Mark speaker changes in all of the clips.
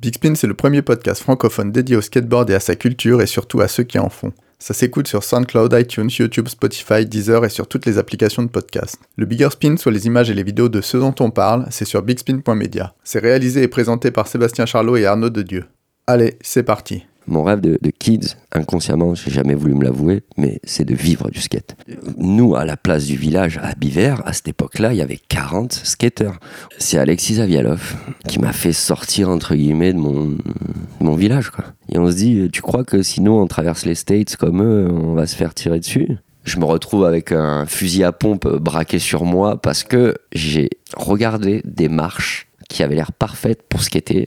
Speaker 1: Big Spin, c'est le premier podcast francophone dédié au skateboard et à sa culture et surtout à ceux qui en font. Ça s'écoute sur SoundCloud, iTunes, YouTube, Spotify, Deezer et sur toutes les applications de podcast. Le Bigger Spin, soit les images et les vidéos de ceux dont on parle, c'est sur bigspin.media. C'est réalisé et présenté par Sébastien Charlot et Arnaud Dedieu. Allez, c'est parti.
Speaker 2: Mon rêve de kids, inconsciemment, j'ai jamais voulu me l'avouer, mais c'est de vivre du skate. Nous, à la place du village, à Biver, à cette époque-là, il y avait 40 skateurs. C'est Alexis Zavialov qui m'a fait sortir, entre guillemets, de mon village, quoi. Et on se dit, tu crois que sinon on traverse les States comme eux, on va se faire tirer dessus ? Je me retrouve avec un fusil à pompe braqué sur moi parce que j'ai regardé des marches qui avaient l'air parfaites pour skater.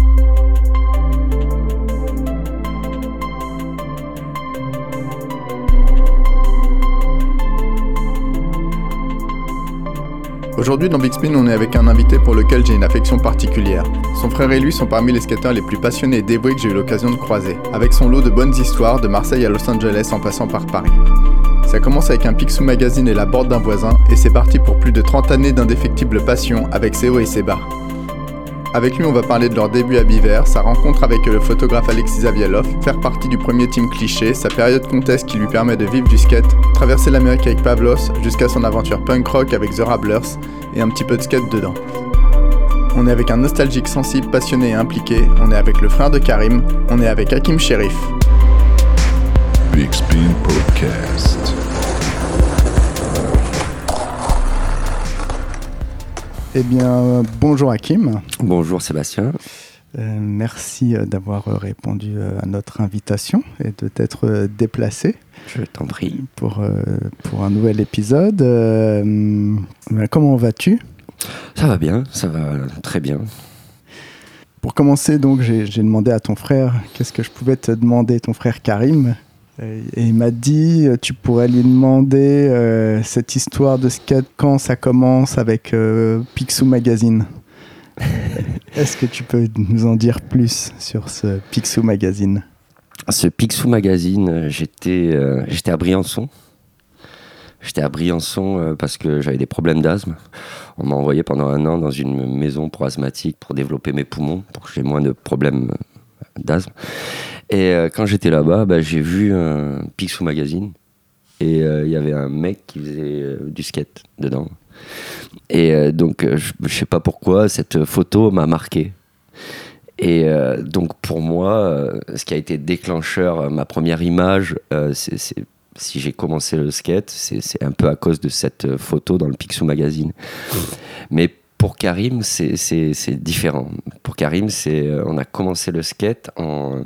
Speaker 1: Aujourd'hui dans Big Spin, on est avec un invité pour lequel j'ai une affection particulière. Son frère et lui sont parmi les skateurs les plus passionnés et dévoués que j'ai eu l'occasion de croiser, avec son lot de bonnes histoires de Marseille à Los Angeles en passant par Paris. Ça commence avec un Picsou magazine et la board d'un voisin, et c'est parti pour plus de 30 années d'indéfectible passion avec ses hauts et ses bas. Avec lui, on va parler de leur début à Biver, sa rencontre avec le photographe Alexis Zavialov, faire partie du premier team Cliché, sa période contest qui lui permet de vivre du skate, traverser l'Amérique avec Pavlos, jusqu'à son aventure punk rock avec The Rabblers, et un petit peu de skate dedans. On est avec un nostalgique sensible, passionné et impliqué, on est avec le frère de Karim, on est avec Hakim Sherif.
Speaker 3: Big Spin Podcast.
Speaker 1: Eh bien, bonjour Hakim.
Speaker 2: Bonjour Sébastien.
Speaker 1: Merci d'avoir répondu à notre invitation et de t'être déplacé.
Speaker 2: Je t'en prie.
Speaker 1: Pour un nouvel épisode. Comment vas-tu ?
Speaker 2: Ça va bien, ça va très bien.
Speaker 1: Pour commencer, donc, j'ai demandé à ton frère qu'est-ce que je pouvais te demander, ton frère Karim. Et il m'a dit, tu pourrais lui demander cette histoire de skate quand ça commence avec Picsou Magazine. Est-ce que tu peux nous en dire plus sur ce Picsou Magazine ?
Speaker 2: Ce Picsou Magazine, j'étais à Briançon. J'étais à Briançon parce que j'avais des problèmes d'asthme. On m'a envoyé pendant 1 an dans une maison pour asthmatiques pour développer mes poumons, pour que j'ai moins de problèmes d'asthme. Et quand j'étais là-bas, j'ai vu un Picsou Magazine et il y avait un mec qui faisait du skate dedans. Et donc, je sais pas pourquoi, cette photo m'a marqué. Et donc, pour moi, ce qui a été déclencheur, ma première image, si j'ai commencé le skate, c'est un peu à cause de cette photo dans le Picsou Magazine. Mais pour Karim, c'est différent. Pour Karim, on a commencé le skate en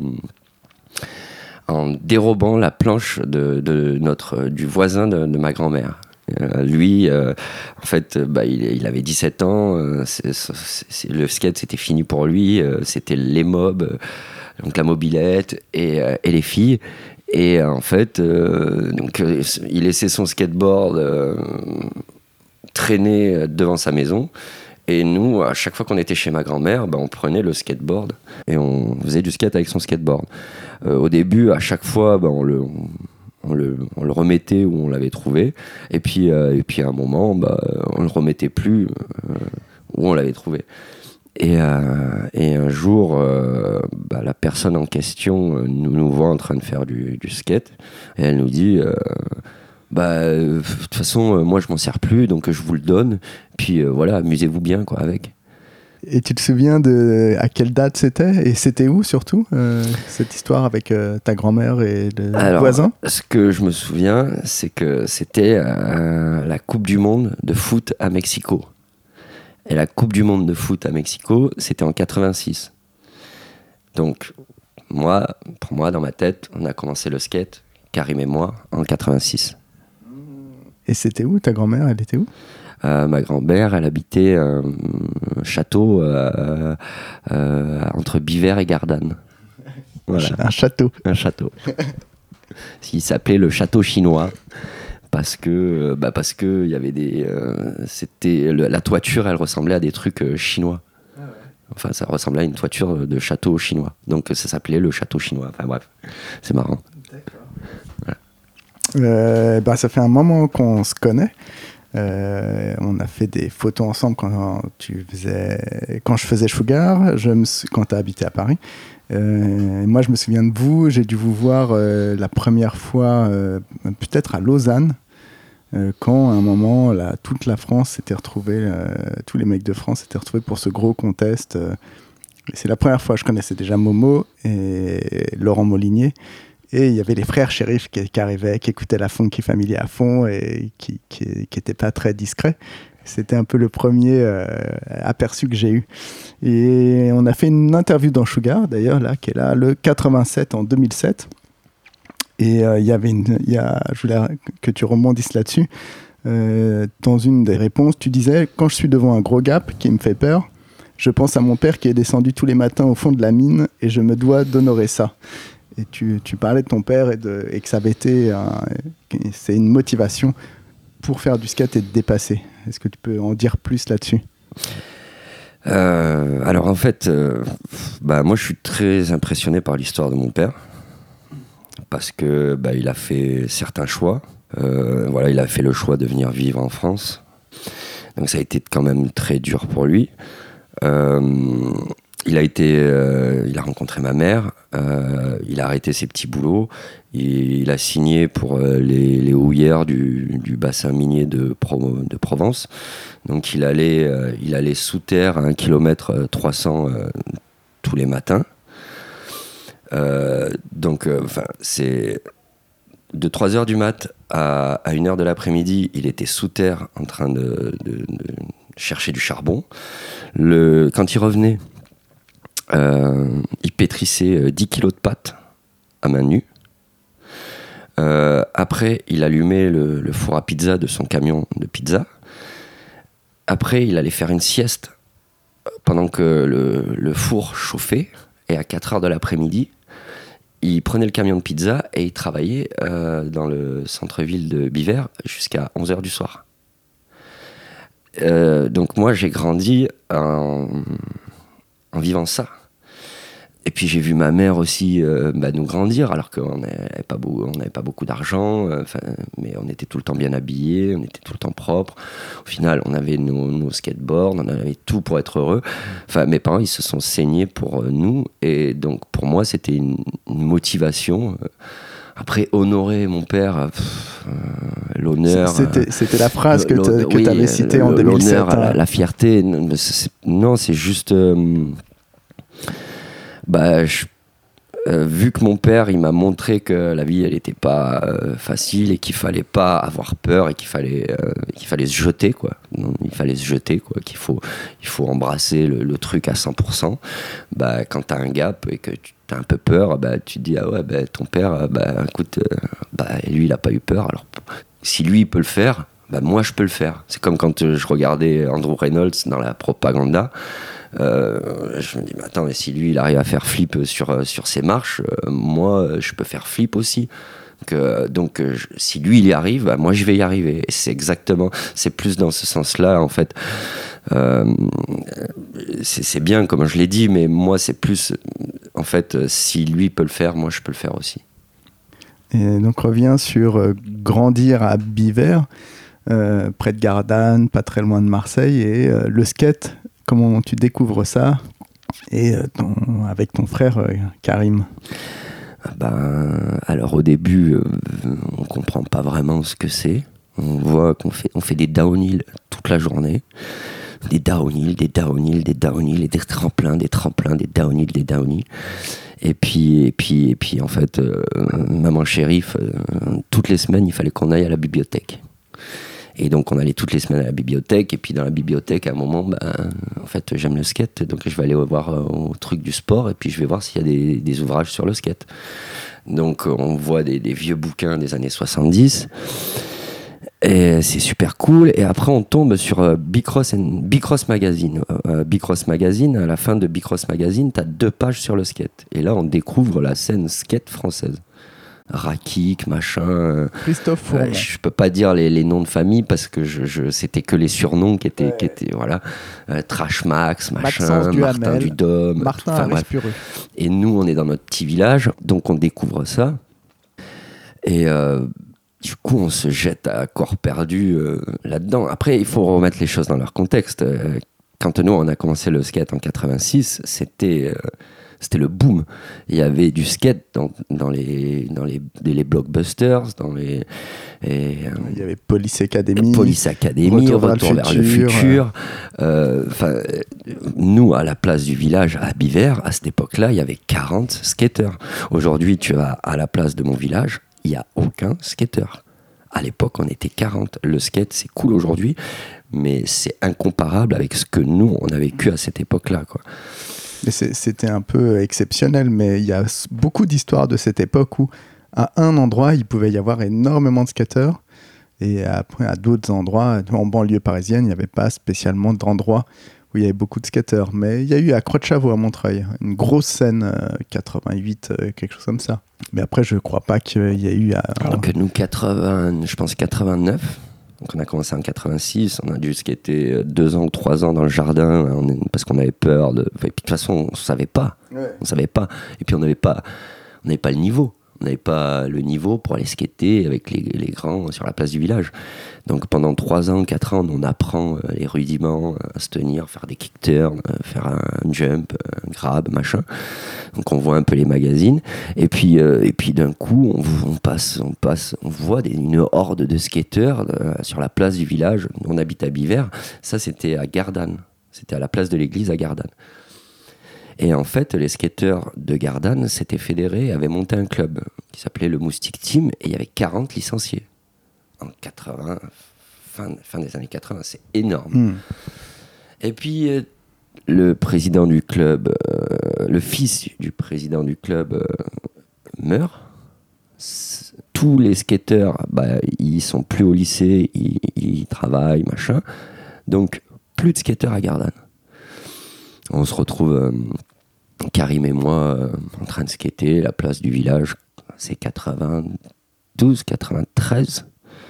Speaker 2: dérobant la planche du voisin de ma grand-mère. Lui, en fait, il avait 17 ans, le skate c'était fini pour lui, c'était les mobs, donc la mobilette et les filles. Et en fait, il laissait son skateboard traîner devant sa maison. Et nous, à chaque fois qu'on était chez ma grand-mère, on prenait le skateboard et on faisait du skate avec son skateboard. Au début, à chaque fois, on le remettait où on l'avait trouvé. Et puis à un moment, on le remettait plus où on l'avait trouvé. Et un jour, la personne en question nous voit en train de faire du skate. Et elle nous dit... de toute façon, moi je m'en sers plus, donc je vous le donne. Puis voilà, amusez-vous bien avec.
Speaker 1: Et tu te souviens de à quelle date c'était ? Et c'était où surtout, cette histoire avec ta grand-mère et le voisin ?
Speaker 2: Ce que je me souviens, c'est que c'était la Coupe du Monde de foot à Mexico. Et la Coupe du Monde de foot à Mexico, c'était en 86. Donc, pour moi, dans ma tête, on a commencé le skate, Karim et moi, en 86.
Speaker 1: Et c'était où ta grand-mère ? Elle était où ?
Speaker 2: Ma grand-mère, elle habitait un château entre Biver et Gardanne. Voilà.
Speaker 1: Un château.
Speaker 2: Un château. Il s'appelait le château chinois parce que il y avait la toiture, elle ressemblait à des trucs chinois. Enfin, ça ressemblait à une toiture de château chinois. Donc ça s'appelait le château chinois. Enfin bref, c'est marrant.
Speaker 1: D'accord. Voilà. Ça fait un moment qu'on se connaît. On a fait des photos ensemble quand je faisais Sugar, quand tu as habité à Paris. Moi, je me souviens de vous. J'ai dû vous voir la première fois, peut-être à Lausanne, quand à un moment, toute la France s'était retrouvée, tous les mecs de France s'étaient retrouvés pour ce gros contest. C'est la première fois, je connaissais déjà Momo et Laurent Molinier. Et il y avait les frères Shérif qui arrivaient, qui écoutaient la Funky Family à fond et qui n'étaient pas très discrets. C'était un peu le premier aperçu que j'ai eu. Et on a fait une interview dans Sugar, d'ailleurs, là, qui est là, le 87 en 2007. Et je voulais que tu rebondisses là-dessus. Dans une des réponses, tu disais « Quand je suis devant un gros gap qui me fait peur, je pense à mon père qui est descendu tous les matins au fond de la mine et je me dois d'honorer ça. » Et tu parlais de ton père et que ça avait été c'est une motivation pour faire du skate et te dépasser. Est-ce que tu peux en dire plus là-dessus ?
Speaker 2: Alors en fait, moi je suis très impressionné par l'histoire de mon père parce que il a fait certains choix. Il a fait le choix de venir vivre en France. Donc ça a été quand même très dur pour lui. Il a rencontré ma mère, il a arrêté ses petits boulots, il a signé pour les houillères du bassin minier de Provence. Donc il allait sous terre à 1 km 300 tous les matins. C'est de 3h du mat à 1h de l'après-midi, il était sous terre en train de chercher du charbon. Quand il revenait, il pétrissait 10 kilos de pâtes à main nue. Après, il allumait le four à pizza de son camion de pizza. Après, il allait faire une sieste pendant que le four chauffait. Et à 4h de l'après-midi, il prenait le camion de pizza et il travaillait dans le centre-ville de Biver jusqu'à 11h du soir. Donc moi, j'ai grandi en vivant ça. Et puis j'ai vu ma mère aussi nous grandir, alors qu'on n'avait pas beaucoup d'argent, mais on était tout le temps bien habillés, on était tout le temps propres. Au final, on avait nos skateboards, on avait tout pour être heureux. Enfin, mes parents, ils se sont saignés pour nous, et donc pour moi, c'était une motivation. Après, honorer mon père, l'honneur...
Speaker 1: C'était la phrase que tu avais citée en 2007.
Speaker 2: L'honneur, la fierté, non, c'est juste... vu que mon père, il m'a montré que la vie, elle n'était pas facile et qu'il fallait pas avoir peur et qu'il fallait se jeter, quoi. Non, il fallait se jeter, quoi. Qu'il faut embrasser le truc à 100%. Quand t'as un gap et que t'as un peu peur, tu te dis, ah ouais, ton père, écoute, lui, il a pas eu peur. Alors, si lui, il peut le faire, moi, je peux le faire. C'est comme quand je regardais Andrew Reynolds dans la propaganda. Je me dis, mais attends, mais si lui il arrive à faire flip sur ses marches, moi je peux faire flip aussi. Donc si lui il y arrive, moi je vais y arriver. Et c'est plus dans ce sens-là en fait. C'est bien comme je l'ai dit, mais moi c'est plus en fait, si lui peut le faire, moi je peux le faire aussi.
Speaker 1: Et donc reviens sur grandir à Biver, près de Gardanne, pas très loin de Marseille, et le skate. Comment tu découvres ça et avec ton frère Karim?
Speaker 2: Alors au début, on comprend pas vraiment ce que c'est. On voit qu'on fait des downhill toute la journée. Des downhill, des tremplins, des downhill. Et puis en fait, maman Shérif, toutes les semaines, il fallait qu'on aille à la bibliothèque. Et donc on allait toutes les semaines à la bibliothèque, et puis dans la bibliothèque à un moment, en fait j'aime le skate, donc je vais aller voir au truc du sport, et puis je vais voir s'il y a des ouvrages sur le skate. Donc on voit des vieux bouquins des années 70, et c'est super cool. Et après on tombe sur Bicross Magazine. Bicross Magazine, à la fin de Bicross Magazine, t'as 2 pages sur le skate, et là on découvre la scène skate française. Rakik, machin.
Speaker 1: Christophe Fournier.
Speaker 2: Je peux pas dire les noms de famille parce que c'était que les surnoms qui étaient voilà. Trash Max, machin, Martin Dudhomme,
Speaker 1: Martin Arespureux.
Speaker 2: Et nous, on est dans notre petit village, donc on découvre ça. Et du coup, on se jette à corps perdu là-dedans. Après, il faut remettre les choses dans leur contexte. Quand nous, on a commencé le skate en 86, c'était le boom. Il y avait du skate dans les blockbusters,
Speaker 1: il y avait Police Academy,
Speaker 2: Retour vers le futur. Nous, à la place du village à Biver, à cette époque-là, il y avait 40 skateurs. Aujourd'hui, tu vas à la place de mon village, il n'y a aucun skateur. À l'époque, on était 40. Le skate, c'est cool aujourd'hui, mais c'est incomparable avec ce que nous, on a vécu à cette époque-là, quoi.
Speaker 1: C'était un peu exceptionnel, mais il y a beaucoup d'histoires de cette époque où, à un endroit, il pouvait y avoir énormément de skateurs, et après, à d'autres endroits, en banlieue parisienne, il n'y avait pas spécialement d'endroits où il y avait beaucoup de skateurs. Mais il y a eu à Croix de Chavaux à Montreuil, une grosse scène 88, quelque chose comme ça. Mais après, je ne crois pas qu'il y ait eu...
Speaker 2: Donc nous, je pense 89. Donc on a commencé en 86, on a dû skater 2 ans ou 3 ans dans le jardin parce qu'on avait peur. Et puis de toute façon, on ne savait pas. Ouais. On savait pas. Et puis on n'avait pas le niveau. On n'avait pas le niveau pour aller skater avec les grands sur la place du village. Donc pendant 3 ans, 4 ans, on apprend les rudiments, à se tenir, faire des kick turns, faire un jump, un grab, machin. Donc on voit un peu les magazines. Et puis d'un coup, on voit une horde de skateurs sur la place du village. On habite à Biver. Ça, c'était à Gardanne. C'était à la place de l'église à Gardanne. Et en fait, les skateurs de Gardanne s'étaient fédérés et avaient monté un club qui s'appelait le Moustique Team, et il y avait 40 licenciés. En 80, fin des années 80, c'est énorme. Et puis, le président du club, le fils du président du club meurt. Tous les skateurs, ils sont plus au lycée, ils travaillent, machin. Donc, plus de skateurs à Gardanne. On se retrouve, Karim et moi, en train de skater, la place du village, c'est 92, 93.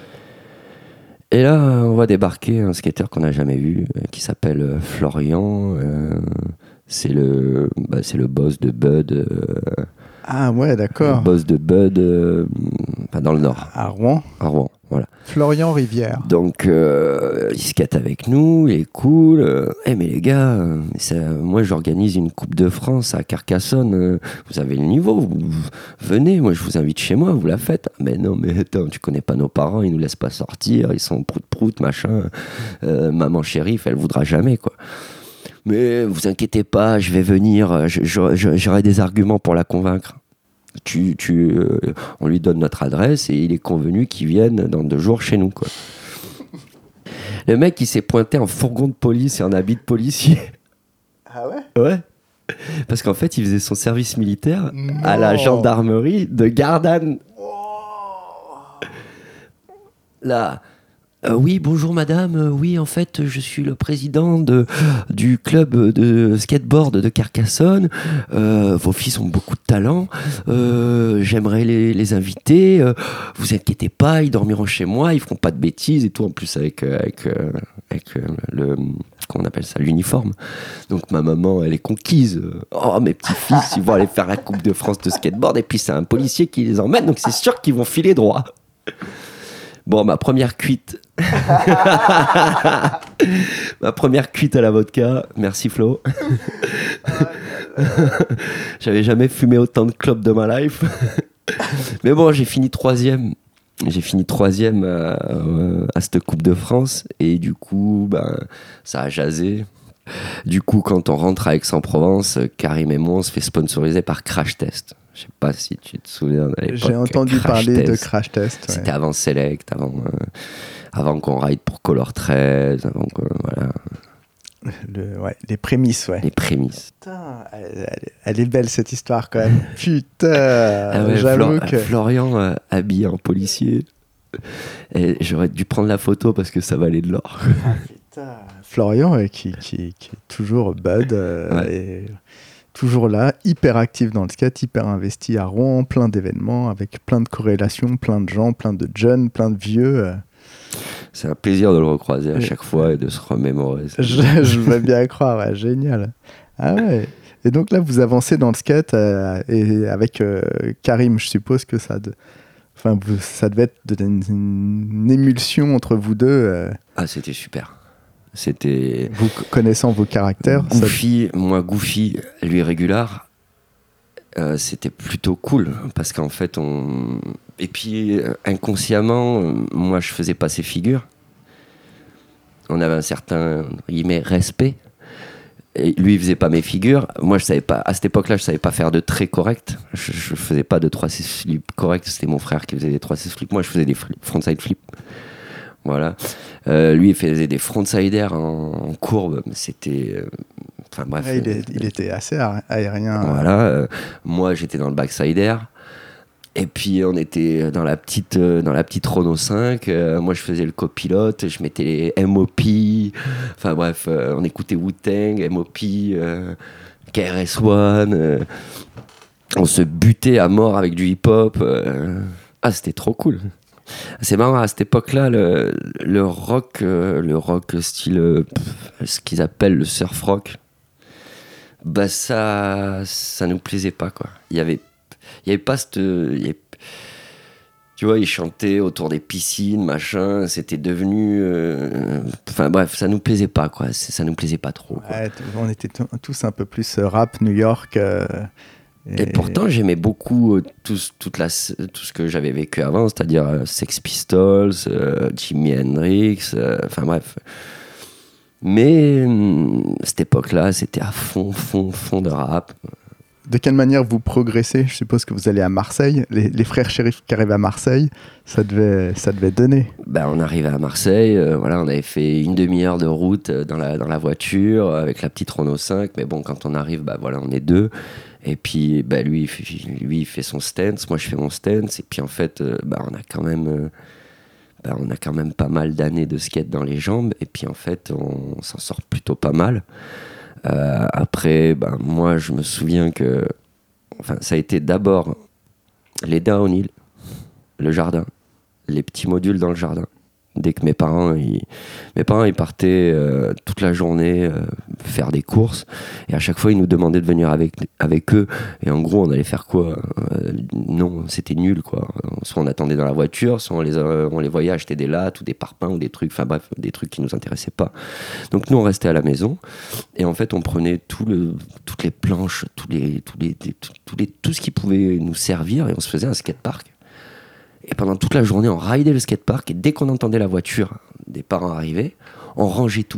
Speaker 2: Et là, on va débarquer un skateur qu'on n'a jamais vu, qui s'appelle Florian. C'est le boss de Bud.
Speaker 1: Ah ouais, d'accord.
Speaker 2: Le boss de Bud, dans le Nord.
Speaker 1: À Rouen.
Speaker 2: À Rouen, voilà.
Speaker 1: Florian Rivière.
Speaker 2: Donc, il skate avec nous, il est cool. Mais les gars, moi j'organise une Coupe de France à Carcassonne. Vous avez le niveau, vous venez, moi je vous invite chez moi, vous la faites. Mais non, mais attends, tu connais pas nos parents, ils nous laissent pas sortir, ils sont prout-prout, machin. Maman shérif, elle voudra jamais, quoi. Mais vous inquiétez pas, je vais venir, j'aurai des arguments pour la convaincre. On lui donne notre adresse et il est convenu qu'il vienne dans 2 jours chez nous, quoi. Le mec, il s'est pointé en fourgon de police et en habit de policier.
Speaker 1: Ah ouais ?
Speaker 2: Ouais. Parce qu'en fait, il faisait son service militaire à la gendarmerie de Gardanne. Là... oui, bonjour madame. Oui, en fait, je suis le président du club de skateboard de Carcassonne. Vos fils ont beaucoup de talent. J'aimerais les inviter. Vous inquiétez pas, ils dormiront chez moi, ils feront pas de bêtises et tout. En plus, avec le... Comment on appelle ça, l'uniforme. Donc ma maman, elle est conquise. Oh, mes petits-fils, ils vont aller faire la Coupe de France de skateboard. Et puis c'est un policier qui les emmène, donc c'est sûr qu'ils vont filer droit. Bon, ma première cuite. Ma première cuite à la vodka. Merci Flo. J'avais jamais fumé autant de clopes de ma life. Mais bon, j'ai fini 3e. J'ai fini 3e à cette Coupe de France. Et du coup, ça a jasé. Du coup, quand on rentre à Aix-en-Provence, Karim et moi, on se fait sponsoriser par Crash Test. Je sais pas si tu te souviens de l'époque.
Speaker 1: J'ai entendu parler de Crash Test.
Speaker 2: Ouais. C'était avant Select, avant qu'on ride pour Color 13, avant que, voilà.
Speaker 1: Les prémices, ouais.
Speaker 2: Les prémices.
Speaker 1: Putain, elle est belle cette histoire quand même. Putain, j'avoue que...
Speaker 2: Florian habillé en policier. Et j'aurais dû prendre la photo parce que ça valait de l'or.
Speaker 1: Putain. Florian qui est toujours Bud et toujours là, hyper actif dans le skate, hyper investi à Rouen, plein d'événements avec plein de corrélations, plein de gens, plein de jeunes, plein de vieux.
Speaker 2: C'est un plaisir de le recroiser à chaque fois et de se remémorer.
Speaker 1: Je veux bien croire, ouais, génial. Ah ouais. Et donc là, vous avancez dans le skate et avec Karim, je suppose que ça Enfin, ça devait être une émulsion entre vous deux.
Speaker 2: Ah, c'était super. C'était...
Speaker 1: Vous connaissant vos caractères.
Speaker 2: Goofy, moi Goofy, lui Régular, c'était plutôt cool parce qu'en fait et puis inconsciemment, moi je faisais pas ces figures. On avait un certain entre guillemets respect. Et lui il faisait pas mes figures. Moi je savais pas, à cette époque-là, je savais pas faire de traits corrects. Je faisais pas de 3-6 flips corrects. C'était mon frère qui faisait des 3-6 flips. Moi je faisais des frontside flips. Voilà. Lui, il faisait des frontsider en courbe. C'était. Enfin bref.
Speaker 1: Ouais, il était assez aérien.
Speaker 2: Voilà. Moi, j'étais dans le backsider. Et puis, on était dans la petite Renault 5. Moi, je faisais le copilote. Je mettais les MOP. Enfin bref, on écoutait Wu-Tang, MOP, KRS-One. On se butait à mort avec du hip-hop. Ah, c'était trop cool. C'est marrant, à cette époque-là, le rock style, ce qu'ils appellent le surf rock, bah ça nous plaisait pas, quoi. Il y avait pas cette... tu vois, ils chantaient autour des piscines, machin, c'était devenu... Enfin bref, ça nous plaisait pas, quoi. Ça nous plaisait pas trop, quoi.
Speaker 1: Ouais, on était tous un peu plus rap, New York...
Speaker 2: Et pourtant, j'aimais beaucoup tout ce que j'avais vécu avant, c'est-à-dire Sex Pistols, Jimi Hendrix, enfin bref. Mais cette époque-là, c'était à fond de rap.
Speaker 1: De quelle manière vous progressez ? Je suppose que vous allez à Marseille. Les frères shérifs qui arrivent à Marseille, ça devait donner.
Speaker 2: Ben, on arrivait à Marseille, voilà, on avait fait une demi-heure de route dans la voiture avec la petite Renault 5. Mais bon, quand on arrive, ben, voilà, on est deux. Et puis, bah, lui, il fait son stance, moi, je fais mon stance. Et puis, en fait, on a quand même pas mal d'années de skate dans les jambes. Et puis, en fait, on s'en sort plutôt pas mal. Après, moi, je me souviens que ça a été d'abord les downhill, le jardin, les petits modules dans le jardin. Dès que mes parents ils partaient toute la journée faire des courses, et à chaque fois ils nous demandaient de venir avec eux, et en gros on allait faire quoi, non, c'était nul, quoi. Soit on attendait dans la voiture, soit on les voyait acheter des lattes ou des parpaings ou des trucs, enfin bref, des trucs qui nous intéressaient pas. Donc nous on restait à la maison, et en fait on prenait toutes les planches, tout ce qui pouvait nous servir, et on se faisait un skatepark. Et pendant toute la journée, on raidait le skatepark, et dès qu'on entendait la voiture des parents arriver, on rangeait tout.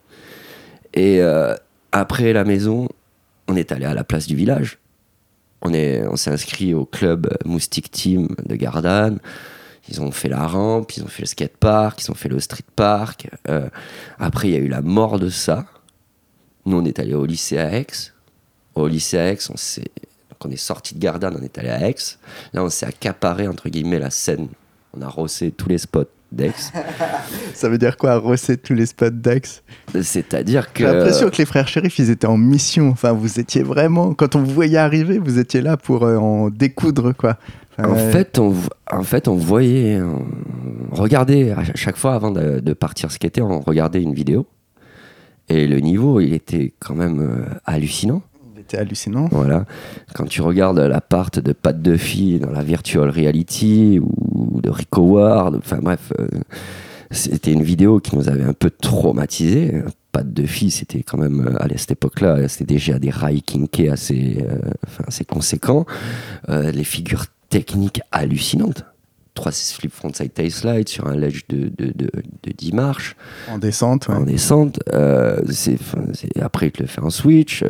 Speaker 2: Et après la maison, on est allé à la place du village. On s'est inscrit au club Moustique Team de Gardanne. Ils ont fait la rampe, ils ont fait le skatepark, ils ont fait le street park. Après, il y a eu la mort de ça. Nous, on est allé au lycée à Aix. Au lycée à Aix, on est sorti de Gardanne, on est allé à Aix. Là, on s'est accaparé, entre guillemets, la Seine. On a rossé tous les spots d'Aix.
Speaker 1: Ça veut dire quoi, rosser tous les spots d'Aix ?
Speaker 2: C'est-à-dire que...
Speaker 1: J'ai l'impression que les frères shérifs, ils étaient en mission. Enfin, vous étiez vraiment... Quand on vous voyait arriver, vous étiez là pour en découdre, quoi.
Speaker 2: En fait, on voyait... On regardait, à chaque fois, avant de partir skater, on regardait une vidéo. Et le niveau, il était quand même hallucinant.
Speaker 1: C'était hallucinant.
Speaker 2: Voilà. Quand tu regardes l'appart de Pat Duffy dans la virtual reality ou de Rick Howard, enfin bref, c'était une vidéo qui nous avait un peu traumatisés. Pat Duffy, c'était quand même, à cette époque-là, c'était déjà des rails kinkés assez conséquents. Les figures techniques hallucinantes. 3-6 flip frontside tail slide sur un ledge de 10 marches.
Speaker 1: En descente, ouais.
Speaker 2: En descente. Après, il te le fait en switch.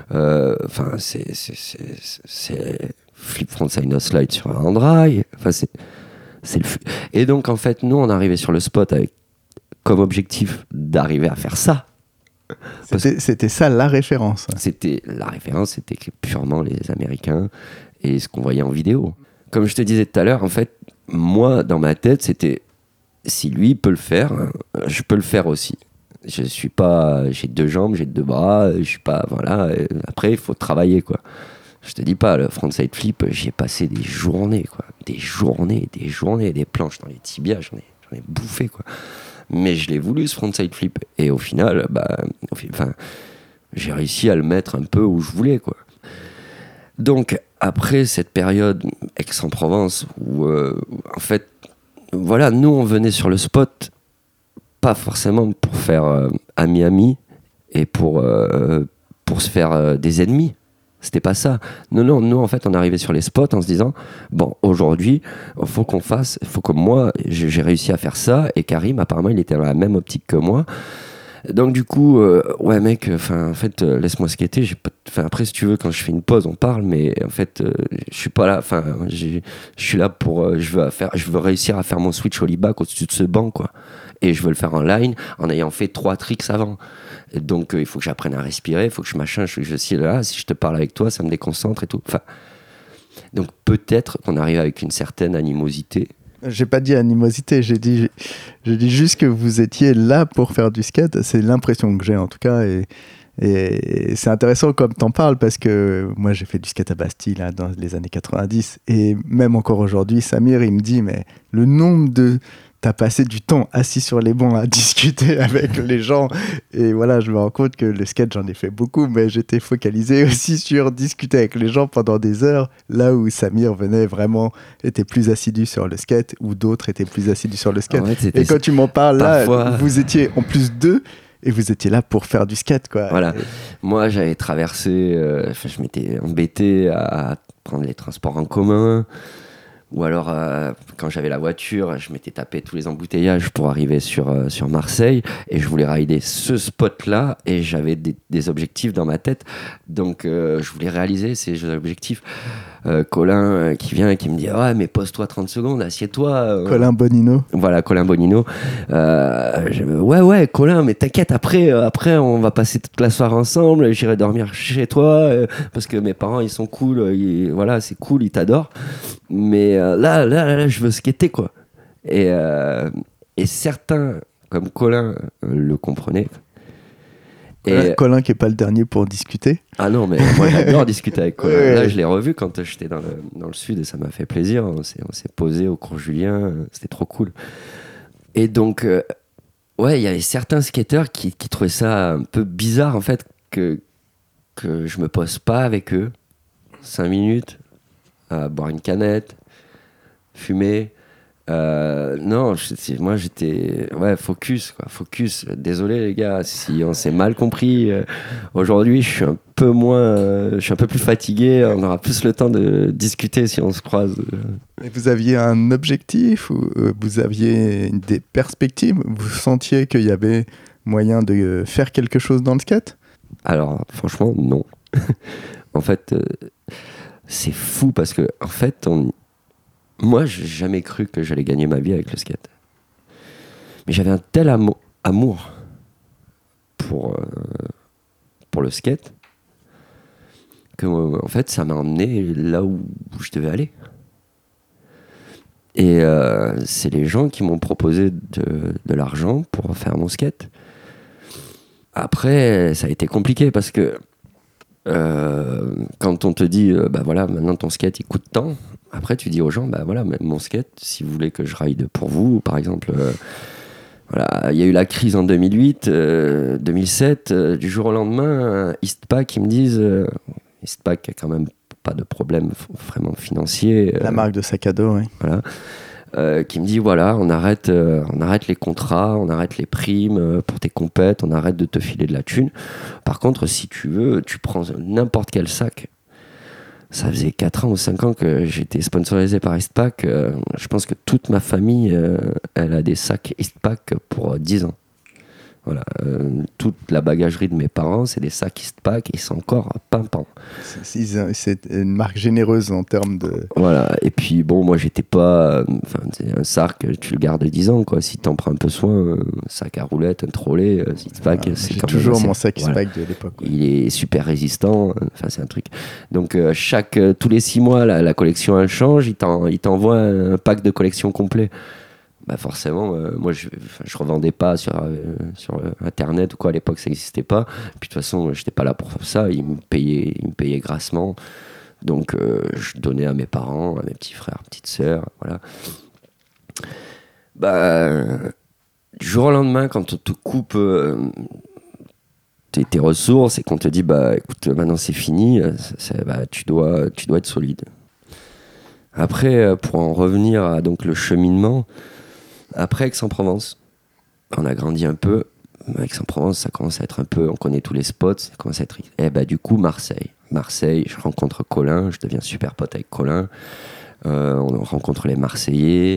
Speaker 2: C'est flip frontside no slide sur un hand-dry. C'est le Et donc, en fait, nous, on arrivait sur le spot avec comme objectif d'arriver à faire ça.
Speaker 1: C'était ça la référence.
Speaker 2: La référence, c'était purement les Américains et ce qu'on voyait en vidéo. Comme je te disais tout à l'heure, en fait, moi, dans ma tête, c'était si lui peut le faire, je peux le faire aussi. Je suis pas, j'ai 2 jambes, j'ai 2 bras, je suis pas, voilà. Après, il faut travailler, quoi. Je te dis pas, le frontside flip, j'y ai passé des journées, quoi. Des journées, des planches dans les tibias, j'en ai bouffé, quoi. Mais je l'ai voulu, ce frontside flip. Et au final, j'ai réussi à le mettre un peu où je voulais, quoi. Donc, après cette période Aix-en-Provence où en fait, voilà, nous on venait sur le spot pas forcément pour faire ami-ami et pour se faire des ennemis. C'était pas ça. Non, nous en fait on arrivait sur les spots en se disant bon, aujourd'hui il faut que moi j'ai réussi à faire ça, et Karim apparemment il était dans la même optique que moi. Donc du coup, ouais mec, en fait, laisse-moi skater. Après, si tu veux, quand je fais une pause, on parle, mais en fait, je suis pas là. Je suis là pour, je veux réussir à faire mon switch au back au-dessus de ce banc, quoi. Et je veux le faire en line, en ayant fait 3 tricks avant. Et donc, il faut que j'apprenne à respirer, il faut que je suis là. Si je te parle avec toi, ça me déconcentre et tout. Enfin, donc peut-être qu'on arrive avec une certaine animosité.
Speaker 1: J'ai pas dit animosité, j'ai dit juste que vous étiez là pour faire du skate. C'est l'impression que j'ai en tout cas. Et c'est intéressant comme t'en parles, parce que moi j'ai fait du skate à Bastille là, dans les années 90. Et même encore aujourd'hui, Samir, il me dit, mais le nombre de... T'as passé du temps assis sur les bancs à discuter avec les gens. Et voilà, je me rends compte que le skate, j'en ai fait beaucoup, mais j'étais focalisé aussi sur discuter avec les gens pendant des heures, là où Samir était plus assidu sur le skate, ou d'autres étaient plus assidus sur le skate. En fait, et quand tu m'en parles, là, vous étiez en plus d'eux, et vous étiez là pour faire du skate, quoi.
Speaker 2: Voilà. Moi, j'avais traversé... je m'étais embêté à prendre les transports en commun. Ou alors, quand j'avais la voiture, je m'étais tapé tous les embouteillages pour arriver sur Marseille, et je voulais rider ce spot-là, et j'avais des objectifs dans ma tête. Donc, je voulais réaliser ces objectifs. Colin qui vient et qui me dit « Ouais, mais pose-toi 30 secondes, assieds-toi. »
Speaker 1: Colin Bonino.
Speaker 2: Voilà, Colin Bonino. Ouais, Colin, mais t'inquiète, après, on va passer toute la soirée ensemble, j'irai dormir chez toi, parce que mes parents, ils sont cool, voilà, c'est cool, ils t'adorent. Mais là, je veux skater, quoi. Et certains, comme Colin, le comprenaient.
Speaker 1: Colin qui n'est pas le dernier pour discuter.
Speaker 2: Ah non, mais moi j'adore discuter avec Colin. Ouais. Là, je l'ai revu quand j'étais dans le sud, et ça m'a fait plaisir. On s'est posé au cours Julien, c'était trop cool. Et donc, ouais, il y avait certains skateurs qui trouvaient ça un peu bizarre, en fait, que je me pose pas avec eux 5 minutes à boire une canette, fumer. Non, moi j'étais focus, quoi, focus. Désolé les gars si on s'est mal compris. Aujourd'hui je suis un peu plus fatigué, on aura plus le temps de discuter si on se croise.
Speaker 1: Et vous aviez un objectif, ou vous aviez des perspectives? Vous sentiez qu'il y avait moyen de faire quelque chose dans le skate?
Speaker 2: Alors franchement non. En fait c'est fou, parce que en fait moi, j'ai jamais cru que j'allais gagner ma vie avec le skate. Mais j'avais un tel amour pour le skate que, en fait, ça m'a emmené là où je devais aller. Et c'est les gens qui m'ont proposé de l'argent pour faire mon skate. Après, ça a été compliqué, parce que quand on te dit, bah voilà, maintenant ton skate, il coûte tant. Après, tu dis aux gens, bah voilà, même mon skate, si vous voulez que je ride pour vous, par exemple, voilà, il y a eu la crise en 2008, 2007, du jour au lendemain, Eastpak, ils me disent, Eastpak a quand même pas de problème vraiment financier.
Speaker 1: La marque de sac à dos, oui.
Speaker 2: Voilà. Qui me dit, voilà, on arrête les contrats, on arrête les primes pour tes compètes, on arrête de te filer de la thune. Par contre, si tu veux, tu prends n'importe quel sac. Ça faisait 4 ans ou 5 ans que j'étais sponsorisé par Eastpak. Je pense que toute ma famille, elle a des sacs Eastpak pour 10 ans. Voilà, toute la bagagerie de mes parents, c'est des sacs Eastpak, ils sont encore pimpants.
Speaker 1: C'est une marque généreuse en termes de...
Speaker 2: Voilà, et puis bon, moi j'étais pas... c'est un sac, tu le gardes 10 ans, quoi. Si t'en prends un peu soin, un sac à roulettes, un trolley, Eastpak, c'est quand même...
Speaker 1: J'ai toujours mon sac Eastpak de l'époque. Ouais.
Speaker 2: Il est super résistant, c'est un truc. Donc tous les 6 mois, la collection elle change, il t'envoie un pack de collection complet. Bah forcément, moi je revendais pas sur internet ou quoi, à l'époque ça n'existait pas. Puis de toute façon, j'étais pas là pour ça, ils me payaient grassement. Donc je donnais à mes parents, à mes petits frères, petites sœurs, voilà. Bah du jour au lendemain, quand on te coupe tes ressources et qu'on te dit écoute, maintenant c'est fini, tu dois être solide. Après, pour en revenir à donc le cheminement, après Aix-en-Provence, on a grandi un peu. Aix-en-Provence, ça commence à être un peu, on connaît tous les spots, ça commence à être. Du coup, Marseille, je rencontre Colin, je deviens super pote avec Colin. On rencontre les Marseillais,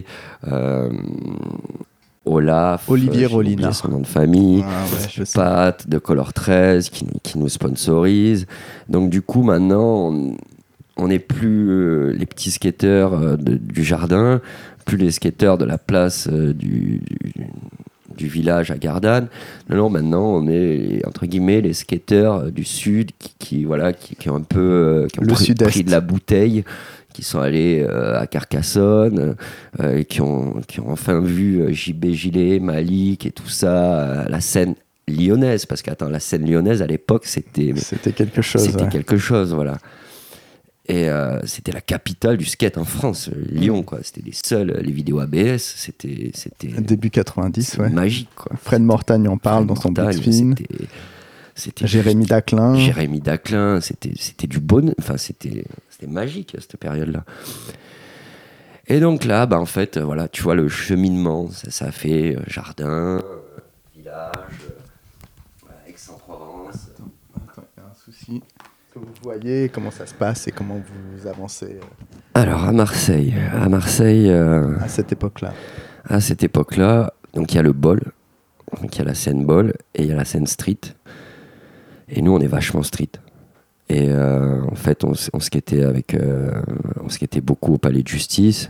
Speaker 2: Olaf,
Speaker 1: Olivier Rollinard,
Speaker 2: son nom de famille, Pat de Color 13 qui nous sponsorise. Donc du coup maintenant on n'est plus les petits skateurs du jardin, plus les skateurs de la place du village à Gardanne. Non, maintenant on est entre guillemets les skateurs du sud qui ont un peu pris de la bouteille, qui sont allés à Carcassonne, qui ont enfin vu JB Gilet, Malik et tout ça, la scène lyonnaise, parce que la scène lyonnaise à l'époque c'était
Speaker 1: quelque chose.
Speaker 2: C'était quelque chose, voilà. Et c'était la capitale du skate en France, Lyon, quoi. C'était les vidéos ABS, c'était
Speaker 1: début 90,
Speaker 2: magique, quoi.
Speaker 1: Fred Mortagne en parle dans son Big C'était Jérémy
Speaker 2: Daclin, c'était du bon, enfin c'était magique cette période-là. Et donc là, en fait, voilà, tu vois le cheminement, ça a fait jardin, village, Aix-en-Provence.
Speaker 1: Attends, il y a un souci. Que vous voyez comment ça se passe et comment vous avancez.
Speaker 2: Alors à Marseille,
Speaker 1: à cette époque-là,
Speaker 2: donc il y a le bol, donc il y a la scène bol et il y a la scène street. Et nous, on est vachement street. Et en fait, on skatait on skatait beaucoup au Palais de Justice.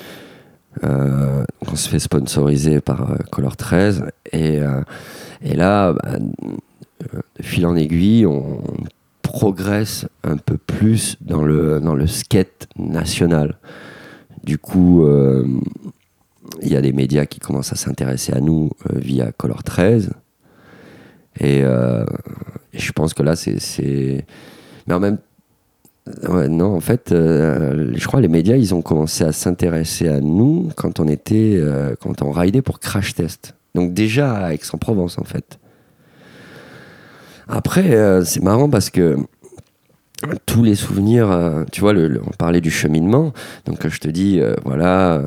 Speaker 2: On se fait sponsoriser par Color 13. Et là, de fil en aiguille, on progresse un peu plus dans le skate national. Du coup, il y a des médias qui commencent à s'intéresser à nous via Color 13. Et je pense que là, mais en même non, en fait, je crois que les médias, ils ont commencé à s'intéresser à nous quand on ridait pour Crash Test. Donc déjà à Aix-en-Provence, en fait. Après, c'est marrant parce que tous les souvenirs, tu vois, on parlait du cheminement. Donc je te dis, voilà,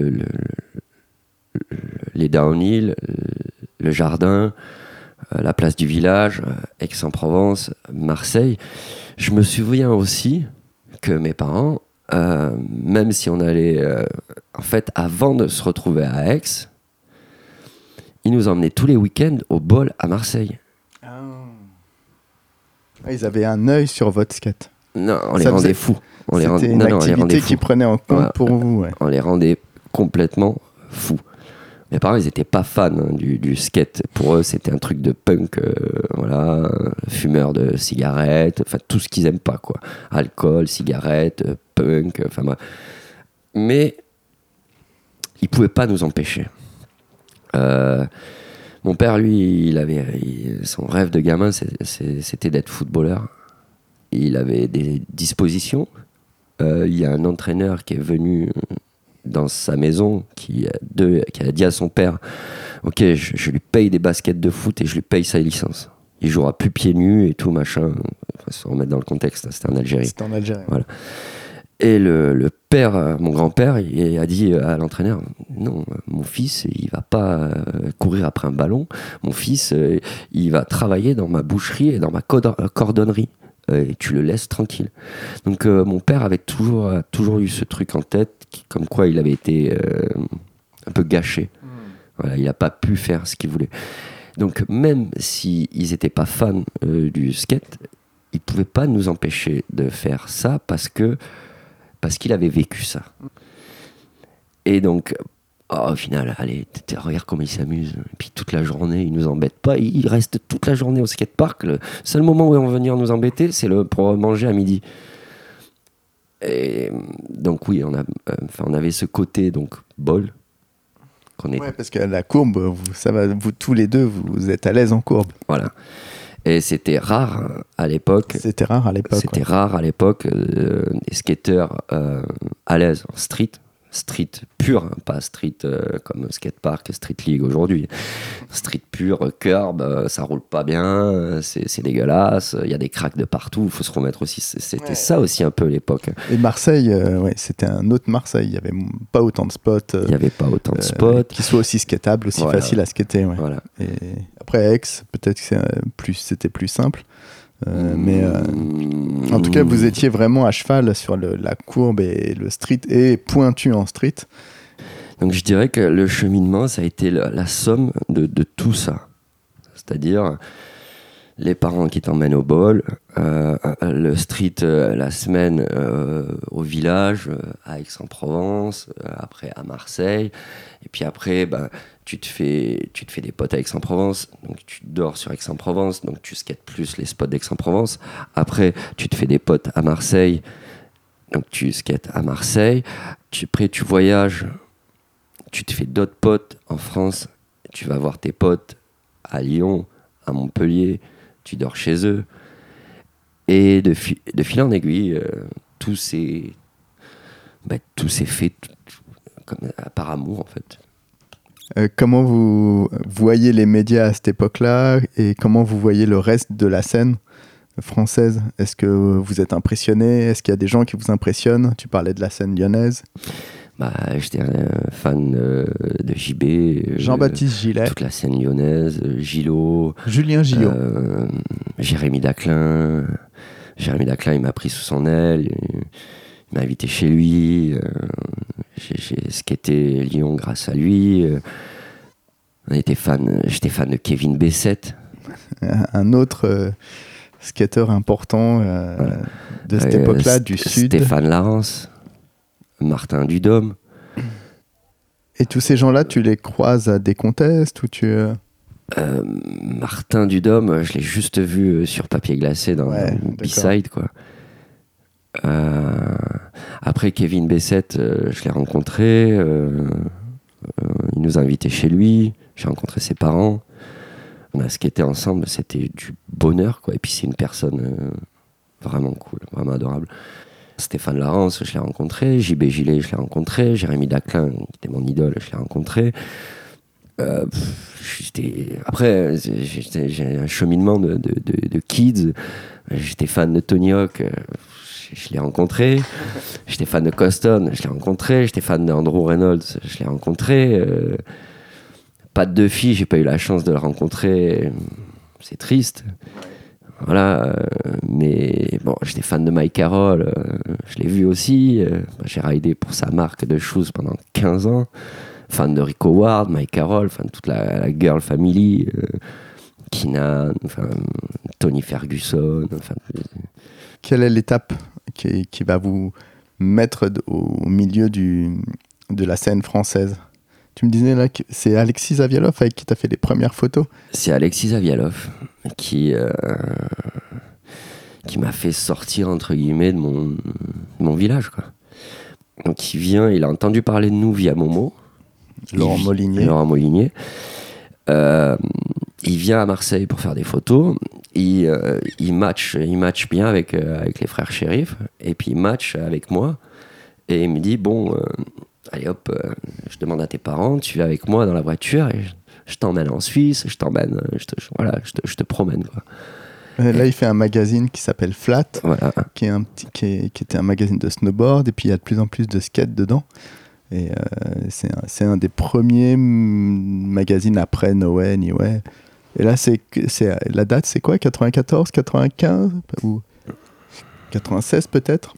Speaker 2: les downhill, le jardin, la place du village, Aix-en-Provence, Marseille. Je me souviens aussi que mes parents, même si on allait... en fait, avant de se retrouver à Aix, ils nous emmenaient tous les week-ends au bol à Marseille.
Speaker 1: Ils avaient un œil sur votre skate.
Speaker 2: Non, on les rendait fous.
Speaker 1: C'était une activité qu'ils prenaient en compte pour vous. Ouais.
Speaker 2: On les rendait complètement fous. Mes parents, ils n'étaient pas fans du skate. Pour eux, c'était un truc de punk, voilà, fumeur de cigarettes, enfin tout ce qu'ils n'aiment pas, quoi. Alcool, cigarettes, punk, enfin bref. Mais ils ne pouvaient pas nous empêcher. Mon père, lui, son rêve de gamin, c'était d'être footbller. Il avait des dispositions. Il y a un entraîneur qui est venu dans sa maison qui a dit à son père « Ok, je lui paye des baskets de foot et je lui paye sa licence. Il jouera plus pieds nus et tout, machin. » Faut se remettre dans le contexte, c'était en Algérie. Voilà. Et le père, mon grand-père, il a dit à l'entraîneur « Non, mon fils, il va pas courir après un ballon. Mon fils, il va travailler dans ma boucherie et dans ma cordonnerie. Et tu le laisses tranquille. » Donc mon père avait toujours eu ce truc en tête, comme quoi il avait été un peu gâché. Voilà, il n'a pas pu faire ce qu'il voulait. Donc même s'ils n'étaient pas fans du skate, ils ne pouvaient pas nous empêcher de faire ça parce qu'il avait vécu ça. Et donc, au final, allez, regarde comment il s'amuse. Et puis toute la journée, il nous embête pas. Il reste toute la journée au skatepark. Le seul moment où ils vont venir nous embêter, c'est pour manger à midi. Et donc oui, on avait ce côté donc bol.
Speaker 1: Ouais, parce que la courbe, vous tous les deux, vous êtes à l'aise en courbe.
Speaker 2: Voilà. Et c'était rare à l'époque.
Speaker 1: C'était rare à l'époque,
Speaker 2: des skateurs à l'aise en street. street pur, hein, pas street comme skatepark, street league aujourd'hui. Street pur, curb, ça roule pas bien, c'est dégueulasse, il y a des cracks de partout, il faut se remettre aussi. C'était ça aussi un peu l'époque.
Speaker 1: Et Marseille, c'était un autre Marseille, il n'y avait pas autant de spots.
Speaker 2: Il n'y avait pas autant de spots.
Speaker 1: Qui soient aussi skatables, aussi faciles à skater. Ouais.
Speaker 2: Voilà.
Speaker 1: Et après Aix, peut-être que c'était plus simple. Mais en tout cas, vous étiez vraiment à cheval sur la courbe et le street, et pointu en street.
Speaker 2: Donc je dirais que le cheminement, ça a été la somme de tout ça. C'est-à-dire les parents qui t'emmènent au bol, le street la semaine au village, à Aix-en-Provence, après à Marseille, et puis après tu te fais des potes à Aix-en-Provence, donc tu dors sur Aix-en-Provence, donc tu skates plus les spots d'Aix-en-Provence. Après tu te fais des potes à Marseille, donc tu skates à Marseille. Après tu voyages, tu te fais d'autres potes en France, tu vas voir tes potes à Lyon, à Montpellier, tu dors chez eux. Et de fil en aiguille, tout s'est fait comme par amour en fait.
Speaker 1: Comment vous voyez les médias à cette époque-là et comment vous voyez le reste de la scène française? Est-ce que vous êtes impressionné? Est-ce qu'il y a des gens qui vous impressionnent? Tu parlais de la scène lyonnaise.
Speaker 2: J'étais fan de JB,
Speaker 1: Jean-Baptiste Gillet,
Speaker 2: toute la scène lyonnaise, Gillot,
Speaker 1: Julien Gillot,
Speaker 2: Jérémy Daclin. Jérémy Daclin, il m'a pris sous son aile, il m'a invité chez lui. J'ai skaté Lyon grâce à lui. J'étais fan de Kevin Bessette.
Speaker 1: Un autre skateur important de cette époque-là, du Sud.
Speaker 2: Stéphane Larence. Martin Dudhomme.
Speaker 1: Et tous ces gens-là, tu les croises à des contests ou
Speaker 2: Martin Dudhomme, je l'ai juste vu sur papier glacé dans B-Side, quoi. Après Kevin Bessette, je l'ai rencontré. Il nous a invités chez lui. J'ai rencontré ses parents. On a skaté ensemble. C'était du bonheur, quoi. Et puis c'est une personne vraiment cool, vraiment adorable. Stéphane Larence, je l'ai rencontré. JB Gillet, je l'ai rencontré. Jérémy Daclin, qui était mon idole, je l'ai rencontré. Après, j'ai un cheminement de kids. J'étais fan de Tony Hawk, je l'ai rencontré. J'étais fan de Coston, je l'ai rencontré. J'étais fan d'Andrew Reynolds, je l'ai rencontré. Pas de Duffy, j'ai pas eu la chance de le rencontrer. C'est triste. Voilà, mais bon, j'étais fan de Mike Carroll, je l'ai vu aussi. J'ai ridé pour sa marque de shoes pendant 15 ans. Fan de Rick Howard, Mike Carroll, fan de toute la Girl Family, Keenan, Tony Ferguson.
Speaker 1: Quelle est l'étape qui va vous mettre au milieu de la scène française? Tu me disais là que c'est Alexis Zavialov avec qui tu as fait les premières photos.
Speaker 2: C'est Alexis Zavialov qui m'a fait sortir entre guillemets de mon village, quoi. Donc il vient, il a entendu parler de nous via Momo. Laurent Molinier. Il vient à Marseille pour faire des photos. Il match bien avec les frères Chérif. Et puis il match avec moi. Et il me dit allez hop, je demande à tes parents, tu viens avec moi dans la voiture et je t'emmène en Suisse, je te promène, quoi.
Speaker 1: Là, il fait un magazine qui s'appelle Flat,
Speaker 2: voilà.
Speaker 1: qui était un magazine de snowboard, et puis il y a de plus en plus de skate dedans. Et c'est un des premiers magazines après No Way, Anyway. Et là, la date, c'est quoi? 94, 95 ou 96 peut-être?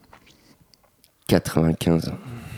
Speaker 2: 95.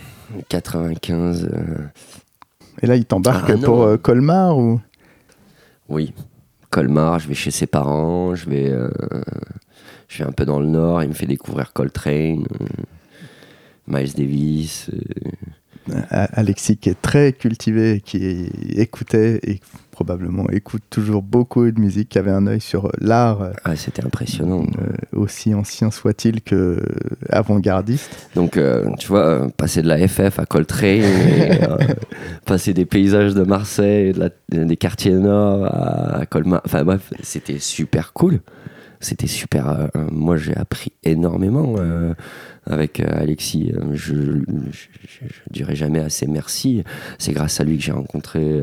Speaker 1: Et là, il t'embarque pour Colmar ou?
Speaker 2: Oui, Colmar, je vais chez ses parents, je vais un peu dans le nord, il me fait découvrir Coltrane, Miles Davis.
Speaker 1: Alexis qui est très cultivé, qui écoutait et probablement écoute toujours beaucoup de musique, qui avait un œil sur l'art.
Speaker 2: C'était impressionnant.
Speaker 1: Aussi ancien soit-il que avant-gardiste.
Speaker 2: Donc, tu vois, passer de la FF à Coltrane, et, passer des paysages de Marseille, des quartiers nord à Colmar, enfin bref, c'était super cool. C'était super. Moi, j'ai appris énormément avec Alexis. Je dirais jamais assez merci. C'est grâce à lui que j'ai rencontré.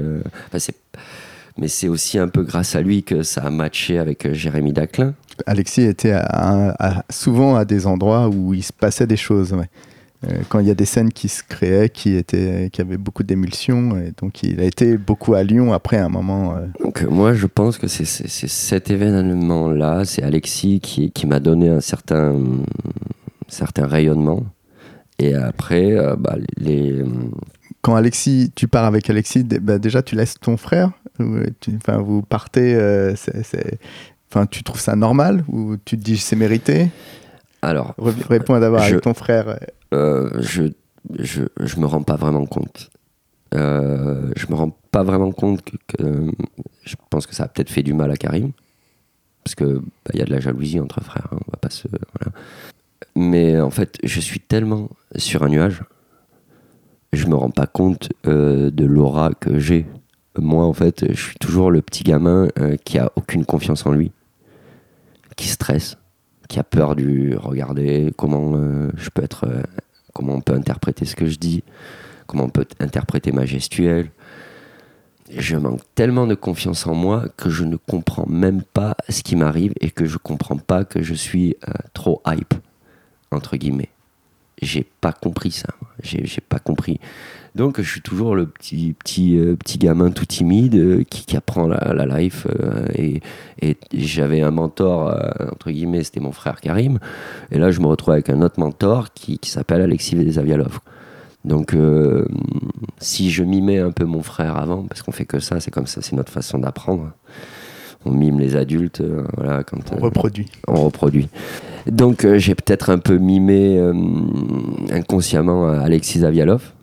Speaker 2: Mais c'est aussi un peu grâce à lui que ça a matché avec Jérémy Daclin.
Speaker 1: Alexis était souvent à des endroits où il se passait des choses. Ouais. Quand il y a des scènes qui se créaient, qui avaient beaucoup d'émulsions, et donc il a été beaucoup à Lyon après un moment.
Speaker 2: Donc moi je pense que c'est cet événement-là, c'est Alexis qui m'a donné un certain rayonnement. Et après,
Speaker 1: Quand tu pars avec Alexis, déjà tu laisses ton frère, vous partez, tu trouves ça normal ou tu te dis c'est mérité?
Speaker 2: Alors,
Speaker 1: réponds d'abord avec ton frère.
Speaker 2: Je me rends pas vraiment compte. Je me rends pas vraiment compte que je pense que ça a peut-être fait du mal à Karim, parce que y a de la jalousie entre frères, hein, on va pas se voilà. Mais en fait, je suis tellement sur un nuage, je me rends pas compte de l'aura que j'ai. Moi, en fait, je suis toujours le petit gamin qui a aucune confiance en lui, qui stresse, qui a peur du regarder, comment on peut interpréter ce que je dis, comment on peut interpréter ma gestuelle. Je manque tellement de confiance en moi que je ne comprends même pas ce qui m'arrive et que je comprends pas que je suis trop hype, entre guillemets. J'ai pas compris ça, j'ai pas compris. Donc je suis toujours le petit gamin tout timide qui apprend la life et j'avais un mentor entre guillemets, c'était mon frère Karim, et là je me retrouve avec un autre mentor qui s'appelle Alexis Zavialov. Donc si je mimais un peu mon frère avant, parce qu'on fait que ça, c'est comme ça, c'est notre façon d'apprendre. On mime les adultes, voilà, quand on reproduit. Donc j'ai peut-être un peu mimé inconsciemment Alexis Zavialov,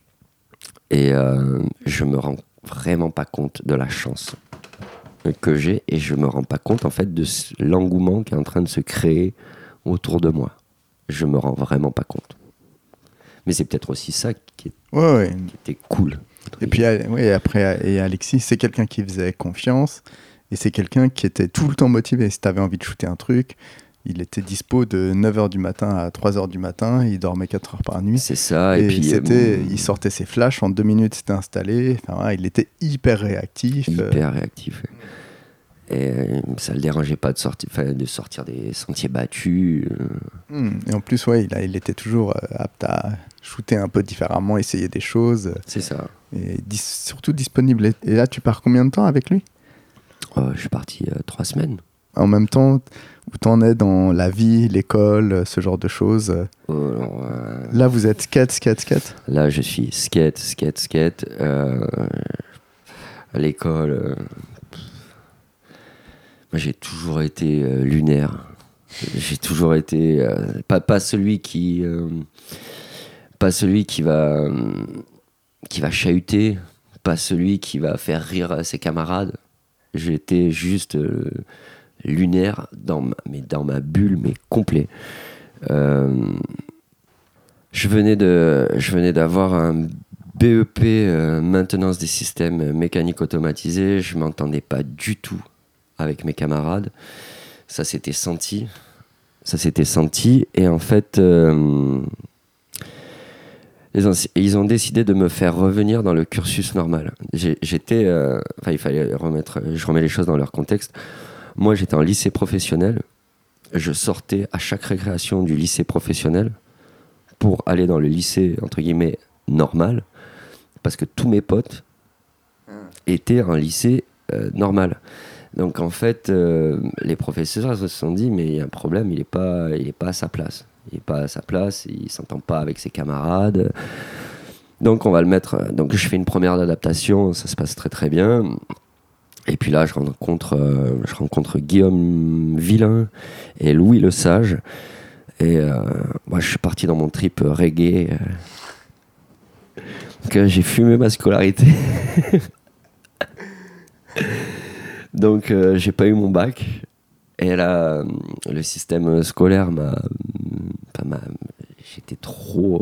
Speaker 2: et je me rends vraiment pas compte de la chance que j'ai, et je me rends pas compte en fait de l'engouement qui est en train de se créer autour de moi. Je me rends vraiment pas compte. Mais c'est peut-être aussi ça qui était cool.
Speaker 1: Et puis après, et Alexis, c'est quelqu'un qui faisait confiance. Et c'est quelqu'un qui était tout le temps motivé. Si tu avais envie de shooter un truc, il était dispo de 9h du matin à 3h du matin. Il dormait 4 heures par nuit.
Speaker 2: C'est ça. Et puis,
Speaker 1: il sortait ses flashs. En 2 minutes, c'était installé. Enfin, il était hyper réactif.
Speaker 2: Et ça ne le dérangeait pas de sortir des sentiers battus.
Speaker 1: Et en plus, il était toujours apte à shooter un peu différemment, essayer des choses.
Speaker 2: C'est ça.
Speaker 1: Et surtout disponible. Et là, tu pars combien de temps avec lui ?
Speaker 2: Je suis parti 3 semaines.
Speaker 1: En même temps, où t'en es dans la vie, l'école, ce genre de choses. Là, vous êtes skate.
Speaker 2: Là, je suis skate. À l'école, moi, j'ai toujours été lunaire. J'ai toujours été pas celui qui va chahuter, pas celui qui va faire rire ses camarades. J'étais juste lunaire dans ma bulle, mais complet. Je venais d'avoir un BEP maintenance des systèmes mécaniques automatisés. Je m'entendais pas du tout avec mes camarades. Ça s'était senti. Et en fait, ils ont décidé de me faire revenir dans le cursus normal. Il fallait je remets les choses dans leur contexte. Moi, j'étais en lycée professionnel. Je sortais à chaque récréation du lycée professionnel pour aller dans le lycée, entre guillemets, normal, parce que tous mes potes étaient en lycée normal. Donc, en fait, les professeurs se sont dit, mais il y a un problème, il est pas à sa place. Il n'est pas à sa place, il ne s'entend pas avec ses camarades. Donc on va le mettre. Donc je fais une première adaptation, ça se passe très très bien. Et puis là, je rencontre Guillaume Villain et Louis Lesage. Et moi, je suis parti dans mon trip reggae. Donc j'ai fumé ma scolarité. Donc j'ai pas eu mon bac. Et là, le système scolaire j'étais trop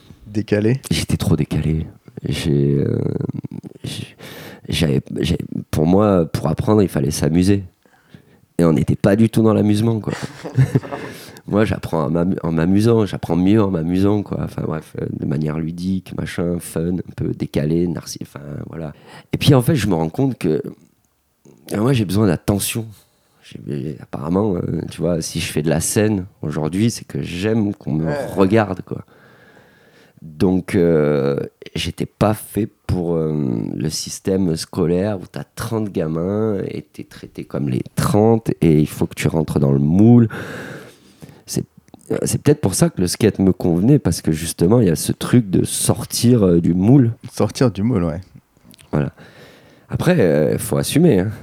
Speaker 1: décalé.
Speaker 2: J'étais trop décalé. J'avais pour moi, pour apprendre, il fallait s'amuser. Et on n'était pas du tout dans l'amusement, quoi. Moi, j'apprends en m'amusant, j'apprends mieux en m'amusant, quoi. Enfin bref, de manière ludique, machin, fun, un peu décalé, narcissique, enfin voilà. Et puis en fait, je me rends compte que moi, j'ai besoin d'attention. Apparemment, tu vois, si je fais de la scène aujourd'hui, c'est que j'aime qu'on me regarde, quoi. Donc, j'étais pas fait pour le système scolaire où t'as 30 gamins et t'es traité comme les 30 et il faut que tu rentres dans le moule. C'est peut-être pour ça que le skate me convenait, parce que justement, il y a ce truc de sortir du moule.
Speaker 1: Sortir du moule, ouais.
Speaker 2: Voilà. Après, il faut assumer, hein.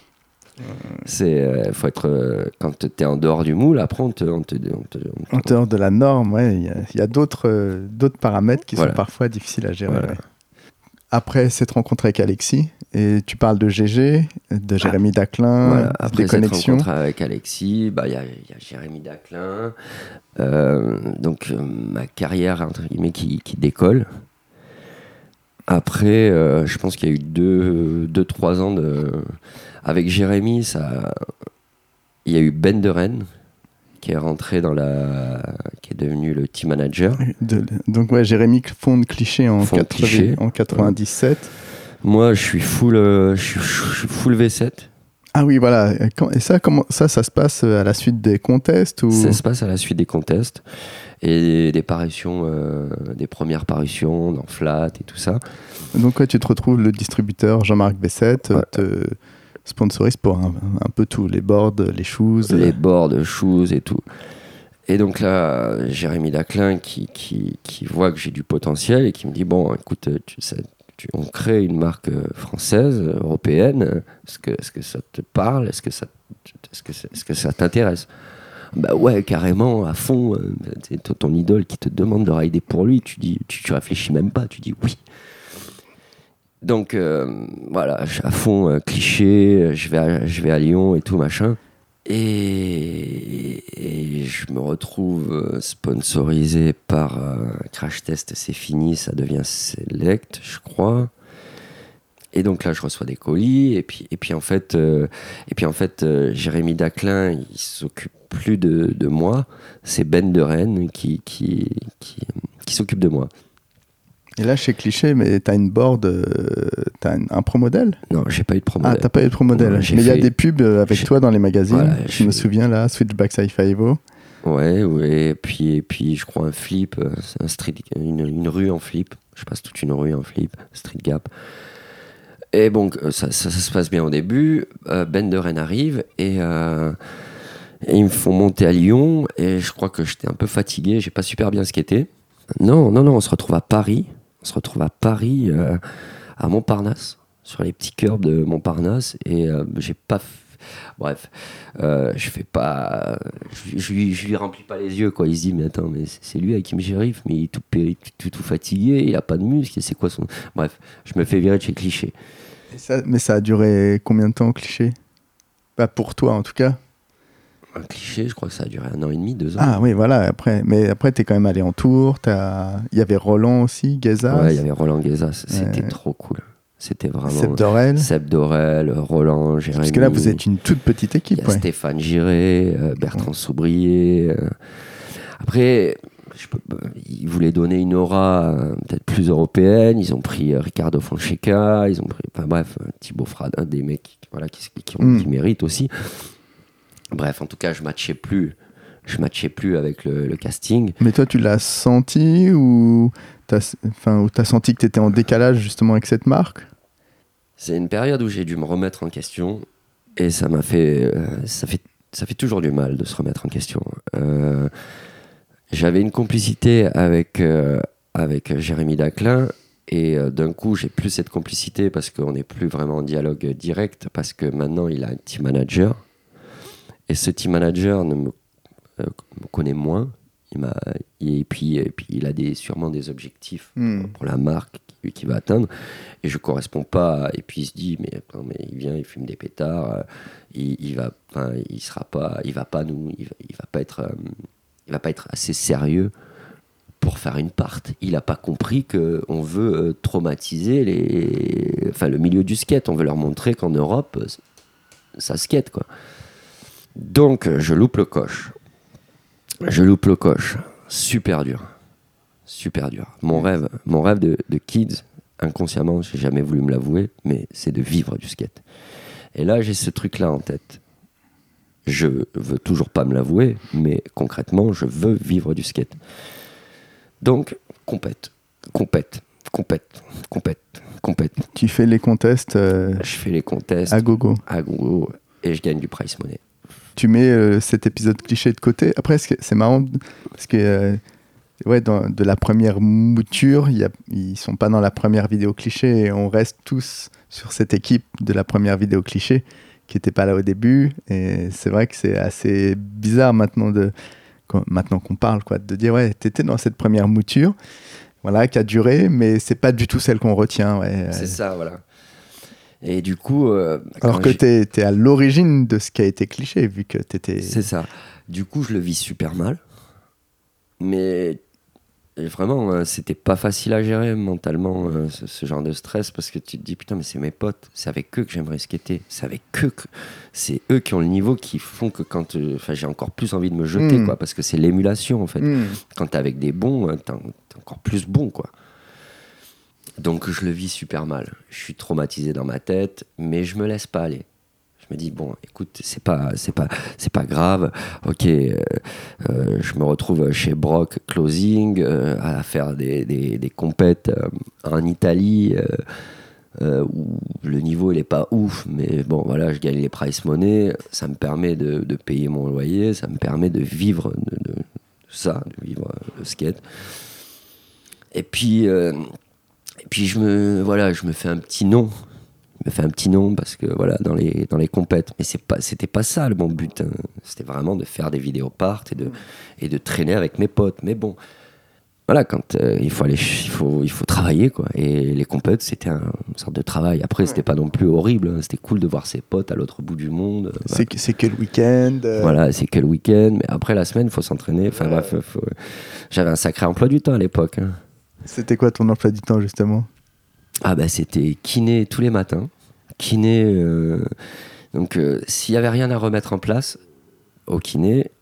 Speaker 2: Faut être quand t'es en dehors du moule, après on
Speaker 1: en dehors de la norme, ouais, il y a d'autres paramètres qui sont parfois difficiles à gérer.
Speaker 2: Voilà.
Speaker 1: Ouais. Après cette rencontre avec Alexis, et tu parles de GG, de Jérémy Daclin,
Speaker 2: voilà. Après
Speaker 1: des
Speaker 2: cette
Speaker 1: connexions.
Speaker 2: rencontre avec Alexis, il y a Jérémy Daclin, donc ma carrière entre guillemets qui décolle. Après, je pense qu'il y a eu 2-3 ans avec Jérémy, il y a eu Ben de Rennes qui est rentré qui est devenu le team manager.
Speaker 1: Donc ouais, Jérémy fonde Cliché en 97.
Speaker 2: Moi, je suis full V7.
Speaker 1: Ah oui, voilà. Et ça, comment ça se passe à la suite des contests ou...
Speaker 2: Ça se passe à la suite des contests et des parutions, des premières parutions dans Flat et tout ça.
Speaker 1: Donc ouais, tu te retrouves le distributeur Jean-Marc V7 te sponsorise pour un peu tout, les boards, les shoes.
Speaker 2: Les boards, shoes et tout. Et donc là, Jérémy Daclin qui voit que j'ai du potentiel et qui me dit, bon, écoute, on crée une marque française, européenne, est-ce que ça te parle, est-ce que ça t'intéresse? Bah ouais, carrément, à fond. C'est ton idole qui te demande de rider pour lui, tu réfléchis même pas, tu dis oui. Donc voilà, à fond, Cliché, je vais à Lyon et tout machin. Et je me retrouve sponsorisé par Crash Test, c'est fini, ça devient Select, je crois. Et donc là, je reçois des colis. Et puis en fait, Jérémy Daclin, il s'occupe plus de moi. C'est Ben de Rennes qui s'occupe de moi.
Speaker 1: Et là, chez Cliché, mais t'as une board, t'as un pro modèle?
Speaker 2: Non, j'ai pas eu de pro modèle.
Speaker 1: Ah, t'as pas eu de pro modèle. Mais il y a des pubs avec toi dans les magazines. Voilà, je me souviens là, Switchback Sci-Fi Evo.
Speaker 2: Ouais, et puis je crois un flip, un street, une rue en flip. Je passe toute une rue en flip, Street Gap. Et bon, ça se passe bien au début. Ben de Rennes arrive et ils me font monter à Lyon. Et je crois que j'étais un peu fatigué, j'ai pas super bien skaté. Non, on se retrouve à Paris. À Montparnasse, sur les petits curbs de Montparnasse, et j'ai pas. Bref, je fais pas. Je lui remplis pas les yeux, quoi. Il se dit, mais attends, mais c'est lui avec qui me gérifle, mais il est tout fatigué, il a pas de muscles, c'est quoi son. Bref, je me fais virer de chez Cliché.
Speaker 1: Mais ça a duré combien de temps, Cliché? Pas pour toi, en tout cas.
Speaker 2: Un Cliché, je crois que ça a duré 1 an et demi, 2 ans.
Speaker 1: Ah oui, voilà. Mais après, t'es quand même allé en tour. Il y avait Roland aussi, Guézas.
Speaker 2: Ouais, il y avait Roland Guézas. C'était trop cool. C'était vraiment... Seb Dorel, Roland, Jérémy.
Speaker 1: Parce que là, vous êtes une toute petite équipe.
Speaker 2: Il y a Stéphane Giré, Bertrand Soubrier. Après, ils voulaient donner une aura peut-être plus européenne. Ils ont pris Ricardo Fonseca. Ils ont pris... Enfin bref, Thibaut Fradin, des mecs qui méritent aussi. Bref, en tout cas, je matchais plus avec le casting.
Speaker 1: Mais toi, tu l'as senti ou t'as senti que tu étais en décalage justement avec cette marque?
Speaker 2: C'est une période où j'ai dû me remettre en question et ça m'a fait, ça fait toujours du mal de se remettre en question. J'avais une complicité avec Jérémy Daclin et d'un coup, j'ai plus cette complicité parce qu'on n'est plus vraiment en dialogue direct parce que maintenant, il a un team manager. Et ce team manager me connaît moins. Et puis il a sûrement des objectifs pour la marque qui va atteindre. Et je ne corresponds pas. Et puis il se dit, mais il vient, il fume des pétards. Il va pas être assez sérieux pour faire une part. Il n'a pas compris qu'on veut traumatiser le milieu du skate. On veut leur montrer qu'en Europe, ça skate, quoi. Donc, je loupe le coche. Super dur. Mon rêve de kids, inconsciemment, j'ai jamais voulu me l'avouer, mais c'est de vivre du skate. Et là, j'ai ce truc-là en tête. Je veux toujours pas me l'avouer, mais concrètement, je veux vivre du skate. Donc, compète.
Speaker 1: Tu fais les contests
Speaker 2: Je fais les contests
Speaker 1: à gogo.
Speaker 2: Et je gagne du prize money.
Speaker 1: Tu mets cet épisode cliché de côté. Après, c'est marrant parce que de la première mouture, ils sont pas dans la première vidéo cliché et on reste tous sur cette équipe de la première vidéo cliché qui n'était pas là au début. Et c'est vrai que c'est assez bizarre maintenant qu'on parle, quoi, de dire t'étais dans cette première mouture, voilà, qui a duré, mais c'est pas du tout celle qu'on retient.
Speaker 2: C'est ça, voilà. Et du coup...
Speaker 1: alors que t'es à l'origine de ce qui a été cliché, vu que t'étais...
Speaker 2: C'est ça. Du coup, je le vis super mal. Mais vraiment, c'était pas facile à gérer mentalement, ce genre de stress, parce que tu te dis, putain, mais c'est mes potes, c'est avec eux que j'aimerais skater. C'est eux qui ont le niveau qui font que quand... j'ai encore plus envie de me jeter, quoi, parce que c'est l'émulation, en fait. Quand t'es avec des bons, t'es encore plus bon, quoi. Donc je le vis super mal. Je suis traumatisé dans ma tête, mais je me laisse pas aller. Je me dis bon, écoute, c'est pas grave. Ok, je me retrouve chez Brock Closing à faire des compètes en Italie où le niveau il est pas ouf, mais bon voilà, je gagne les prize money. Ça me permet de payer mon loyer, ça me permet de vivre de vivre le skate. Et puis je me fais un petit nom. Parce que voilà, dans les compètes. Mais c'était pas ça mon but. Hein. C'était vraiment de faire des vidéos part et de traîner avec mes potes. Mais bon, voilà, quand il faut travailler, quoi. Et les compètes, c'était une sorte de travail. Après, c'était pas non plus horrible. Hein. C'était cool de voir ses potes à l'autre bout du monde.
Speaker 1: C'est que le week-end.
Speaker 2: Voilà, c'est que le week-end. Mais après la semaine, il faut s'entraîner. Enfin bref, j'avais un sacré emploi du temps à l'époque. Hein.
Speaker 1: C'était quoi ton emploi du temps, justement ?
Speaker 2: Ah bah c'était kiné tous les matins. Donc s'il y avait rien à remettre en place au kiné,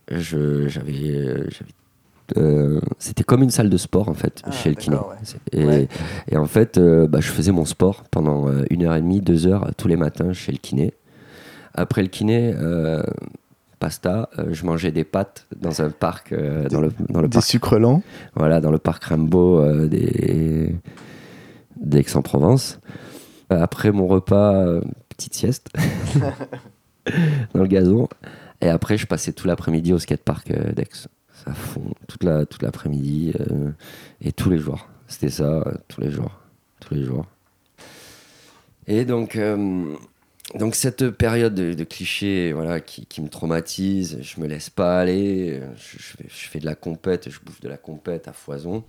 Speaker 2: c'était comme une salle de sport en fait chez le kiné. Ouais. Et en fait, je faisais mon sport pendant 1h30, 2h tous les matins chez le kiné. Après le kiné, pasta, je mangeais des pâtes dans un parc, dans le
Speaker 1: des
Speaker 2: parc,
Speaker 1: sucres lents.
Speaker 2: Voilà, dans le parc Rimbaud d'Aix-en-Provence. Après mon repas, petite sieste dans le gazon. Et après, je passais tout l'après-midi au skatepark d'Aix. Ça fond toute l'après-midi et tous les jours. C'était ça, tous les jours. Et donc cette période de clichés, voilà, qui me traumatise, je me laisse pas aller. Je fais de la compète, je bouffe de la compète à foison.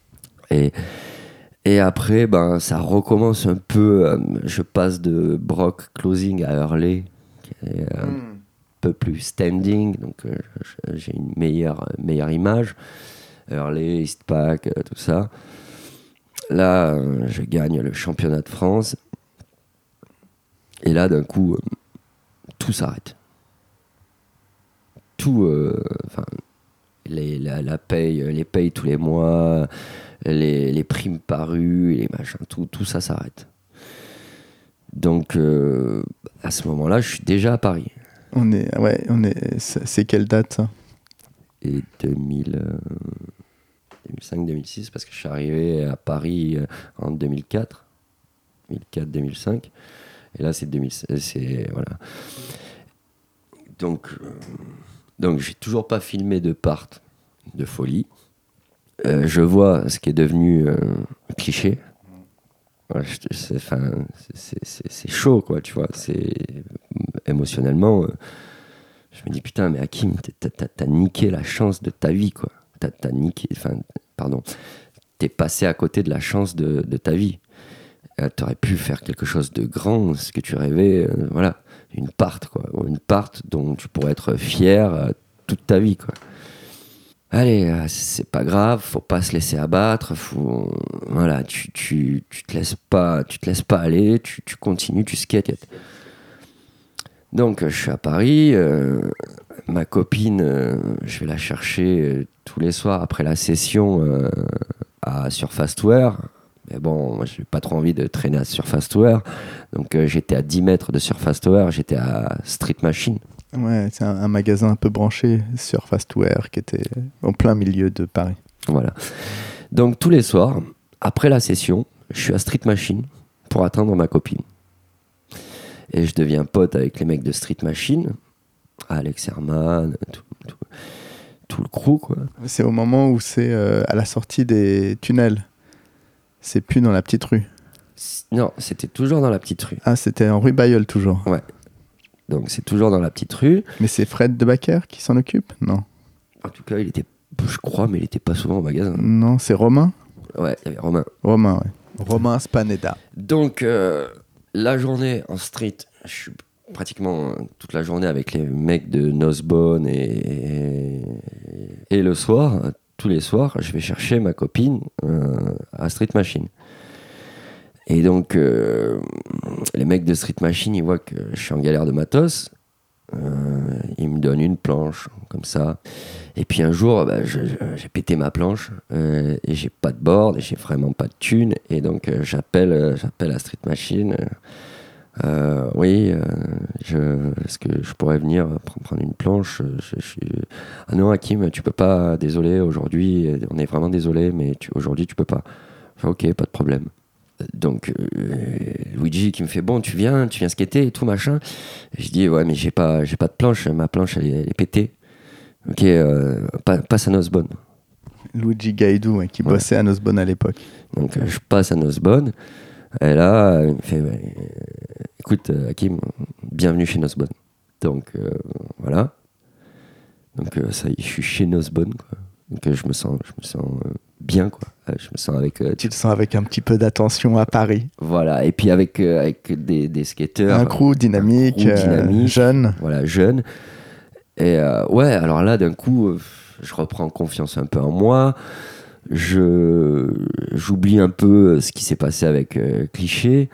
Speaker 2: Et après, ça recommence un peu. Je passe de Brock Closing à Hurley, qui est un peu plus standing, donc j'ai une meilleure image. Hurley, Eastpak, tout ça. Là, je gagne le championnat de France. Et là, d'un coup, tout s'arrête. Tout, la paye, les payes tous les mois, les primes parues, les machins, tout ça s'arrête. Donc, à ce moment-là, je suis déjà à Paris.
Speaker 1: C'est quelle date, ça ?
Speaker 2: Et 2005-2006, parce que je suis arrivé à Paris en 2004. 2004-2005. Et là, c'est 2016. Voilà. Donc, j'ai toujours pas filmé de part de folie. Je vois ce qui est devenu cliché. Voilà, c'est chaud, quoi, tu vois. Émotionnellement, je me dis, putain, mais Hakim, t'as niqué la chance de ta vie, quoi. T'es passé à côté de la chance de ta vie. T'aurais pu faire quelque chose de grand, ce que tu rêvais, voilà, une part dont tu pourrais être fier toute ta vie, quoi. allez, c'est pas grave, faut pas se laisser abattre, voilà, tu te laisses pas aller, tu continues, tu skates. Donc je suis à Paris, ma copine, je vais la chercher tous les soirs après la session à Surface Tower. Mais bon, moi j'ai pas trop envie de traîner à Surface Tower, donc j'étais à 10 mètres de Surface Tower, j'étais à Street Machine.
Speaker 1: Ouais, c'est un magasin un peu branché sur Fastware qui était en plein milieu de Paris.
Speaker 2: Voilà. Donc tous les soirs, après la session, je suis à Street Machine pour attendre ma copine. Et je deviens pote avec les mecs de Street Machine, Alex Herman, tout le crew, quoi.
Speaker 1: C'est au moment où c'est à la sortie des tunnels. C'est plus dans la petite rue.
Speaker 2: Non, c'était toujours dans la petite rue.
Speaker 1: Ah, c'était en rue Bailleul toujours.
Speaker 2: Ouais. Donc c'est toujours dans la petite rue.
Speaker 1: Mais c'est Fred Debacker qui s'en occupe? Non.
Speaker 2: En tout cas, il était, je crois, mais il était pas souvent au magasin.
Speaker 1: Non, c'est Romain?
Speaker 2: Ouais, il y avait Romain.
Speaker 1: Romain, ouais. Romain Spaneda.
Speaker 2: Donc, la journée en street, je suis pratiquement toute la journée avec les mecs de Nosebone et le soir, tous les soirs, je vais chercher ma copine à Street Machine. Et donc, les mecs de Street Machine, ils voient que je suis en galère de matos. Ils me donnent une planche, comme ça. Et puis un jour, j'ai pété ma planche et j'ai pas de board et j'ai vraiment pas de thune. Et donc, j'appelle à Street Machine. Oui, est-ce que je pourrais venir prendre une planche? Ah non, Hakim, tu peux pas, désolé, aujourd'hui, on est vraiment désolé, mais aujourd'hui, tu peux pas. Enfin, ok, pas de problème. Donc Luigi qui me fait bon, tu viens skater et tout machin. Et je dis ouais, mais j'ai pas de planche, ma planche elle est pétée. Ok, passe à Nosebone.
Speaker 1: Luigi Gaidou, ouais, qui bossait à Nosebone à l'époque.
Speaker 2: Donc je passe à Nosebone. Et là il me fait écoute Hakim, bienvenue chez Nosebone. Donc voilà. Donc ça y est, je suis chez Nosebone, quoi. Donc je me sens bien, quoi. Je me sens avec...
Speaker 1: Tu le sens avec un petit peu d'attention à Paris.
Speaker 2: Voilà, et puis avec des skateurs.
Speaker 1: Un crew dynamique, jeune.
Speaker 2: Voilà, jeune. Et ouais, alors là, d'un coup, je reprends confiance un peu en moi. J'oublie un peu ce qui s'est passé avec Cliché.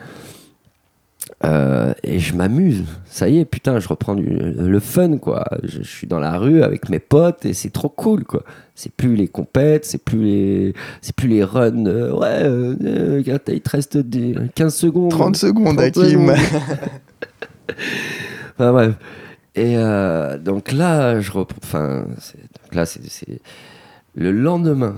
Speaker 2: Et je m'amuse. Ça y est, putain, je reprends le fun, quoi. Je suis dans la rue avec mes potes et c'est trop cool, quoi. C'est plus les compètes, c'est plus les runs. Il te reste 15 secondes.
Speaker 1: 30 secondes, Hakim.
Speaker 2: Enfin, bref. Et donc là, c'est le lendemain.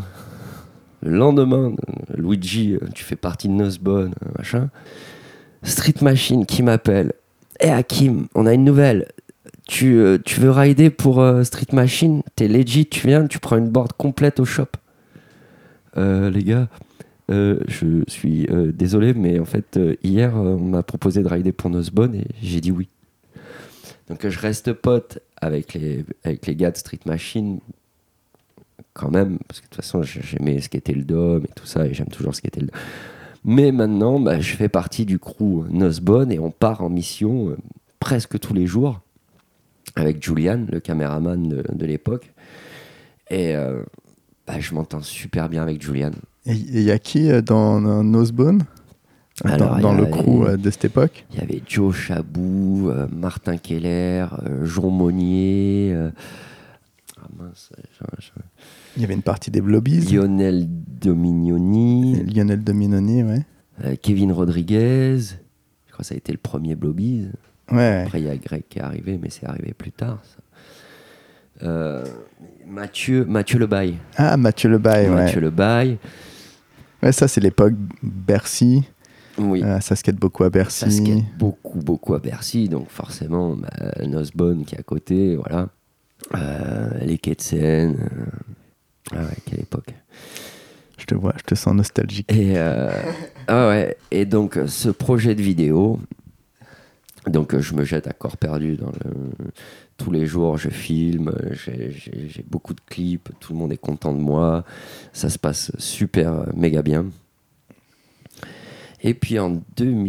Speaker 2: Luigi, tu fais partie de Nosebone, machin. Street Machine qui m'appelle. Hey Hakim, on a une nouvelle. Tu veux rider pour Street Machine? T'es legit, tu viens, tu prends une board complète au shop. Les gars, je suis désolé, mais en fait, hier, on m'a proposé de rider pour Nosebone et j'ai dit oui. Donc je reste pote avec les gars de Street Machine quand même, parce que de toute façon, j'aimais skater le dôme et tout ça, et j'aime toujours skater le dôme. Mais maintenant, je fais partie du crew Nosebone et on part en mission presque tous les jours avec Julian, le caméraman de l'époque. Et je m'entends super bien avec Julian.
Speaker 1: Et il y a qui dans Nosebone? Dans le crew de cette époque?
Speaker 2: Il y avait Joe Chabou, Martin Keller, Jean Monnier...
Speaker 1: Il y avait une partie des Blobies.
Speaker 2: Lionel Dominioni,
Speaker 1: ouais.
Speaker 2: Kevin Rodriguez. Je crois que ça a été le premier Blobies.
Speaker 1: Ouais.
Speaker 2: Après, il y a Greg qui est arrivé, mais c'est arrivé plus tard. Ça. Mathieu Lebaille.
Speaker 1: Ah, Mathieu Lebaille, ouais.
Speaker 2: Mathieu Lebaille.
Speaker 1: Ouais, ça, c'est l'époque Bercy.
Speaker 2: Oui.
Speaker 1: Ça skate beaucoup à Bercy.
Speaker 2: Ça skate beaucoup à Bercy. Donc, forcément, Nosebone qui est à côté, voilà. Les Ketsen. Ah ouais, quelle époque.
Speaker 1: Je te vois, je te sens nostalgique.
Speaker 2: Et ouais. Et donc ce projet de vidéo, donc je me jette à corps perdu tous les jours, je filme, j'ai beaucoup de clips, tout le monde est content de moi, ça se passe super méga bien. Et puis en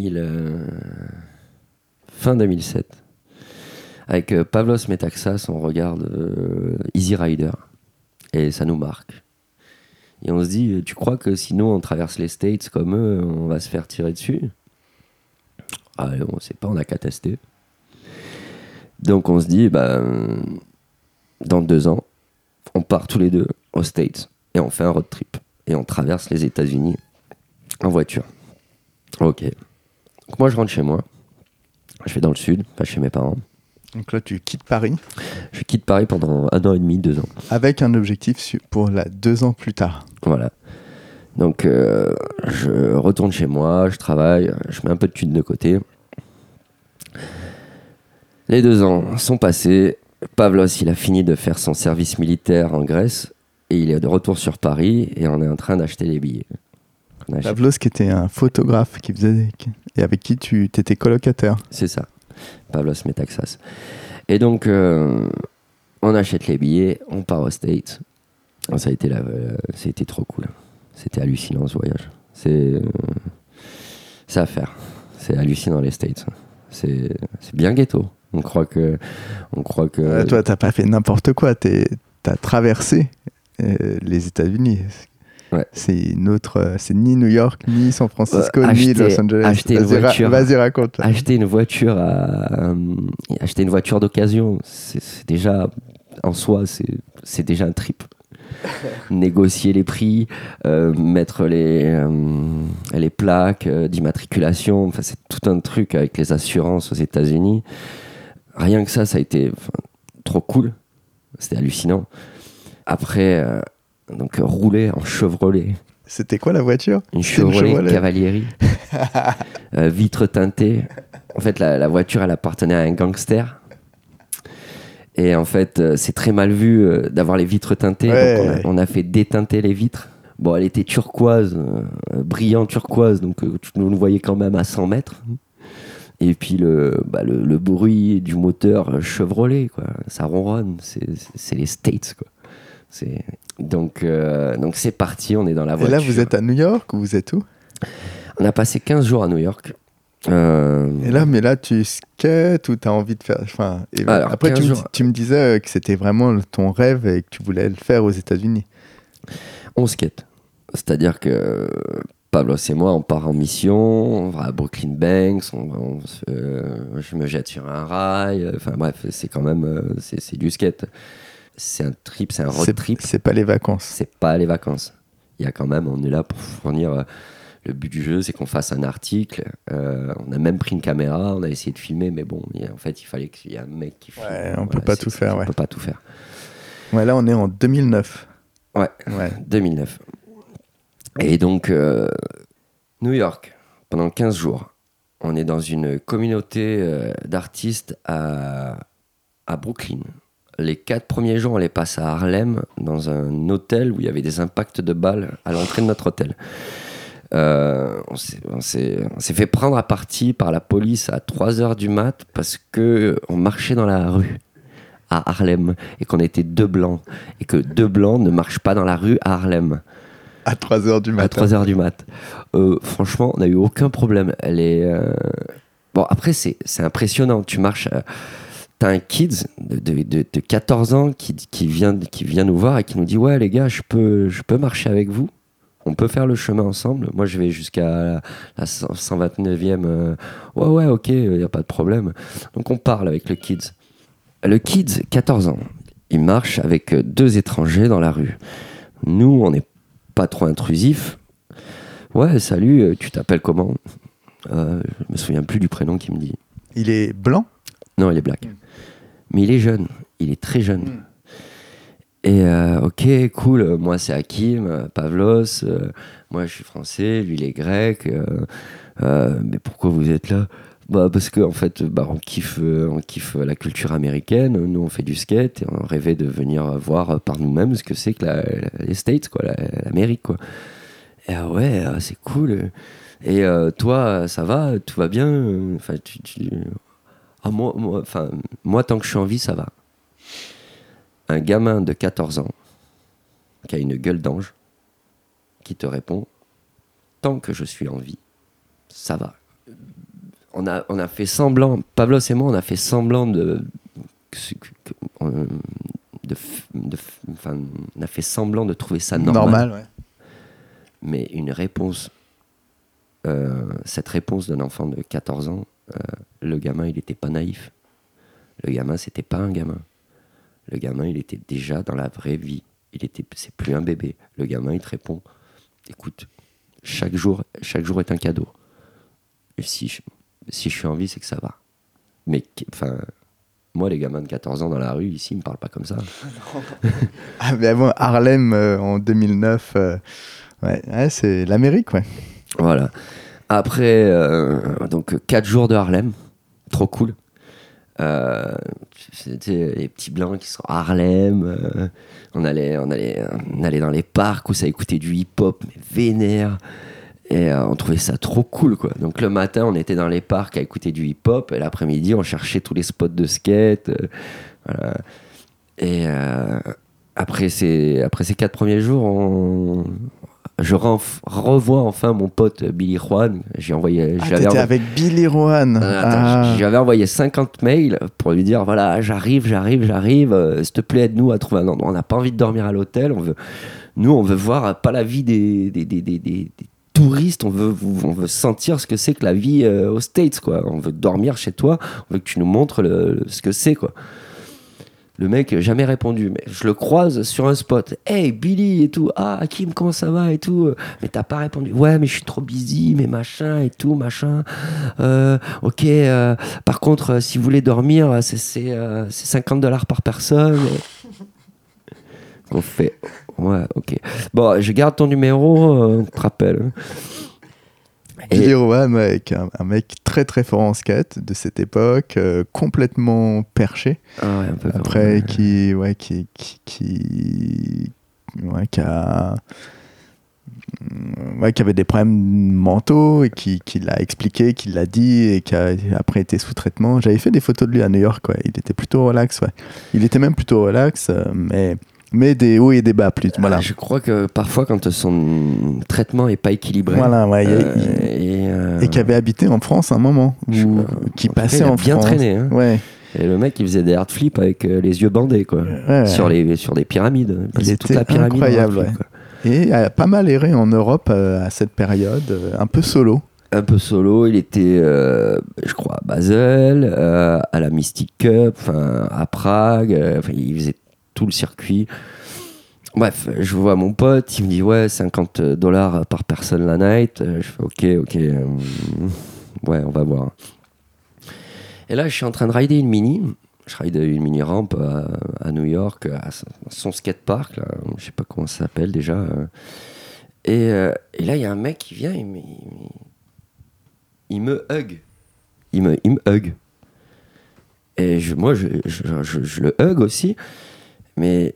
Speaker 2: fin 2007, avec Pavlos Metaxas, on regarde Easy Rider. Et ça nous marque. Et on se dit, tu crois que sinon on traverse les States comme eux, on va se faire tirer dessus? Ah, on sait pas, on n'a qu'à tester. Donc on se dit, dans 2 ans, on part tous les deux aux States et on fait un road trip. Et on traverse les États-Unis en voiture. Ok. Donc moi je rentre chez moi. Je vais dans le sud, pas chez mes parents.
Speaker 1: Donc là, tu quittes Paris.
Speaker 2: Je quitte Paris pendant 1 an et demi, 2 ans.
Speaker 1: Avec un objectif pour 2 ans plus tard.
Speaker 2: Voilà. Donc je retourne chez moi, je travaille, je mets un peu de thunes de côté. Les 2 ans sont passés. Pavlos, il a fini de faire son service militaire en Grèce et il est de retour sur Paris et on est en train d'acheter les billets.
Speaker 1: Pavlos qui était un photographe et avec qui tu étais colocataire.
Speaker 2: C'est ça, Pavlos Metaxas. Et donc, on achète les billets, on part aux States. Ça a été trop cool. C'était hallucinant ce voyage. C'est à faire. C'est hallucinant les States. C'est bien ghetto. On croit que.
Speaker 1: Toi, t'as pas fait n'importe quoi. T'as traversé les États-Unis.
Speaker 2: Ouais.
Speaker 1: C'est ni New York, ni San Francisco, ni Los Angeles.
Speaker 2: Acheter une voiture.
Speaker 1: Vas-y, raconte.
Speaker 2: Acheter une voiture d'occasion, c'est déjà en soi, c'est déjà un trip. Négocier les prix, mettre les plaques d'immatriculation, enfin, c'est tout un truc avec les assurances aux États-Unis. Rien que ça a été trop cool. C'était hallucinant. Après, donc rouler en Chevrolet.
Speaker 1: C'était quoi la voiture?
Speaker 2: Une Chevrolet Cavalieri. Vitres teintées. En fait, la voiture, elle appartenait à un gangster. Et en fait, c'est très mal vu d'avoir les vitres teintées.
Speaker 1: Ouais.
Speaker 2: Donc on a fait déteinter les vitres. Bon, elle était turquoise, brillant turquoise, donc nous le voyait quand même à 100 mètres. Et puis le bruit du moteur Chevrolet, quoi. Ça ronronne, c'est les States, quoi. Donc c'est parti, on est dans la voiture.
Speaker 1: Et là, vous êtes à New York ou vous êtes où?
Speaker 2: On a passé 15 jours à New York.
Speaker 1: Et là, tu skates ou tu as envie de faire...
Speaker 2: Alors,
Speaker 1: après, tu me disais que c'était vraiment ton rêve et que tu voulais le faire aux États-Unis.
Speaker 2: On skate. C'est-à-dire que Pavlos et moi, on part en mission, on va à Brooklyn Banks, je me jette sur un rail. Enfin bref, c'est quand même... c'est du skate. C'est un trip, c'est un road trip.
Speaker 1: C'est pas les vacances.
Speaker 2: C'est pas les vacances. Il y a quand même... On est là pour fournir... Le but du jeu, c'est qu'on fasse un article. On a même pris une caméra, on a essayé de filmer, mais bon, en fait, il fallait qu'il y ait un mec qui filme.
Speaker 1: Ouais, on peut pas tout faire.
Speaker 2: On peut pas tout faire.
Speaker 1: Ouais, là, on est en 2009.
Speaker 2: Ouais. 2009. Et donc, New York, pendant 15 jours, on est dans une communauté d'artistes à Brooklyn. Les 4 premiers jours, on les passe à Harlem, dans un hôtel où il y avait des impacts de balles à l'entrée de notre hôtel. On s'est fait prendre à partie par la police à 3h du mat parce qu'on marchait dans la rue à Harlem et qu'on était 2 blancs et que 2 blancs ne marchent pas dans la rue à Harlem.
Speaker 1: À 3h du mat.
Speaker 2: À 3h du mat. Franchement, on n'a eu aucun problème. Bon, après, c'est impressionnant. Tu marches... T'as un kid de 14 ans qui vient nous voir et qui nous dit « Ouais, les gars, je peux marcher avec vous ? On peut faire le chemin ensemble. Moi, je vais jusqu'à la 129e. Ouais, ok, il n'y a pas de problème. » Donc, on parle avec le kids. Le kids, 14 ans, il marche avec 2 étrangers dans la rue. Nous, on n'est pas trop intrusifs. Ouais, salut, tu t'appelles comment? Je me souviens plus du prénom qu'il me dit.
Speaker 1: Il est blanc?
Speaker 2: Non, il est black. Mais il est jeune. Il est très jeune. Et ok, cool, moi c'est Hakim, Pavlos, moi je suis français, lui il est grec, mais pourquoi vous êtes là? Parce qu'en fait, on kiffe la culture américaine, nous on fait du skate et on rêvait de venir voir par nous-mêmes ce que c'est que les States, quoi, l'Amérique, quoi. Et ouais, c'est cool. Et toi, ça va, tout va bien? Enfin, moi, tant que je suis en vie, ça va. Un gamin de 14 ans qui a une gueule d'ange qui te répond « Tant que je suis en vie, ça va ». On a fait semblant, Pavlos et moi, on a fait semblant de on a fait semblant de trouver ça normal.
Speaker 1: Normal, ouais.
Speaker 2: Mais une réponse, cette réponse d'un enfant de 14 ans, le gamin, il n'était pas naïf. Le gamin, c'était pas un gamin. Le gamin, il était déjà dans la vraie vie. C'est plus un bébé. Le gamin, il te répond, écoute, chaque jour est un cadeau. Et si je suis en vie, c'est que ça va. Mais, moi, les gamins de 14 ans dans la rue, ici, ils me parlent pas comme ça.
Speaker 1: Ah, mais bon, Harlem, en 2009, ouais, c'est l'Amérique, ouais.
Speaker 2: Voilà. Après, donc 4 jours de Harlem, trop cool. C'était les petits blancs qui sont à Harlem. On allait dans les parcs où ça écoutait du hip-hop, mais vénère. Et on trouvait ça trop cool, quoi. Donc le matin, on était dans les parcs à écouter du hip-hop. Et l'après-midi, on cherchait tous les spots de skate. Voilà. Et après ces 4 premiers jours, je revois enfin mon pote Billy Juan.
Speaker 1: T'étais avec Billy Juan.
Speaker 2: J'avais envoyé 50 mails pour lui dire, voilà, j'arrive, s'il te plaît, aide-nous à trouver un endroit. On n'a pas envie de dormir à l'hôtel. On veut voir pas la vie des touristes. On veut sentir ce que c'est que la vie aux States, quoi. On veut dormir chez toi. On veut que tu nous montres ce que c'est, quoi. Le mec, jamais répondu, mais je le croise sur un spot. Hey, Billy et tout. Ah, Hakim, comment ça va et tout. Mais t'as pas répondu. Ouais, mais je suis trop busy, mais machin et tout, machin. Ok, par contre, si vous voulez dormir, c'est $50 par personne. On fait, ouais, ok. Bon, je garde ton numéro, on te rappelle.
Speaker 1: Billy Juan, avec un mec très très fort en skate de cette époque, complètement perché.
Speaker 2: Ah ouais, un peu.
Speaker 1: Après, qui avait des problèmes mentaux et qui l'a expliqué, qui l'a dit et qui a après été sous traitement. J'avais fait des photos de lui à New York, ouais. Il était plutôt relax, ouais. Il était même plutôt relax, mais des hauts et des bas plus. Voilà.
Speaker 2: Je crois que parfois, quand son traitement n'est pas équilibré.
Speaker 1: Voilà, ouais. Et qui avait habité en France un moment. Qui passait en France.
Speaker 2: Bien traîné. Hein.
Speaker 1: Ouais.
Speaker 2: Et le mec, il faisait des hard flips avec les yeux bandés, quoi. Ouais. Sur des pyramides.
Speaker 1: Il était toute la pyramide incroyable, ouais. Et il a pas mal erré en Europe à cette période, un peu solo.
Speaker 2: Il était, je crois, à Basel, à la Mystic Cup, à Prague. Il faisait tout le circuit. Bref, je vois mon pote, il me dit ouais, $50 par personne la night. Je fais ok, ouais, on va voir. Et là, je suis en train de rider une mini. Je ride une mini rampe à New York, à son skatepark, là. Je sais pas comment ça s'appelle déjà. Et là, il y a un mec qui vient, il me hug. Il me hug. Et moi, je le hug aussi. Mais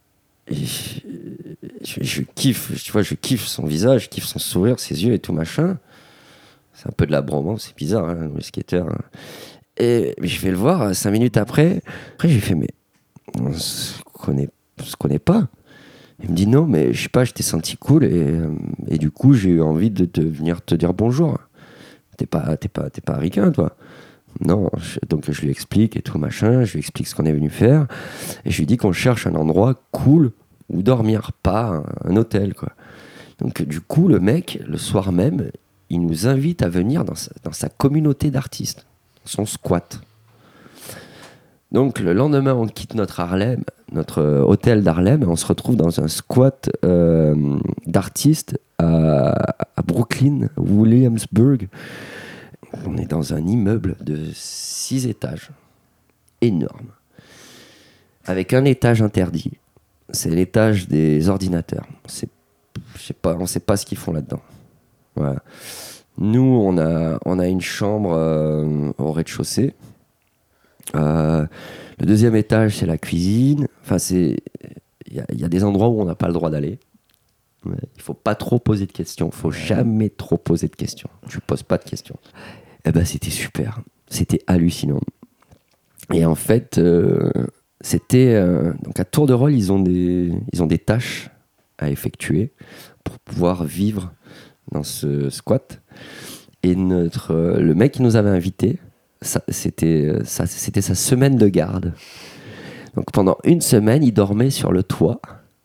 Speaker 2: je kiffe, tu vois, je kiffe son visage, je kiffe son sourire, ses yeux et tout machin. C'est un peu de la bromance, c'est bizarre, hein, le skater. Hein. Et je vais le voir 5 minutes après. Après, j'ai fait, mais on se connaît pas. Il me dit non, mais je sais pas, je t'ai senti cool et du coup, j'ai eu envie de venir te dire bonjour. T'es pas ricain, toi. Non, donc je lui explique et tout machin, je lui explique ce qu'on est venu faire et je lui dis qu'on cherche un endroit cool où dormir, pas un hôtel, quoi. Donc du coup, le mec, le soir même, il nous invite à venir dans sa communauté d'artistes, son squat. Donc le lendemain, on quitte notre hôtel d'Harlem et on se retrouve dans un squat d'artistes à Brooklyn, Williamsburg. On est dans un immeuble de 6 étages, énorme, avec un étage interdit. C'est l'étage des ordinateurs. On ne sait pas ce qu'ils font là-dedans. Voilà. Nous, on a une chambre au rez-de-chaussée. Le deuxième étage, c'est la cuisine. Enfin, il y a des endroits où on n'a pas le droit d'aller. Ouais. Il ne faut pas trop poser de questions. Il ne faut jamais trop poser de questions. Tu ne poses pas de questions. Eh ben, c'était super. C'était hallucinant. Et en fait, c'était... donc à tour de rôle, ils ont des tâches à effectuer pour pouvoir vivre dans ce squat. Et le mec qui nous avait invités, c'était sa semaine de garde. Donc pendant une semaine, il dormait sur le toit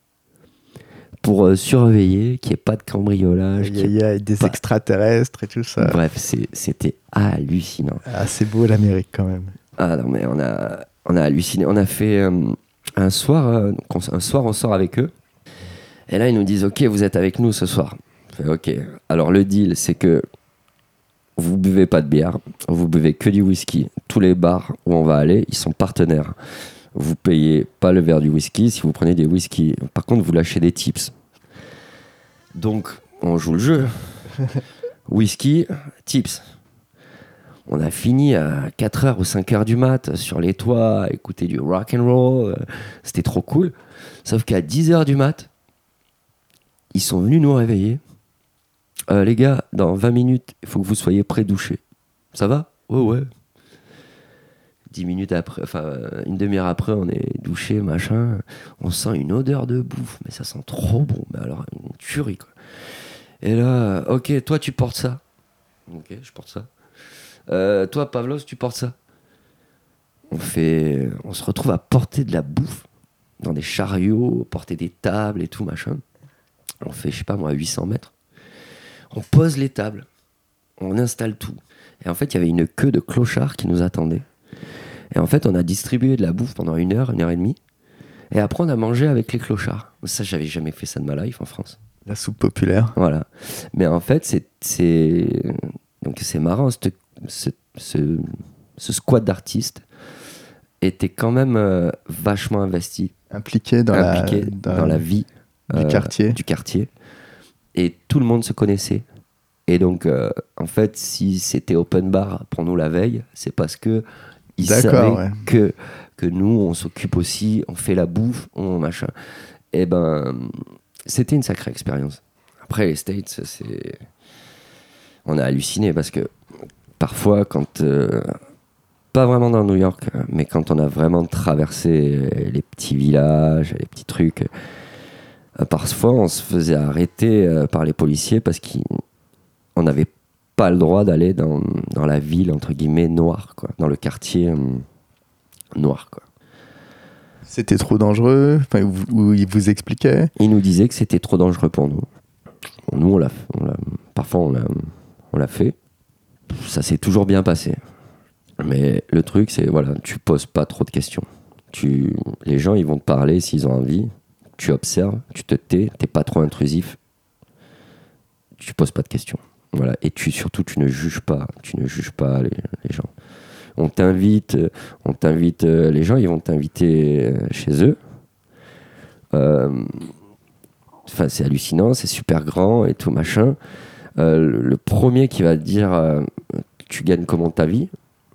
Speaker 2: pour surveiller qu'il n'y ait pas de cambriolage.
Speaker 1: Il y a des extraterrestres et tout ça.
Speaker 2: Bref, c'était hallucinant.
Speaker 1: Ah, c'est beau l'Amérique quand même.
Speaker 2: Ah non, mais on a halluciné. On a fait un soir, on sort avec eux. Et là, ils nous disent, OK, vous êtes avec nous ce soir. On fait, OK. Alors le deal, c'est que vous buvez pas de bière, vous buvez que du whisky. Tous les bars où on va aller, ils sont partenaires. Vous payez pas le verre du whisky si vous prenez des whisky. Par contre, vous lâchez des tips. Donc, on joue le jeu. Whisky, tips. On a fini à 4h ou 5h du mat sur les toits à écouter du rock and roll. C'était trop cool. Sauf qu'à 10h du mat, ils sont venus nous réveiller. Les gars, dans 20 minutes, il faut que vous soyez pré-douchés. Ça va ? Ouais. 10 minutes après, enfin une demi-heure après, on est douché, machin. On sent une odeur de bouffe, mais ça sent trop bon. Mais alors, une tuerie, quoi. Et là, OK, toi, tu portes ça. OK, je porte ça. Toi, Pavlos, tu portes ça. On se retrouve à porter de la bouffe dans des chariots, porter des tables et tout, machin. On fait, je sais pas moi, 800 mètres. On pose les tables. On installe tout. Et en fait, il y avait une queue de clochards qui nous attendait. Et en fait, on a distribué de la bouffe pendant 1 heure et demie. Et après, on a mangé avec les clochards. Ça, j'avais jamais fait ça de ma life en France.
Speaker 1: La soupe populaire.
Speaker 2: Voilà. Mais en fait, donc c'est marrant. Ce squad d'artistes était quand même vachement investi.
Speaker 1: Impliqué dans
Speaker 2: la vie
Speaker 1: du quartier.
Speaker 2: Et tout le monde se connaissait. Et donc, en fait, si c'était open bar pour nous la veille, c'est parce que ils savaient que nous, on s'occupe aussi, on fait la bouffe, on machin. Et ben, c'était une sacrée expérience. Après, les States, on a halluciné parce que parfois, pas vraiment dans New York, mais quand on a vraiment traversé les petits villages, les petits trucs, parfois, on se faisait arrêter par les policiers parce qu'on n'avait pas le droit d'aller dans la ville, entre guillemets, noire, quoi, dans le quartier noir, quoi.
Speaker 1: C'était trop dangereux, ou ils vous expliquaient?
Speaker 2: Ils nous disaient que c'était trop dangereux pour nous. Nous, parfois, on l'a fait. Ça s'est toujours bien passé. Mais le truc, c'est, voilà, tu poses pas trop de questions. Les gens, ils vont te parler s'ils ont envie. Tu observes, tu te tais, t'es pas trop intrusif. Tu poses pas de questions. Voilà. Et surtout, tu ne juges pas les gens. On t'invite, les gens, ils vont t'inviter chez eux. C'est hallucinant, c'est super grand et tout, machin. Le premier qui va te dire tu gagnes comment ta vie,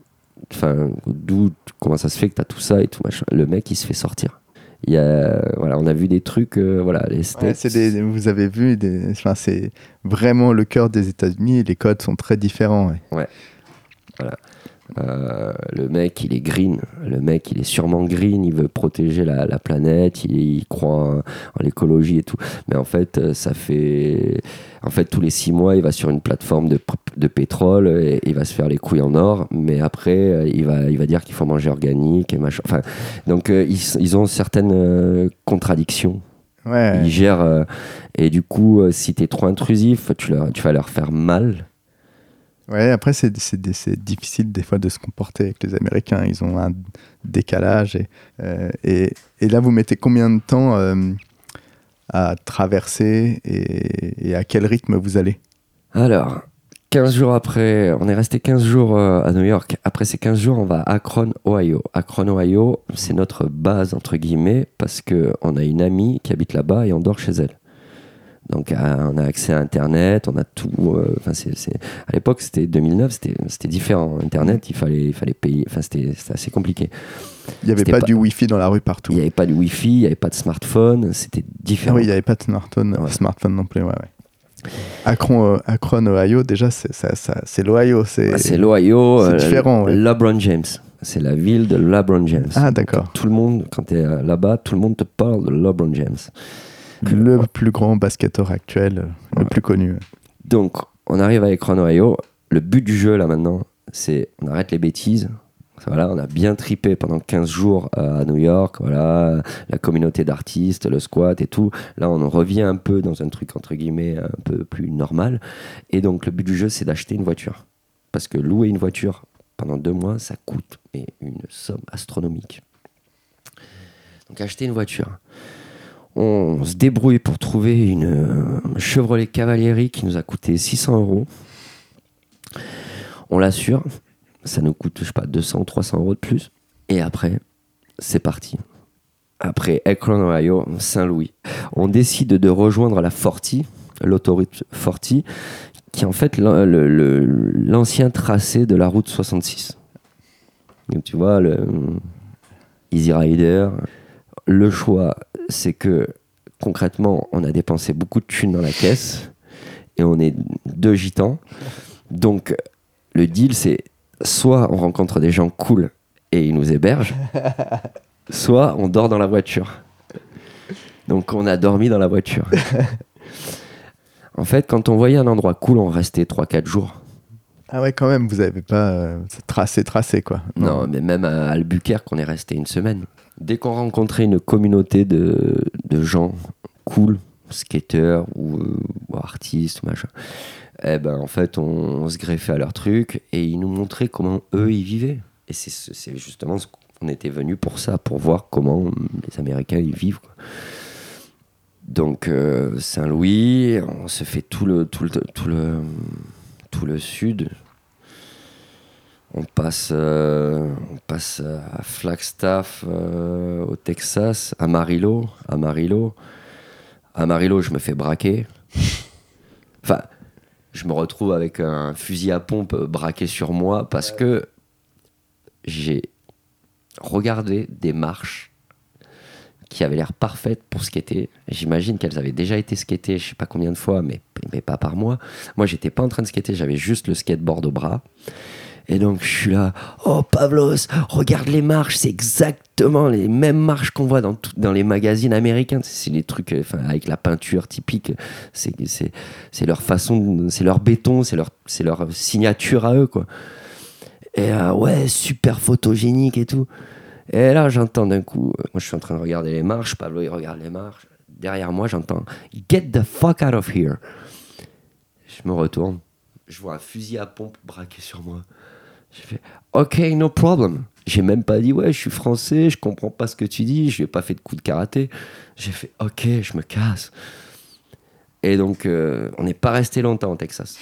Speaker 2: comment ça se fait que t'as tout ça et tout, machin. Le mec, il se fait sortir. On a vu des trucs, les States.
Speaker 1: Ouais, vous avez vu, c'est vraiment le cœur des États-Unis. Les codes sont très différents.
Speaker 2: Ouais. Voilà. Le mec, il est green. Le mec, il est sûrement green. Il veut protéger la planète. Il croit en l'écologie et tout. Mais en fait, tous les 6 mois, il va sur une plateforme de pétrole et il va se faire les couilles en or. Mais après, il va dire qu'il faut manger organique et machin. Donc, ils ont certaines contradictions.
Speaker 1: Ouais.
Speaker 2: Ils gèrent. Et du coup, si t'es trop intrusif, tu vas leur faire mal.
Speaker 1: Ouais, après, c'est difficile des fois de se comporter avec les Américains. Ils ont un décalage. Et là, vous mettez combien de temps à traverser et à quel rythme vous allez?
Speaker 2: Alors, 15 jours après, on est resté 15 jours à New York. Après ces 15 jours, on va à Akron, Ohio. Akron, Ohio, c'est notre base, entre guillemets, parce qu'on a une amie qui habite là-bas et on dort chez elle. Donc on a accès à Internet, on a tout. À l'époque, c'était 2009, c'était différent. Internet, il fallait payer. C'était assez compliqué.
Speaker 1: Il n'y avait pas du Wi-Fi dans la rue partout.
Speaker 2: Il n'y avait pas de Wi-Fi, il n'y avait pas de smartphone, c'était différent.
Speaker 1: Oui, il n'y avait pas de smartphone non plus. Ouais. Akron, Ohio, déjà, c'est l'Ohio.
Speaker 2: C'est l'Ohio.
Speaker 1: C'est différent.
Speaker 2: LeBron James. C'est la ville de LeBron James.
Speaker 1: Ah, d'accord.
Speaker 2: Donc, tout le monde, quand tu es là-bas, tout le monde te parle de LeBron James.
Speaker 1: Le plus grand basketteur actuel, le plus connu.
Speaker 2: Donc, on arrive à Akron, Ohio. Le but du jeu, là, maintenant, c'est on arrête les bêtises, Voilà, on a bien tripé pendant 15 jours à New York, voilà, la communauté d'artistes, le squat et tout. Là, on revient un peu dans un truc, entre guillemets, un peu plus normal. Et donc, le but du jeu, c'est d'acheter une voiture. Parce que louer une voiture pendant 2 mois, ça coûte une somme astronomique. Donc, acheter une voiture. On se débrouille pour trouver une Chevrolet Cavalieri qui nous a coûté 600 €. On l'assure. Ça nous coûte, je sais pas, 200 ou 300 € de plus. Et après, c'est parti. Après Akron, Ohio, Saint-Louis. On décide de rejoindre la 40, l'autoroute 40, qui est en fait l'ancien tracé de la route 66. Donc, tu vois, le Easy Rider. Le choix, c'est que concrètement, on a dépensé beaucoup de thunes dans la caisse et on est 2 gitans. Donc, le deal, c'est soit on rencontre des gens cool et ils nous hébergent, soit on dort dans la voiture. Donc on a dormi dans la voiture. En fait, quand on voyait un endroit cool, on restait 3-4 jours.
Speaker 1: Ah ouais, quand même, vous n'avez pas tracé, quoi.
Speaker 2: Non, mais même à Albuquerque, on est resté 1 semaine. Dès qu'on rencontrait une communauté de gens cool, skateurs ou artistes, machin, eh ben, en fait, on se greffait à leur truc et ils nous montraient comment eux, ils vivaient. Et c'est justement ce qu'on était venu pour ça, pour voir comment les Américains, ils vivent, quoi. Donc, Saint-Louis, on se fait tout le sud. On passe à Flagstaff, au Texas, à Amarillo. À Amarillo, je me fais braquer. Enfin, je me retrouve avec un fusil à pompe braqué sur moi parce que j'ai regardé des marches qui avaient l'air parfaites pour skater. J'imagine qu'elles avaient déjà été skatées, je sais pas combien de fois, mais pas par moi. Moi, j'étais pas en train de skater, j'avais juste le skateboard au bras. Et donc, je suis là, oh Pavlos, regarde les marches, c'est exactement les mêmes marches qu'on voit dans les magazines américains. C'est les trucs avec la peinture typique, c'est leur façon, c'est leur béton, c'est leur signature à eux, quoi. Et ouais, super photogénique et tout. Et là, j'entends d'un coup, moi je suis en train de regarder les marches, Pablo il regarde les marches. Derrière moi, j'entends Get the fuck out of here. Je me retourne, je vois un fusil à pompe braqué sur moi. J'ai fait OK, no problem. J'ai même pas dit ouais, je suis français, je comprends pas ce que tu dis, je n'ai pas fait de coup de karaté. J'ai fait OK, je me casse. Et donc, on n'est pas resté longtemps au Texas.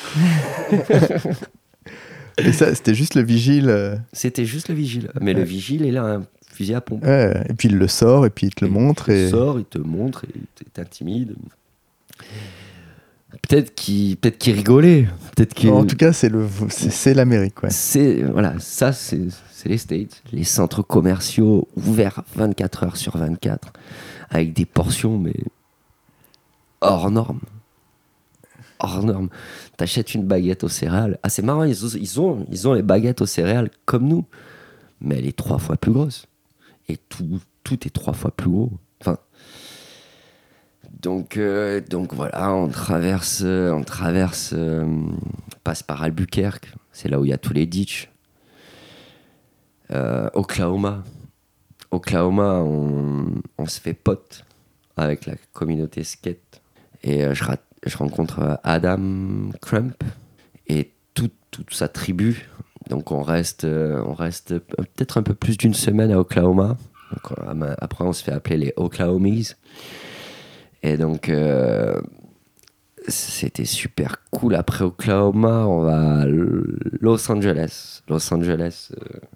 Speaker 1: Et ça, c'était juste le vigile.
Speaker 2: C'était juste le vigile. Mais le vigile, il a un fusil à pompe.
Speaker 1: Et puis il le sort, et puis il te le montre.
Speaker 2: Il sort, il te montre, et il t'intimide. Peut-être qu'il rigolait.
Speaker 1: En tout cas, c'est l'Amérique. Ouais.
Speaker 2: Voilà, ça, c'est les States. Les centres commerciaux ouverts 24 heures sur 24, avec des portions, mais hors normes. Hors norme. T'achètes une baguette aux céréales. Ah, c'est marrant, ils ont les baguettes aux céréales comme nous, mais elle est 3 fois plus grosse. Et tout est 3 fois plus gros. Enfin, donc voilà, on passe par Albuquerque, c'est là où il y a tous les ditches. Oklahoma, on se fait pote avec la communauté skate. Et je rencontre Adam Crump et toute sa tribu. Donc on reste peut-être un peu plus d'1 semaine à Oklahoma. Donc, après on se fait appeler les Oklahomies. Et donc c'était super cool. Après Oklahoma, on va à Los Angeles. Los Angeles,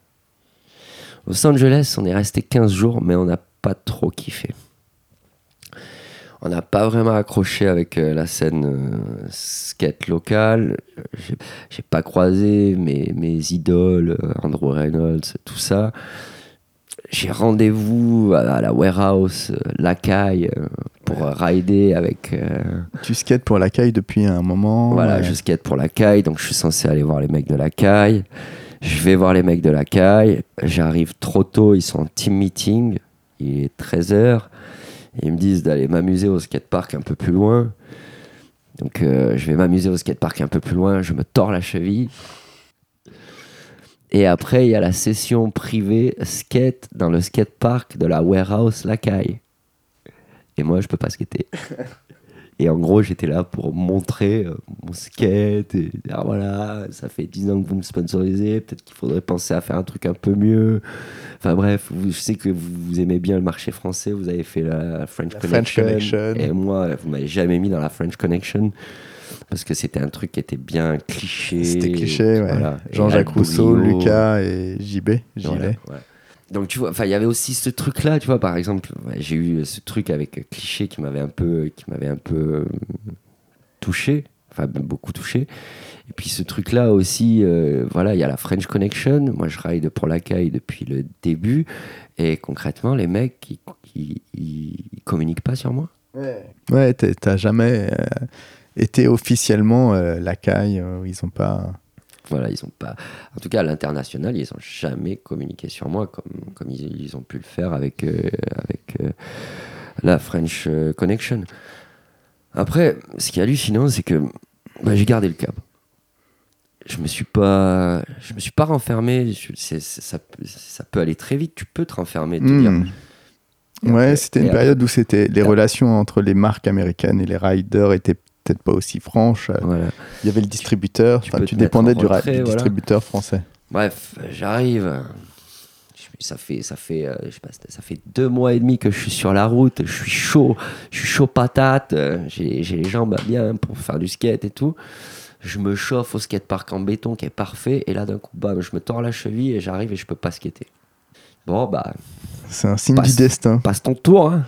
Speaker 2: on est resté 15 jours, mais on n'a pas trop kiffé. On n'a pas vraiment accroché avec la scène skate locale. J'ai pas croisé mes idoles, Andrew Reynolds, tout ça. J'ai rendez-vous à la warehouse, Lacaille, pour rider avec...
Speaker 1: Tu skates pour Lacaille depuis un moment.
Speaker 2: Voilà, je skate pour Lacaille, donc je suis censé aller voir les mecs de Lacaille. Je vais voir les mecs de Lacaille. J'arrive trop tôt, ils sont en team meeting. Il est 13h. Ils me disent d'aller m'amuser au skatepark un peu plus loin. Donc je vais m'amuser au skatepark un peu plus loin. Je me tords la cheville. Et après, il y a la session privée skate dans le skatepark de la Warehouse Lacaille. Et moi, je peux pas skater. Et en gros, j'étais là pour montrer mon skate. Et dire, voilà, ça fait 10 ans que vous me sponsorisez. Peut-être qu'il faudrait penser à faire un truc un peu mieux. Enfin bref, je sais que vous aimez bien le marché français. Vous avez fait la French Connection. Et moi, vous m'avez jamais mis dans la French Connection. Parce que c'était un truc qui était bien cliché.
Speaker 1: C'était cliché, ouais. Voilà. Jean-Jacques Rousseau, Lucas et JB.
Speaker 2: Voilà, ouais. Donc tu vois, il y avait aussi ce truc-là, tu vois, par exemple, j'ai eu ce truc avec cliché qui m'avait un peu touché, enfin beaucoup touché. Et puis ce truc-là aussi, voilà, il y a la French Connection. Moi, je ride pour Lacaille depuis le début, et concrètement, les mecs, ils communiquent pas sur moi.
Speaker 1: Ouais, t'as jamais été officiellement Lacaille, ils ont pas.
Speaker 2: Voilà, ils ont pas. En tout cas, à l'international, ils n'ont jamais communiqué sur moi comme ils ont pu le faire avec la French Connection. Après, ce qui est hallucinant, c'est que j'ai gardé le cap. Je me suis pas renfermé. Ça peut aller très vite. Tu peux te renfermer, te dire.
Speaker 1: Ouais, après, c'était une période où les relations entre les marques américaines et les riders étaient peut-être pas aussi franche.
Speaker 2: Voilà.
Speaker 1: Il y avait le distributeur, tu dépendais du distributeur français.
Speaker 2: Bref, j'arrive. Ça fait 2 mois et demi que je suis sur la route. Je suis chaud patate. J'ai les jambes bien pour faire du skate et tout. Je me chauffe au skatepark en béton qui est parfait. Et là, d'un coup, bam, je me tords la cheville et j'arrive et je peux pas skater. Bon,
Speaker 1: c'est un signe du destin.
Speaker 2: Passe ton tour, hein.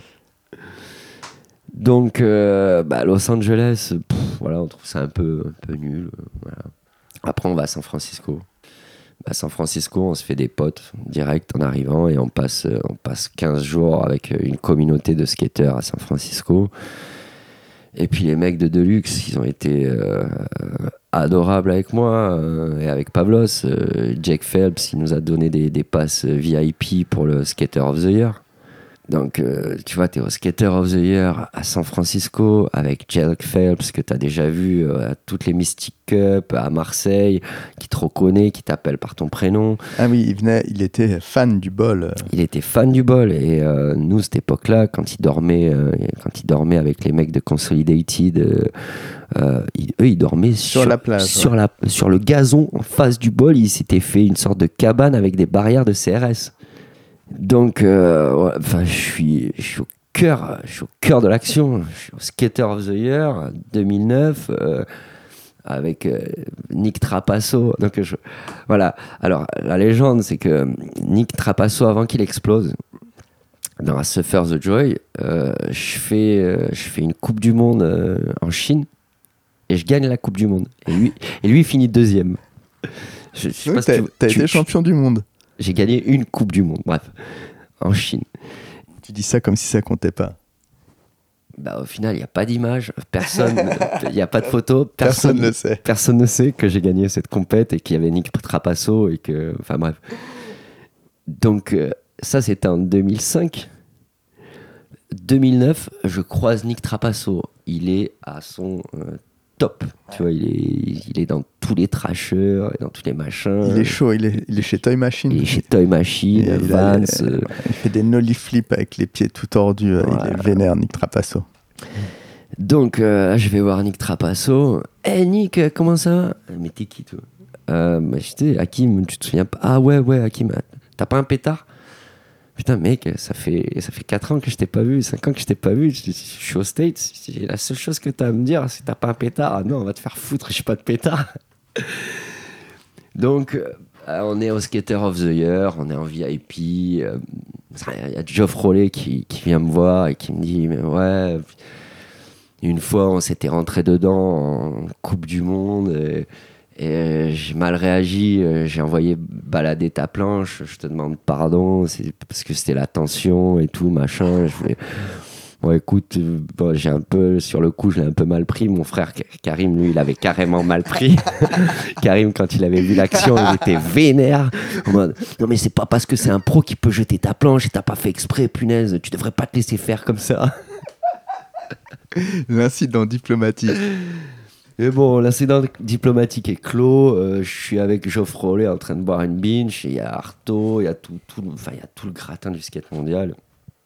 Speaker 2: Donc, Los Angeles, voilà, on trouve ça un peu nul. Voilà. Après, on va à San Francisco. À San Francisco, on se fait des potes direct en arrivant et on passe 15 jours avec une communauté de skateurs à San Francisco. Et puis les mecs de Deluxe, ils ont été adorables avec moi et avec Pavlos. Jake Phelps, il nous a donné des passes VIP pour le Skater of the Year. Donc, tu vois, t'es au Skater of the Year à San Francisco avec Jake Phelps, que t'as déjà vu à toutes les Mystic Cup, à Marseille, qui te reconnaît, qui t'appelle par ton prénom.
Speaker 1: Ah oui, il était fan du bol.
Speaker 2: Il était fan du bol. Et nous, cette époque-là, quand il dormait avec les mecs de Consolidated, eux, ils dormaient sur la plage, sur le gazon en face du bol. Ils s'étaient fait une sorte de cabane avec des barrières de CRS. Donc, je suis au cœur de l'action. Je suis au Skater of the Year 2009 avec Nick Trapasso. Donc, voilà. Alors, la légende, c'est que Nick Trapasso, avant qu'il explose, dans la Suffer the Joy, je fais une Coupe du Monde en Chine et je gagne la Coupe du Monde. Et lui finit deuxième.
Speaker 1: T'as été champion du monde.
Speaker 2: J'ai gagné une Coupe du Monde, bref, en Chine.
Speaker 1: Tu dis ça comme si ça comptait pas.
Speaker 2: Au final, il n'y a pas d'image, il n'y a pas de photo.
Speaker 1: Personne ne sait.
Speaker 2: Personne ne sait que j'ai gagné cette compète et qu'il y avait Nick Trapasso et que... Enfin bref. Donc, ça, c'était en 2005. 2009, je croise Nick Trapasso. Il est à son... top, tu vois, il est dans tous les trashers, dans tous les machins.
Speaker 1: Il est chaud, il est chez Toy Machine.
Speaker 2: Il est chez Toy Machine, Vans.
Speaker 1: Il fait des nollie flips avec les pieds tout tordus. Voilà. Il est vénère, Nick Trapasso.
Speaker 2: Donc, je vais voir Nick Trapasso. Hey Nick, comment ça va? Mais t'es qui, toi? J'étais Hakim, tu te souviens pas? Ah ouais, Hakim, t'as pas un pétard? Putain, mec, ça fait 4 ans que je t'ai pas vu, 5 ans que je t'ai pas vu. Je suis au States. La seule chose que t'as à me dire, c'est que t'as pas un pétard. Ah non, on va te faire foutre, j'ai pas de pétard. Donc, on est au Skater of the Year, on est en VIP. Il y a Geoff Rollet qui vient me voir et qui me dit mais ouais, une fois, on s'était rentré dedans en Coupe du Monde. Et j'ai mal réagi, j'ai envoyé balader ta planche, je te demande pardon, c'est parce que c'était la tension et tout, machin. Je voulais... Bon, écoute, j'ai un peu, sur le coup, je l'ai un peu mal pris. Mon frère Karim, lui, il avait carrément mal pris. Karim, quand il avait vu l'action, il était vénère. En mode, non, mais c'est pas parce que c'est un pro qui peut jeter ta planche et t'as pas fait exprès, punaise, tu devrais pas te laisser faire comme ça.
Speaker 1: L'incident diplomatique.
Speaker 2: Et bon, l'incident diplomatique est clos. Je suis avec Geoff Rowley en train de boire une binge. Il y a Artaud, il y a il y a tout le gratin du skate mondial.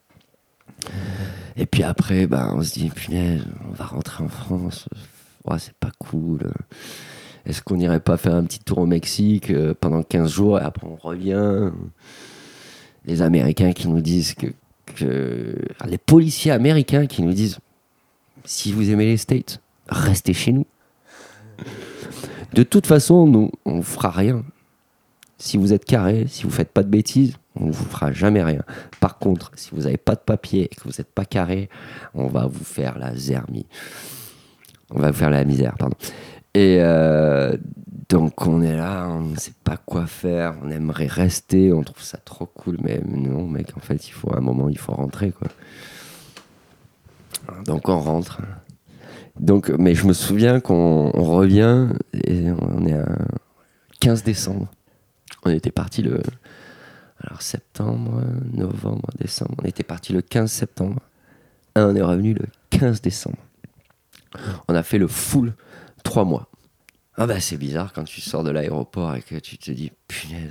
Speaker 2: Et puis après, on se dit, punaise, on va rentrer en France. Ouais, c'est pas cool. Est-ce qu'on n'irait pas faire un petit tour au Mexique pendant 15 jours et après on revient? Les Américains qui nous disent les policiers américains qui nous disent, si vous aimez les States, restez chez nous. De toute façon, nous, on ne fera rien. Si vous êtes carré, si vous ne faites pas de bêtises, on ne vous fera jamais rien. Par contre, si vous n'avez pas de papier et que vous n'êtes pas carré, on va vous faire la zermie. On va vous faire la misère, pardon. Et donc on est là, on ne sait pas quoi faire, on aimerait rester, on trouve ça trop cool, mais non mec, en fait, à un moment, il faut rentrer, quoi. Donc on rentre. Donc, mais je me souviens qu'on revient et on est à 15 décembre. On était parti septembre, novembre, décembre. On était parti le 15 septembre. Et on est revenu le 15 décembre. On a fait le full 3 mois. Ah c'est bizarre quand tu sors de l'aéroport et que tu te dis, punaise,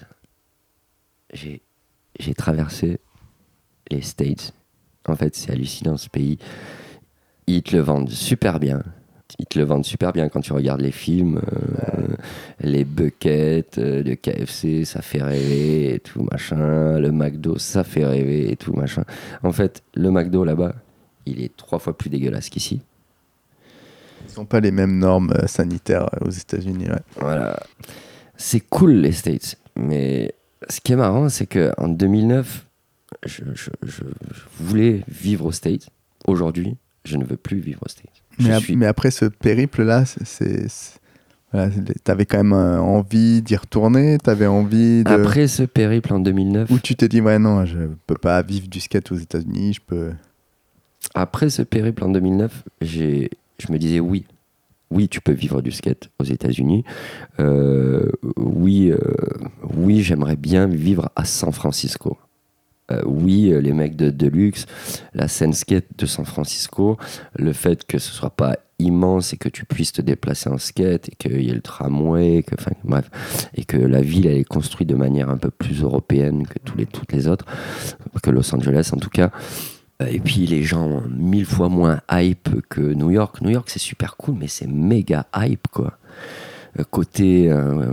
Speaker 2: j'ai traversé les States. En fait, c'est hallucinant ce pays. Ils te le vendent super bien. Quand tu regardes les films. Les buckets de KFC, ça fait rêver et tout machin. Le McDo, ça fait rêver et tout machin. En fait, le McDo là-bas, il est 3 fois plus dégueulasse qu'ici.
Speaker 1: Ils n'ont pas les mêmes normes sanitaires aux États-Unis. Ouais.
Speaker 2: Voilà. C'est cool les States. Mais ce qui est marrant, c'est qu'en 2009, je voulais vivre aux States. Aujourd'hui, je ne veux plus vivre aux States.
Speaker 1: Mais après ce périple-là, voilà, t'avais quand même envie d'y retourner, t'avais envie de...
Speaker 2: Après ce périple en 2009...
Speaker 1: Où tu t'es dit, ouais non, je peux pas vivre du skate aux États-Unis, je peux...
Speaker 2: Après ce périple en 2009, je me disais oui, tu peux vivre du skate aux États-Unis. Oui, j'aimerais bien vivre à San Francisco. Les mecs de Deluxe, la scène skate de San Francisco, le fait que ce soit pas immense et que tu puisses te déplacer en skate et qu'il y ait le tramway, et que la ville elle est construite de manière un peu plus européenne que toutes les autres, que Los Angeles en tout cas. Et puis les gens 1000 fois moins hype que New York. New York c'est super cool, mais c'est méga hype quoi. Côté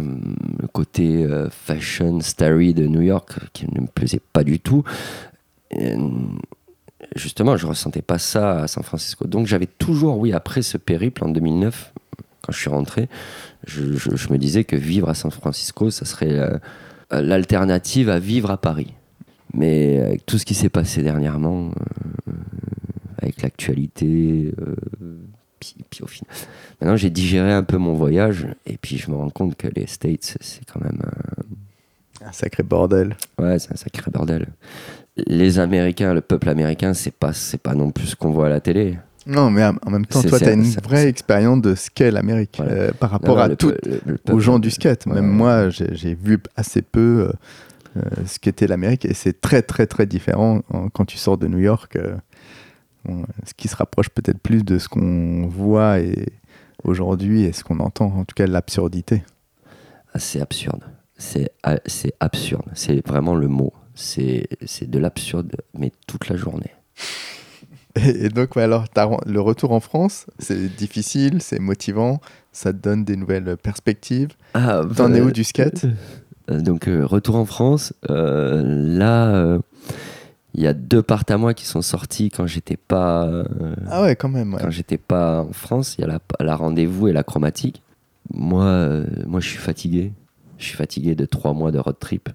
Speaker 2: fashion starry de New York qui ne me plaisait pas du tout. Et justement, je ressentais pas ça à San Francisco. Donc j'avais toujours, après ce périple en 2009, quand je suis rentré, je me disais que vivre à San Francisco, ça serait l'alternative à vivre à Paris. Mais avec tout ce qui s'est passé dernièrement, avec l'actualité... Puis au final, maintenant j'ai digéré un peu mon voyage et puis je me rends compte que les States c'est quand même
Speaker 1: un sacré bordel.
Speaker 2: Ouais, c'est un sacré bordel. Les Américains, le peuple américain, c'est pas non plus ce qu'on voit à la télé.
Speaker 1: Non, mais en même temps, toi, tu as une vraie expérience de ce qu'est l'Amérique par rapport aux gens du skate. Même moi, j'ai vu assez peu ce qu'était l'Amérique et c'est très, très, très différent quand tu sors de New York. Ce qui se rapproche peut-être plus de ce qu'on voit aujourd'hui et ce qu'on entend, en tout cas l'absurdité.
Speaker 2: C'est absurde. C'est absurde. C'est vraiment le mot. C'est de l'absurde, mais toute la journée.
Speaker 1: Et donc, alors, le retour en France, c'est difficile, c'est motivant, ça te donne des nouvelles perspectives. T'en es où du skate ?
Speaker 2: Donc, retour en France, là... Il y a 2 parts à moi qui sont sortis quand j'étais pas...
Speaker 1: ah ouais, quand même. Ouais.
Speaker 2: Quand j'étais pas en France. Il y a la Rendez-vous et la Chromatique. Moi, je suis fatigué. Je suis fatigué de 3 mois de road trip.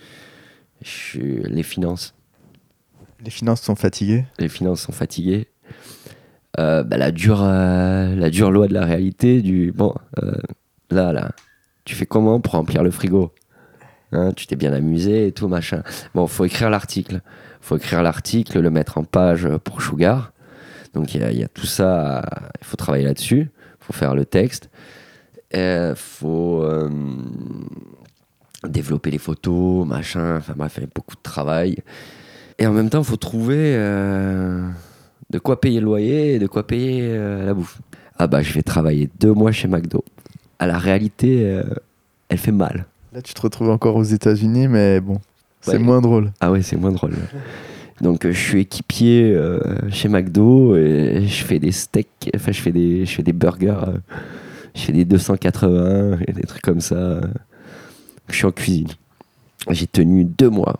Speaker 2: Les finances.
Speaker 1: Les finances sont fatiguées ?
Speaker 2: Les finances sont fatiguées. La dure loi de la réalité là, tu fais comment pour remplir le frigo ? Tu t'es bien amusé et tout, machin. Bon, faut écrire l'article. Le mettre en page pour Sugar. Donc, il y a tout ça. Il faut travailler là-dessus. Il faut faire le texte. Il faut développer les photos, machin. Enfin, bref, il y a beaucoup de travail. Et en même temps, il faut trouver de quoi payer le loyer et de quoi payer la bouffe. Ah bah, je vais travailler 2 mois chez McDo. À la réalité, elle fait mal.
Speaker 1: Là, tu te retrouves encore aux États-Unis, mais bon, c'est moins drôle.
Speaker 2: Ah ouais, c'est moins drôle. Donc, je suis équipier chez McDo et je fais des steaks, enfin, je fais des burgers, je fais des 280 et des trucs comme ça. Je suis en cuisine. J'ai tenu 2 mois.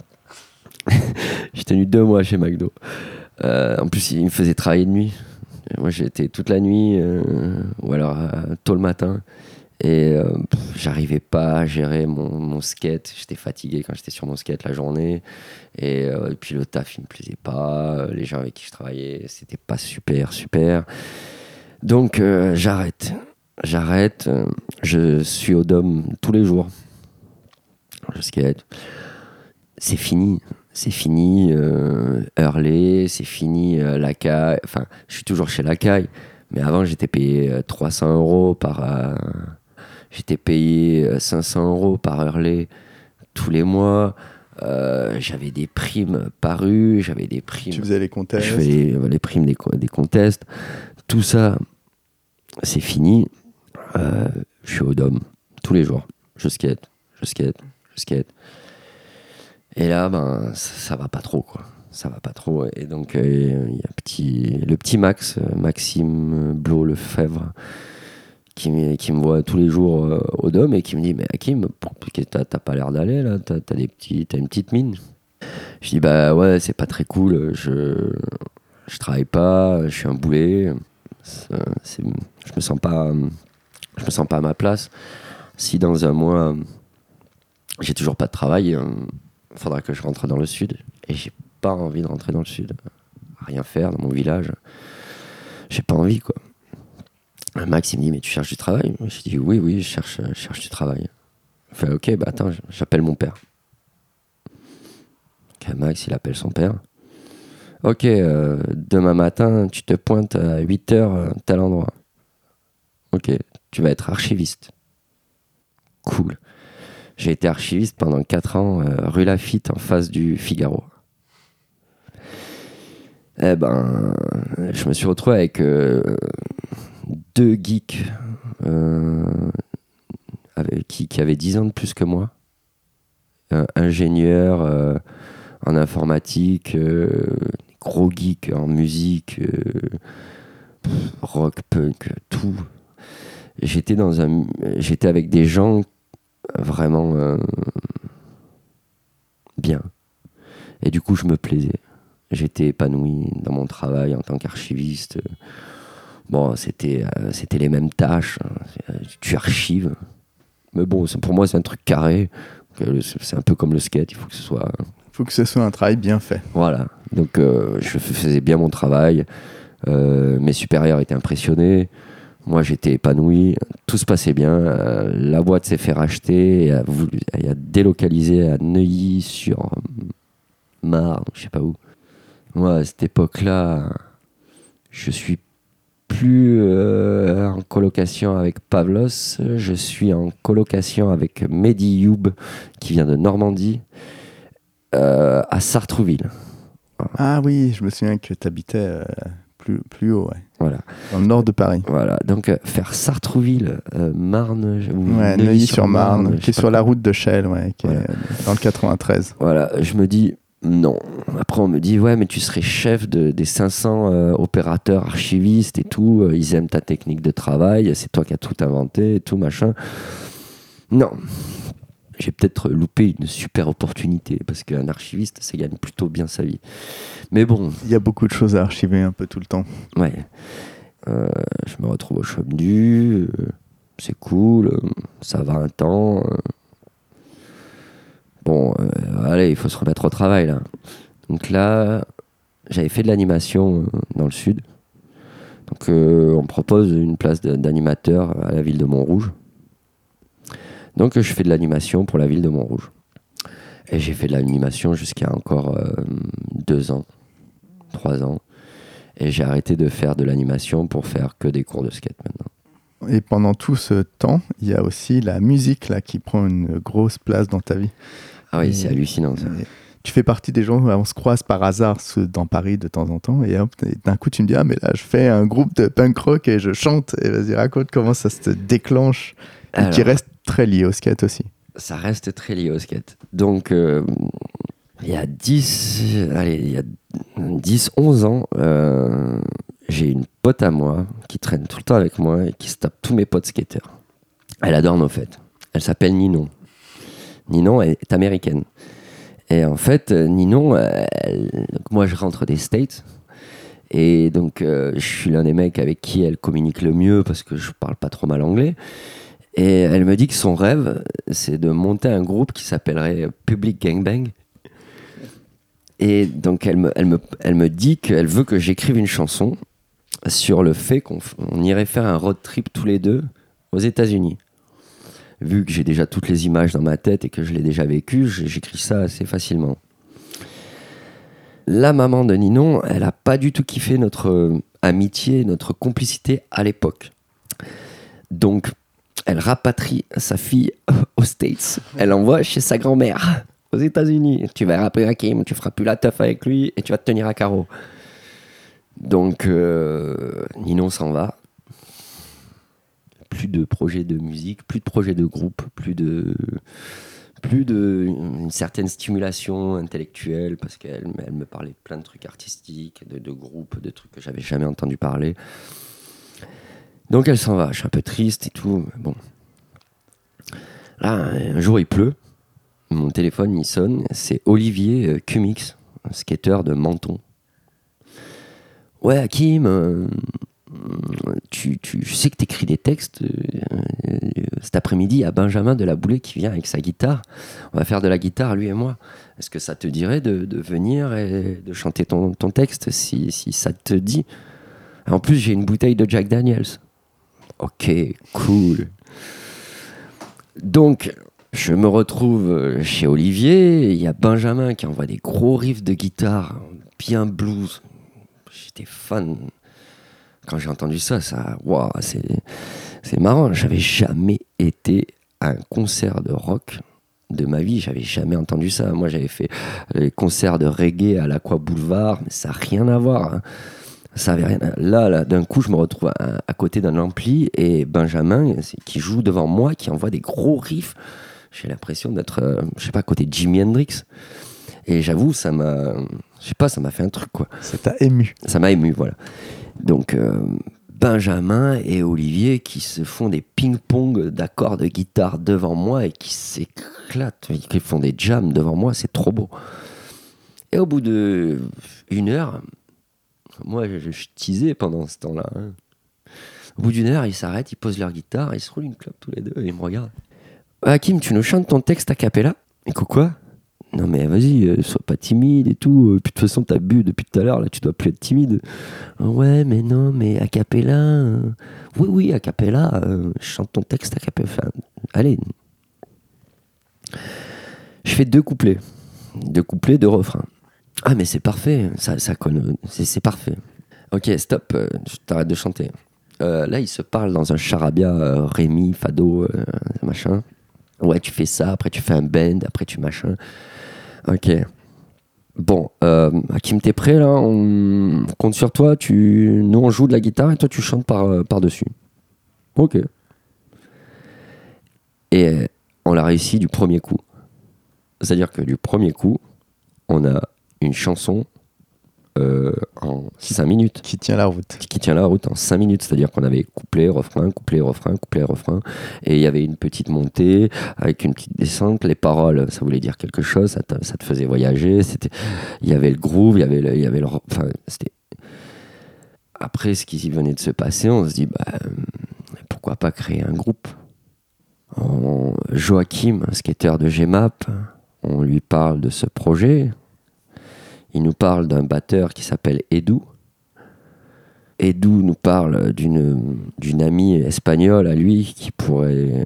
Speaker 2: J'ai tenu 2 mois chez McDo. En plus, il me faisait travailler de nuit. Moi, j'étais toute la nuit ou alors tôt le matin. Et j'arrivais pas à gérer mon skate. J'étais fatigué quand j'étais sur mon skate la journée. Et puis le taf, il me plaisait pas. Les gens avec qui je travaillais, c'était pas super. Donc j'arrête. Je suis au Dôme tous les jours. Je skate. C'est fini. Hurley, c'est fini la caille. Enfin, je suis toujours chez la caille. Mais avant, j'étais payé 300 € par... J'étais payé 500 € par Hurley tous les mois. J'avais des primes par rue, j'avais des primes.
Speaker 1: Tu faisais les contests.
Speaker 2: Je faisais les primes des contests. Tout ça, c'est fini. Je suis au Dôme tous les jours. Je skate. Et là, ben, ça va pas trop, quoi. Ça va pas trop. Et donc, il y a le petit Maxime Blo-Lefebvre, qui me voit tous les jours au Dôme et qui me dit: mais Hakim, t'as pas l'air d'aller là, t'as une petite mine. Je dis: bah ouais, c'est pas très cool, je travaille pas, je suis un boulet, je me sens pas à ma place. Si dans un mois j'ai toujours pas de travail, faudra que je rentre dans le sud, et j'ai pas envie de rentrer dans le sud, rien faire dans mon village, j'ai pas envie, quoi. Max, il me dit: mais tu cherches du travail? Je dis: oui, je cherche du travail. Il fait: ok, bah attends, j'appelle mon père. Okay, Max, il appelle son père. Ok, demain matin, tu te pointes à 8h, tel endroit. Ok, tu vas être archiviste. Cool. J'ai été archiviste pendant 4 ans, rue Laffitte, en face du Figaro. Eh ben, je me suis retrouvé avec 2 geeks qui avaient 10 ans de plus que moi. Ingénieur en informatique, gros geeks en musique, rock, punk, tout. J'étais avec des gens vraiment bien. Et du coup, je me plaisais. J'étais épanoui dans mon travail en tant qu'archiviste. Bon, c'était les mêmes tâches. Tu archives. Mais bon, pour moi, c'est un truc carré. C'est un peu comme le skate. Il faut que ce soit
Speaker 1: un travail bien fait.
Speaker 2: Voilà. Donc, je faisais bien mon travail. Mes supérieurs étaient impressionnés. Moi, j'étais épanoui. Tout se passait bien. La boîte s'est fait racheter et a délocalisé à Neuilly-sur-Marne, je sais pas où. Moi, à cette époque-là, je suis plus en colocation avec Pavlos, je suis en colocation avec Mehdi Youb, qui vient de Normandie, à Sartrouville.
Speaker 1: Ah oui, je me souviens que tu habitais plus haut, ouais.
Speaker 2: Voilà.
Speaker 1: Dans le nord de Paris.
Speaker 2: Voilà, donc faire Sartrouville, Marne,
Speaker 1: Neuilly-sur-Marne, qui est sur la route de Chelles, ouais, qui est dans le 93.
Speaker 2: Voilà, je me dis non. Après, on me dit: ouais, mais tu serais chef des 500 opérateurs archivistes et tout. Ils aiment ta technique de travail. C'est toi qui as tout inventé et tout, machin. Non. J'ai peut-être loupé une super opportunité parce qu'un archiviste, ça gagne plutôt bien sa vie. Mais bon.
Speaker 1: Il y a beaucoup de choses à archiver un peu tout le temps.
Speaker 2: Ouais. Je me retrouve au Chomdu. C'est cool. Ça va un temps. Bon, allez, il faut se remettre au travail, là. Donc là, j'avais fait de l'animation dans le sud. Donc on me propose une place d'animateur à la ville de Montrouge. Donc je fais de l'animation pour la ville de Montrouge. Et j'ai fait de l'animation jusqu'à encore 2 ans, 3 ans. Et j'ai arrêté de faire de l'animation pour faire que des cours de skate maintenant.
Speaker 1: Et pendant tout ce temps, il y a aussi la musique là, qui prend une grosse place dans ta vie.
Speaker 2: Ah oui, c'est hallucinant ça.
Speaker 1: tu fais partie des gens, on se croise par hasard dans Paris de temps en temps, et hop, d'un coup tu me dis, ah mais là je fais un groupe de punk rock et je chante, et vas-y raconte comment ça se déclenche, et
Speaker 2: Alors,
Speaker 1: qui reste très lié au skate aussi.
Speaker 2: ça reste très lié au skate. Donc, il y a 10-11 ans, j'ai une pote à moi qui traîne tout le temps avec moi et qui se tape tous mes potes skateurs. Elle adore nos fêtes. Elle s'appelle Ninon. Ninon est américaine. Et en fait, Ninon, moi je rentre des States. Et donc, je suis l'un des mecs avec qui elle communique le mieux parce que je parle pas trop mal anglais. Et elle me dit que son rêve, c'est de monter un groupe qui s'appellerait Public Gangbang. Et donc, elle me dit qu'elle veut que j'écrive une chanson sur le fait qu'on irait faire un road trip tous les deux aux États-Unis. Vu que j'ai déjà toutes les images dans ma tête et que je l'ai déjà vécu, j'écris ça assez facilement. La maman de Ninon, elle a pas du tout kiffé notre amitié, notre complicité à l'époque. Donc, elle rapatrie sa fille aux States. Elle l'envoie chez sa grand-mère aux États-Unis. Tu vas rappeler Hakim, tu feras plus la teuf avec lui et tu vas te tenir à carreau. Donc, Ninon s'en va. Plus de projets de musique, plus de projets de groupe, plus de une certaine stimulation intellectuelle parce qu'elle me parlait de plein de trucs artistiques, de groupes, de trucs que j'avais jamais entendu parler. Donc elle s'en va. Je suis un peu triste et tout. Mais bon. Là, un jour il pleut. Mon téléphone il sonne. C'est Olivier Cumix, un skateur de Menton. Ouais, Hakim. Je sais que tu écris des textes. Cet après-midi, il y a Benjamin de la Boulée qui vient avec sa guitare. On va faire de la guitare, lui et moi. Est-ce que ça te dirait de venir et de chanter ton texte si ça te dit? En plus, j'ai une bouteille de Jack Daniels. Ok, cool. Donc, je me retrouve chez Olivier. Il y a Benjamin qui envoie des gros riffs de guitare, bien blues. J'étais fan. Quand j'ai entendu ça, wow, c'est marrant. J'avais jamais été à un concert de rock de ma vie. J'avais jamais entendu ça. Moi, j'avais fait les concerts de reggae à l'Aqua Boulevard, mais ça n'a rien à voir. Hein. Ça avait rien. Là, d'un coup, je me retrouve à côté d'un ampli et Benjamin qui joue devant moi, qui envoie des gros riffs. J'ai l'impression d'être, je sais pas, à côté de Jimi Hendrix. Et j'avoue, ça m'a fait un truc, quoi.
Speaker 1: Ça t'a ému. Ça m'a ému,
Speaker 2: voilà. Donc, Benjamin et Olivier qui se font des ping-pong d'accords de guitare devant moi et qui s'éclatent, qui font des jams devant moi, c'est trop beau. Et au bout d'1 heure, moi je teasais pendant ce temps-là. Hein. Au bout d'1 heure, ils s'arrêtent, ils posent leur guitare, ils se roulent une clope tous les deux et ils me regardent. Hakim, tu nous chantes ton texte a cappella? Et quoi? Non mais vas-y, sois pas timide et tout. Puis de toute façon, t'as bu depuis tout à l'heure, là, tu dois plus être timide. Ouais, mais non, mais a cappella. Oui, a cappella. Je chante ton texte a cappella. Enfin, allez. Je fais 2 couplets. 2 couplets, 2 refrains. Ah, mais c'est parfait. Ça colle. C'est parfait. Ok, stop. Je t'arrête de chanter. Là, ils se parlent dans un charabia, Rémi, Fado, machin. Ouais, tu fais ça, après tu fais un bend, après tu machin. Ok. Bon, Hakim, t'es prêt là? On compte sur toi. Nous, on joue de la guitare et toi, tu chantes par-dessus. Ok. Et on l'a réussi du premier coup. C'est-à-dire que du premier coup, on a une chanson en 5 minutes.
Speaker 1: Qui tient la route.
Speaker 2: Qui tient la route en 5 minutes. C'est-à-dire qu'on avait couplet, refrain, couplet, refrain, couplet, refrain. Et il y avait une petite montée avec une petite descente. Les paroles, ça voulait dire quelque chose. Ça te faisait voyager. Il y avait le groove, il y avait le... Enfin, c'était... Après, ce qui venait de se passer, on se dit, pourquoi pas créer un groupe? Joachim, un skateur de Gmap, on lui parle de ce projet. Il nous parle d'un batteur qui s'appelle Edu. Edu nous parle d'une amie espagnole à lui qui pourrait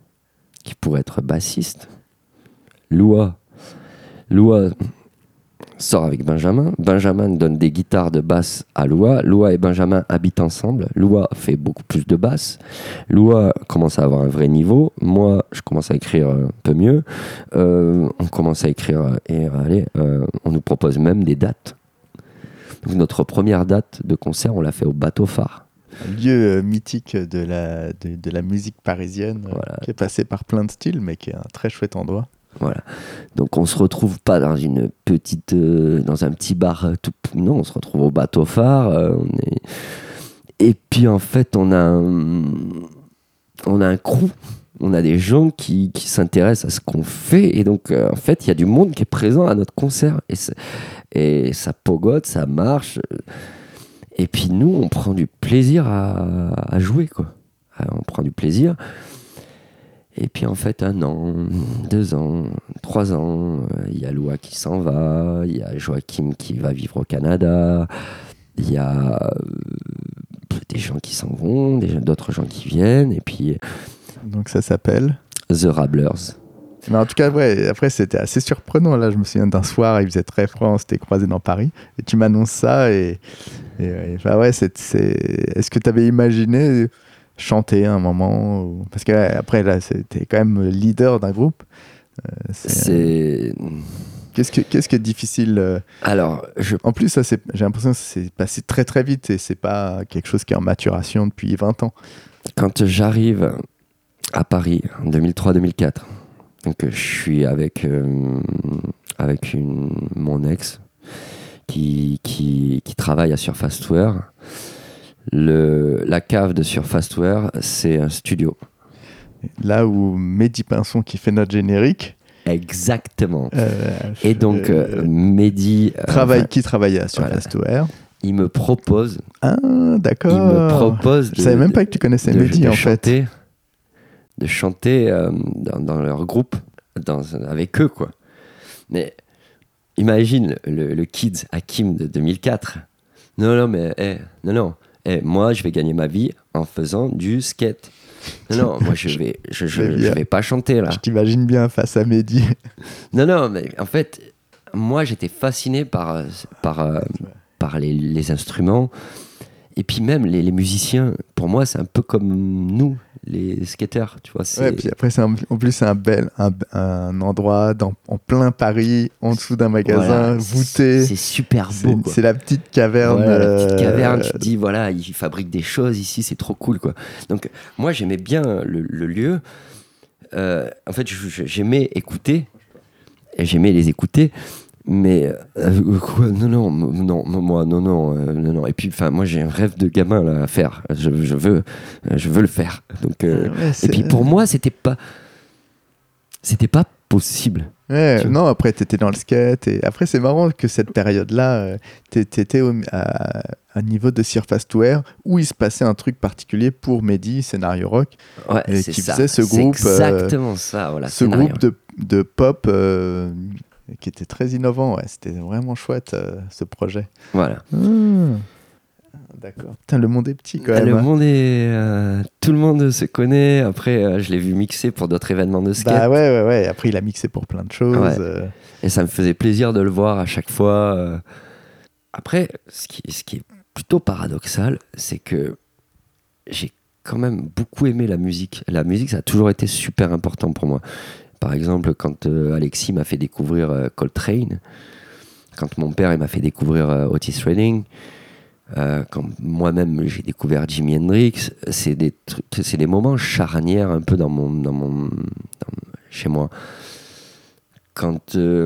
Speaker 2: être bassiste. Lua, sort avec Benjamin. Benjamin donne des guitares de basse à Loua. Loua et Benjamin habitent ensemble. Loua fait beaucoup plus de basse. Loua commence à avoir un vrai niveau. Moi, je commence à écrire un peu mieux. On commence à écrire et on nous propose même des dates. Donc, notre première date de concert, on l'a fait au Bateau Phare.
Speaker 1: Un lieu mythique de la musique parisienne,
Speaker 2: Voilà.
Speaker 1: qui est passé par plein de styles, mais qui est un très chouette endroit.
Speaker 2: Voilà. Donc on se retrouve pas dans une petite, dans un petit bar non, on se retrouve au Bateau Phare. Et puis en fait, on a un crew, on a des gens qui s'intéressent à ce qu'on fait, et donc en fait, il y a du monde qui est présent à notre concert, et ça pogote, ça marche. Et puis nous, on prend du plaisir à jouer, quoi. On prend du plaisir. Et puis en fait, 1 an, 2 ans, 3 ans, il y a Loua qui s'en va, il y a Joachim qui va vivre au Canada, il y a des gens qui s'en vont, d'autres gens qui viennent, et puis...
Speaker 1: Donc ça s'appelle
Speaker 2: The Rabblers.
Speaker 1: Mais en tout cas, ouais, après c'était assez surprenant. Là, je me souviens d'un soir, il faisait très froid, on s'était croisés dans Paris, et tu m'annonces ça, et bah ouais, est-ce que tu avais imaginé chanter à un moment parce que après là, t'es quand même leader d'un groupe. Qu'est-ce qui est difficile
Speaker 2: Alors,
Speaker 1: en plus, ça, j'ai l'impression que c'est passé très très vite, et c'est pas quelque chose qui est en maturation depuis 20 ans.
Speaker 2: Quand j'arrive à Paris en 2003-2004, donc je suis avec mon ex qui travaille à Surfastware. La cave de Surfastware, c'est un studio.
Speaker 1: Là où Mehdi Pinson, qui fait notre générique,
Speaker 2: exactement. Et donc Mehdi
Speaker 1: qui travaillait à Surfastware,
Speaker 2: il me propose.
Speaker 1: Ah, d'accord.
Speaker 2: Il me propose.
Speaker 1: Je savais même pas que tu connaissais Mehdi, en fait.
Speaker 2: De chanter dans leur groupe, avec eux, quoi. Mais imagine le Kids Hakim de 2004. Non, moi, je vais gagner ma vie en faisant du skate. Non, moi, je vais pas chanter, là.
Speaker 1: Je t'imagine bien face à Mehdi.
Speaker 2: Non, mais en fait, moi, j'étais fasciné par les instruments. Et puis même, les musiciens, pour moi, c'est un peu comme nous, les skateurs, tu vois.
Speaker 1: Ouais, puis après, en plus, c'est un endroit en plein Paris, en dessous d'un magasin, voûté.
Speaker 2: C'est super beau, quoi.
Speaker 1: C'est la petite caverne.
Speaker 2: Ouais, la petite caverne, tu te dis, voilà, ils fabriquent des choses ici, c'est trop cool, quoi. Donc, moi, j'aimais bien le lieu. En fait, j'aimais écouter, et j'aimais les écouter. Mais quoi, non. Et puis, enfin, moi, j'ai un rêve de gamin là à faire. Je veux le faire. Donc, et puis pour moi, c'était pas possible.
Speaker 1: Ouais, non, après, t'étais dans le skate. Et après, c'est marrant que cette période-là, t'étais à un niveau de Surfastware où il se passait un truc particulier pour Mehdi, Scénario Rock,
Speaker 2: qui
Speaker 1: faisait ce groupe.
Speaker 2: C'est exactement ça, voilà.
Speaker 1: Ce groupe de pop. Qui était très innovant, ouais. C'était vraiment chouette ce projet.
Speaker 2: Voilà.
Speaker 1: D'accord. Putain, le monde est petit quand même.
Speaker 2: Le monde est. Tout le monde se connaît. Après, je l'ai vu mixer pour d'autres événements de skate.
Speaker 1: Bah ouais. Après, il a mixé pour plein de choses.
Speaker 2: Ouais. Et ça me faisait plaisir de le voir à chaque fois. Après, ce qui est plutôt paradoxal, c'est que j'ai quand même beaucoup aimé la musique. La musique, ça a toujours été super important pour moi. Par exemple, quand Alexis m'a fait découvrir Coltrane, quand mon père m'a fait découvrir Otis Redding, quand moi-même j'ai découvert Jimi Hendrix, c'est des moments charnières un peu chez moi. Quand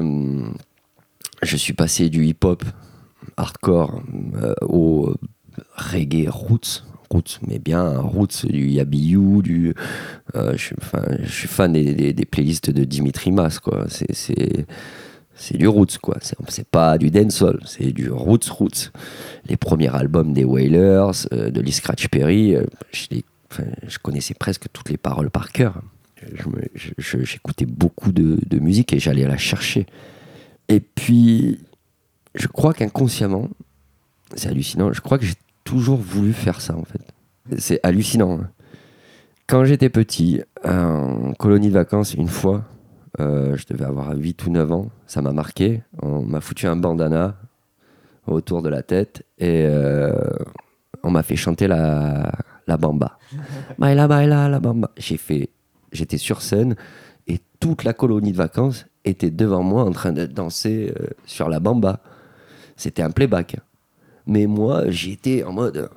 Speaker 2: je suis passé du hip-hop hardcore au reggae roots, mais bien roots, du Yabiou, je suis fan des playlists de Dimitri Mas, quoi. C'est du roots, quoi. C'est pas du dancehall, c'est du roots. Les premiers albums des Wailers, de Lee Scratch Perry, je connaissais presque toutes les paroles par cœur. J'écoutais beaucoup de musique et j'allais la chercher. Et puis, je crois qu'inconsciemment, c'est hallucinant, je crois que j'ai toujours voulu faire ça, en fait. C'est hallucinant. Quand j'étais petit, en colonie de vacances, une fois, Je devais avoir 8 ou 9 ans. Ça m'a marqué. On m'a foutu un bandana autour de la tête et on m'a fait chanter la bamba. Baila, baila, la bamba. J'étais sur scène et toute la colonie de vacances était devant moi en train de danser sur la bamba. C'était un playback. Mais moi, j'étais en mode...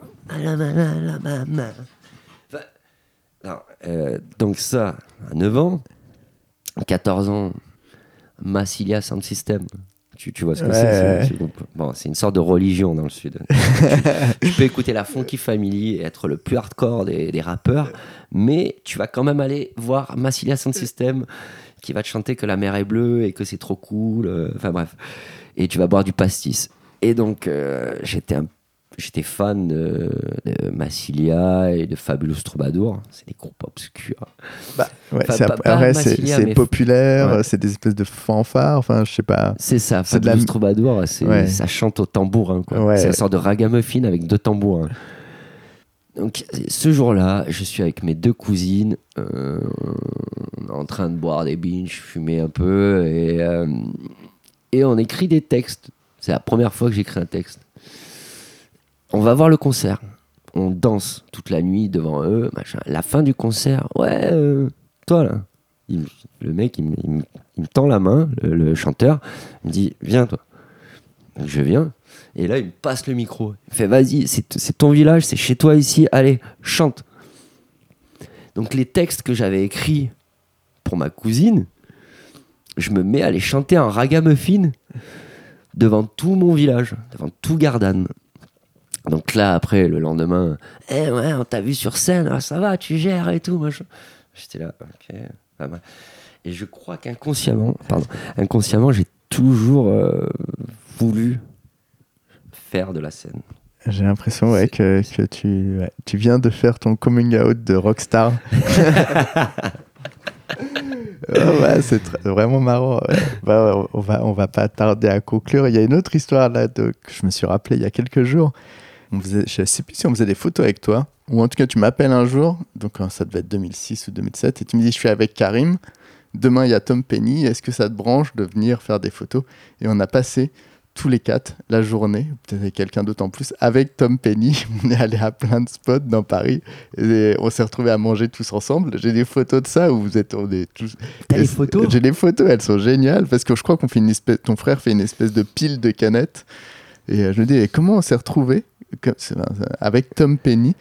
Speaker 2: Enfin, non, donc ça, à 9 ans, 14 ans, Massilia Sound System. Tu vois ce que c'est bon, c'est une sorte de religion dans le Sud. Tu peux écouter la Funky Family et être le plus hardcore des rappeurs, mais tu vas quand même aller voir Massilia Sound System qui va te chanter que la mer est bleue et que c'est trop cool. Enfin bref. Et tu vas boire du pastis. Et donc, j'étais fan de Massilia et de Fabulous Troubadour. C'est des groupes obscurs.
Speaker 1: C'est populaire, c'est des espèces de fanfares, enfin, je sais pas.
Speaker 2: C'est ça, Fabulous Troubadour, ça chante au tambourin, quoi. Ouais. C'est une sorte de ragamuffin avec 2 tambourins. Donc, ce jour-là, je suis avec mes 2 cousines, en train de boire des binges, fumer un peu, et on écrit des textes. C'est la première fois que j'écris un texte. On va voir le concert. On danse toute la nuit devant eux. Machin. La fin du concert, toi là. Le mec, il me tend la main, le chanteur. Il me dit, viens toi. Donc je viens. Et là, il me passe le micro. Il me fait, vas-y, c'est ton village, c'est chez toi ici. Allez, chante. Donc les textes que j'avais écrits pour ma cousine, je me mets à les chanter en ragamuffin devant tout mon village, devant tout Gardanne. Donc là, après, le lendemain, on t'a vu sur scène, ça va, tu gères et tout, machin. J'étais là, ok, pas mal. Et je crois inconsciemment, j'ai toujours voulu faire de la scène.
Speaker 1: J'ai l'impression que tu viens de faire ton coming out de rockstar. C'est vraiment marrant. On va pas tarder à conclure. Il y a une autre histoire là que je me suis rappelé il y a quelques jours. Je sais plus si on faisait des photos avec toi, ou en tout cas tu m'appelles un jour, donc ça devait être 2006 ou 2007, et tu me dis je suis avec Karim, demain il y a Tom Penny, est-ce que ça te branche de venir faire des photos? Et on a passé tous les 4 la journée, peut-être avec quelqu'un d'autre en plus, avec Tom Penny. On est allé à plein de spots dans Paris et on s'est retrouvés à manger tous ensemble. J'ai des photos de ça où on est tous...
Speaker 2: T'as les photos?
Speaker 1: J'ai les photos, elles sont géniales parce que je crois qu'on fait ton frère fait une espèce de pile de canettes et je me dis comment on s'est retrouvés avec Tom Penny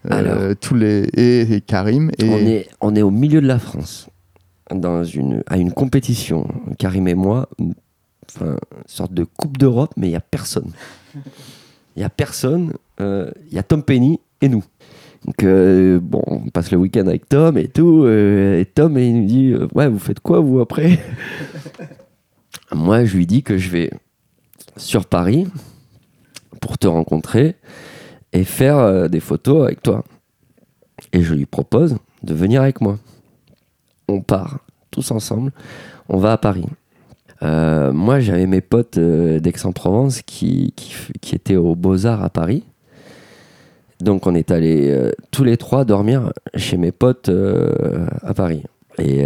Speaker 1: et Karim
Speaker 2: on est au milieu de la France à une compétition, Karim et moi. Une sorte de coupe d'Europe, mais il n'y a personne. Il y a Tom Penny et nous. Donc, on passe le week-end avec Tom et tout. Et Tom, il nous dit vous faites quoi, vous, après? Moi, je lui dis que je vais sur Paris pour te rencontrer et faire des photos avec toi. Et je lui propose de venir avec moi. On part tous ensemble. On va à Paris. Moi, j'avais mes potes d'Aix-en-Provence qui étaient aux Beaux-Arts à Paris. Donc, on est allés tous les 3 dormir chez mes potes à Paris. Et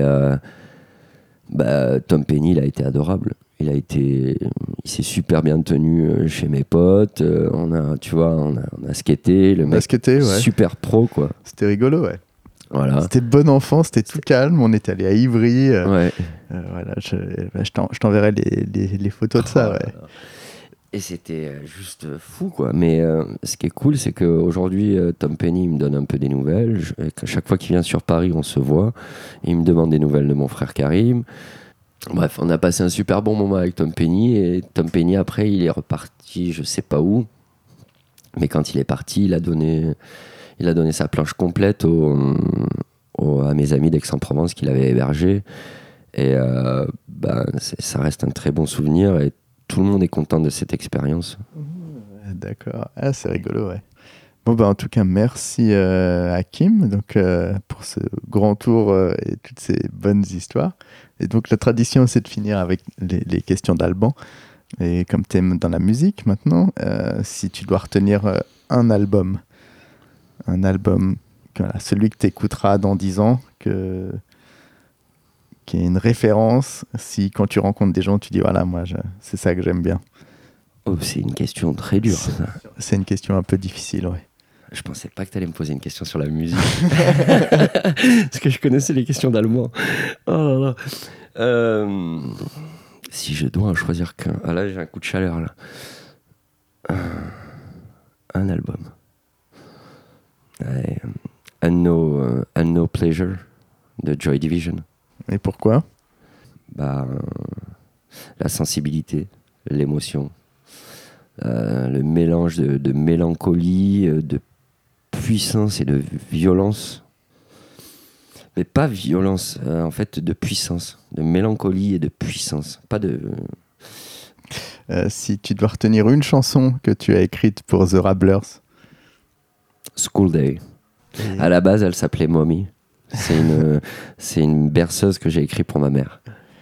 Speaker 2: Tom Penny, il a été adorable. Il s'est super bien tenu chez mes potes. On a skaté. Le mec, super pro, quoi.
Speaker 1: C'était rigolo, ouais.
Speaker 2: Voilà.
Speaker 1: C'était bon enfant, c'était tout calme. On est allé à Ivry. Voilà, je t'enverrai les photos de ça. Ouais.
Speaker 2: Et c'était juste fou, quoi. Mais ce qui est cool, c'est qu'aujourd'hui, Tom Penny me donne un peu des nouvelles. Chaque fois qu'il vient sur Paris, on se voit. Il me demande des nouvelles de mon frère Karim. Bref, on a passé un super bon moment avec Tom Penny. Et Tom Penny, après, il est reparti, je sais pas où. Mais quand il est parti, il a donné sa planche complète à mes amis d'Aix-en-Provence qu'il avait hébergés. Et ça reste un très bon souvenir et tout le monde est content de cette expérience.
Speaker 1: D'accord. C'est rigolo, ouais. Bon, en tout cas, merci à Kim pour ce grand tour et toutes ces bonnes histoires. Et donc, la tradition, c'est de finir avec les questions d'Alban. Et comme tu aimes dans la musique maintenant, si tu dois retenir un album, celui que tu écouteras dans 10 ans, qui est une référence, si quand tu rencontres des gens, tu dis voilà, c'est ça que j'aime bien.
Speaker 2: Oh, c'est une question très dure.
Speaker 1: C'est une question un peu difficile, ouais.
Speaker 2: Je pensais pas que tu allais me poser une question sur la musique. Parce que je connaissais les questions d'allemand. Oh là là. Si je dois en choisir qu'un. Ah là, j'ai un coup de chaleur là. Un album. No Pleasure de Joy Division.
Speaker 1: Et pourquoi ?
Speaker 2: La sensibilité, l'émotion, le mélange de mélancolie, de puissance et de violence. Mais pas violence, en fait, de puissance, de mélancolie et de puissance. Pas de...
Speaker 1: Si tu dois retenir une chanson que tu as écrite pour The Rabblers.
Speaker 2: School Day. À la base, elle s'appelait Mommy. C'est une berceuse que j'ai écrite pour ma mère.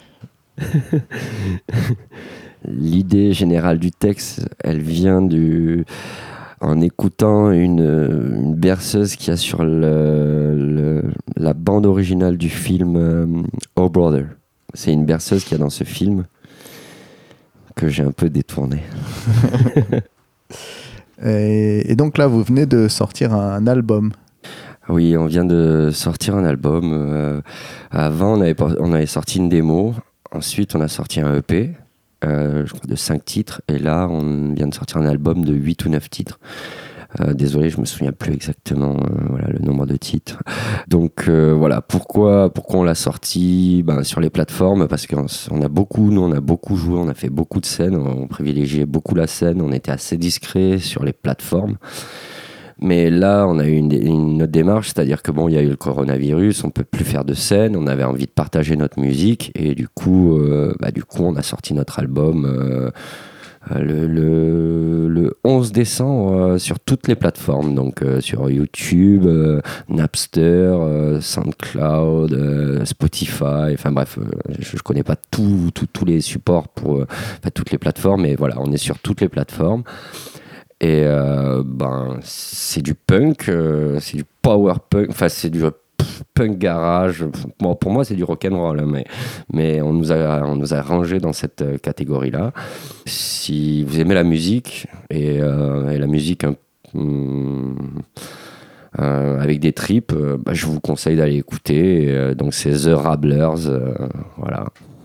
Speaker 2: L'idée générale du texte, elle vient en écoutant une berceuse qu'il y a sur la bande originale du film Oh Brother. C'est une berceuse qu'il y a dans ce film que j'ai un peu détournée.
Speaker 1: Et donc là, vous venez de sortir un album.
Speaker 2: Oui, on vient de sortir un album. Avant, on avait sorti une démo. Ensuite, on a sorti un EP, je crois de 5 titres. Et là, on vient de sortir un album de 8 ou 9 titres. Désolé, je me souviens plus exactement le nombre de titres. Donc voilà, pourquoi on l'a sorti sur les plateformes, parce qu'on a beaucoup joué, on a fait beaucoup de scènes, on privilégiait beaucoup la scène, on était assez discret sur les plateformes. Mais là, on a eu une autre démarche, c'est-à-dire que il y a eu le coronavirus, on peut plus faire de scène, on avait envie de partager notre musique, et du coup, on a sorti notre album le 11 décembre sur toutes les plateformes, donc sur YouTube, Napster, SoundCloud, Spotify, enfin bref, je connais pas tous les supports pour toutes les plateformes, mais voilà, on est sur toutes les plateformes. Et c'est du punk, c'est du power punk, enfin c'est du punk garage. Bon, pour moi c'est du rock'n'roll, mais on nous a rangé dans cette catégorie-là. Si vous aimez la musique et la musique avec des tripes, je vous conseille d'aller écouter. Donc c'est The Rabblers, voilà,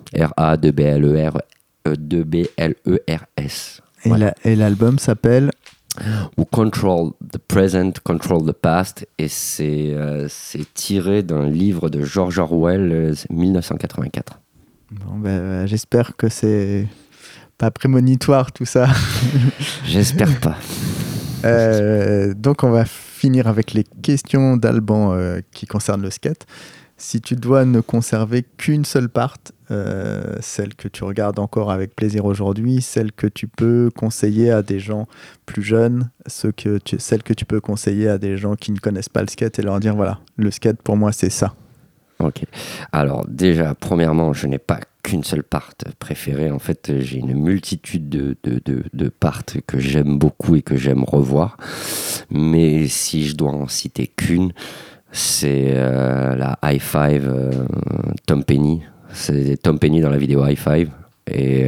Speaker 2: R-A-2-B-L-E-R-S.
Speaker 1: Et l'album s'appelle
Speaker 2: ou Control the Present, Control the Past, et c'est tiré d'un livre de George Orwell, 1984.
Speaker 1: Bon, j'espère que c'est pas prémonitoire tout ça.
Speaker 2: J'espère pas.
Speaker 1: Donc on va finir avec les questions d'Alban qui concernent le skate. Si tu dois ne conserver qu'une seule part, celle que tu regardes encore avec plaisir aujourd'hui, celle que tu peux conseiller à des gens plus jeunes, celle que tu peux conseiller à des gens qui ne connaissent pas le skate et leur dire voilà, le skate pour moi c'est ça.
Speaker 2: Ok. Alors déjà, premièrement, je n'ai pas qu'une seule part préférée. En fait, j'ai une multitude de parts que j'aime beaucoup et que j'aime revoir. Mais si je dois en citer qu'une, c'est la High Five Tom Penny. C'est Tom Penny dans la vidéo High Five. Et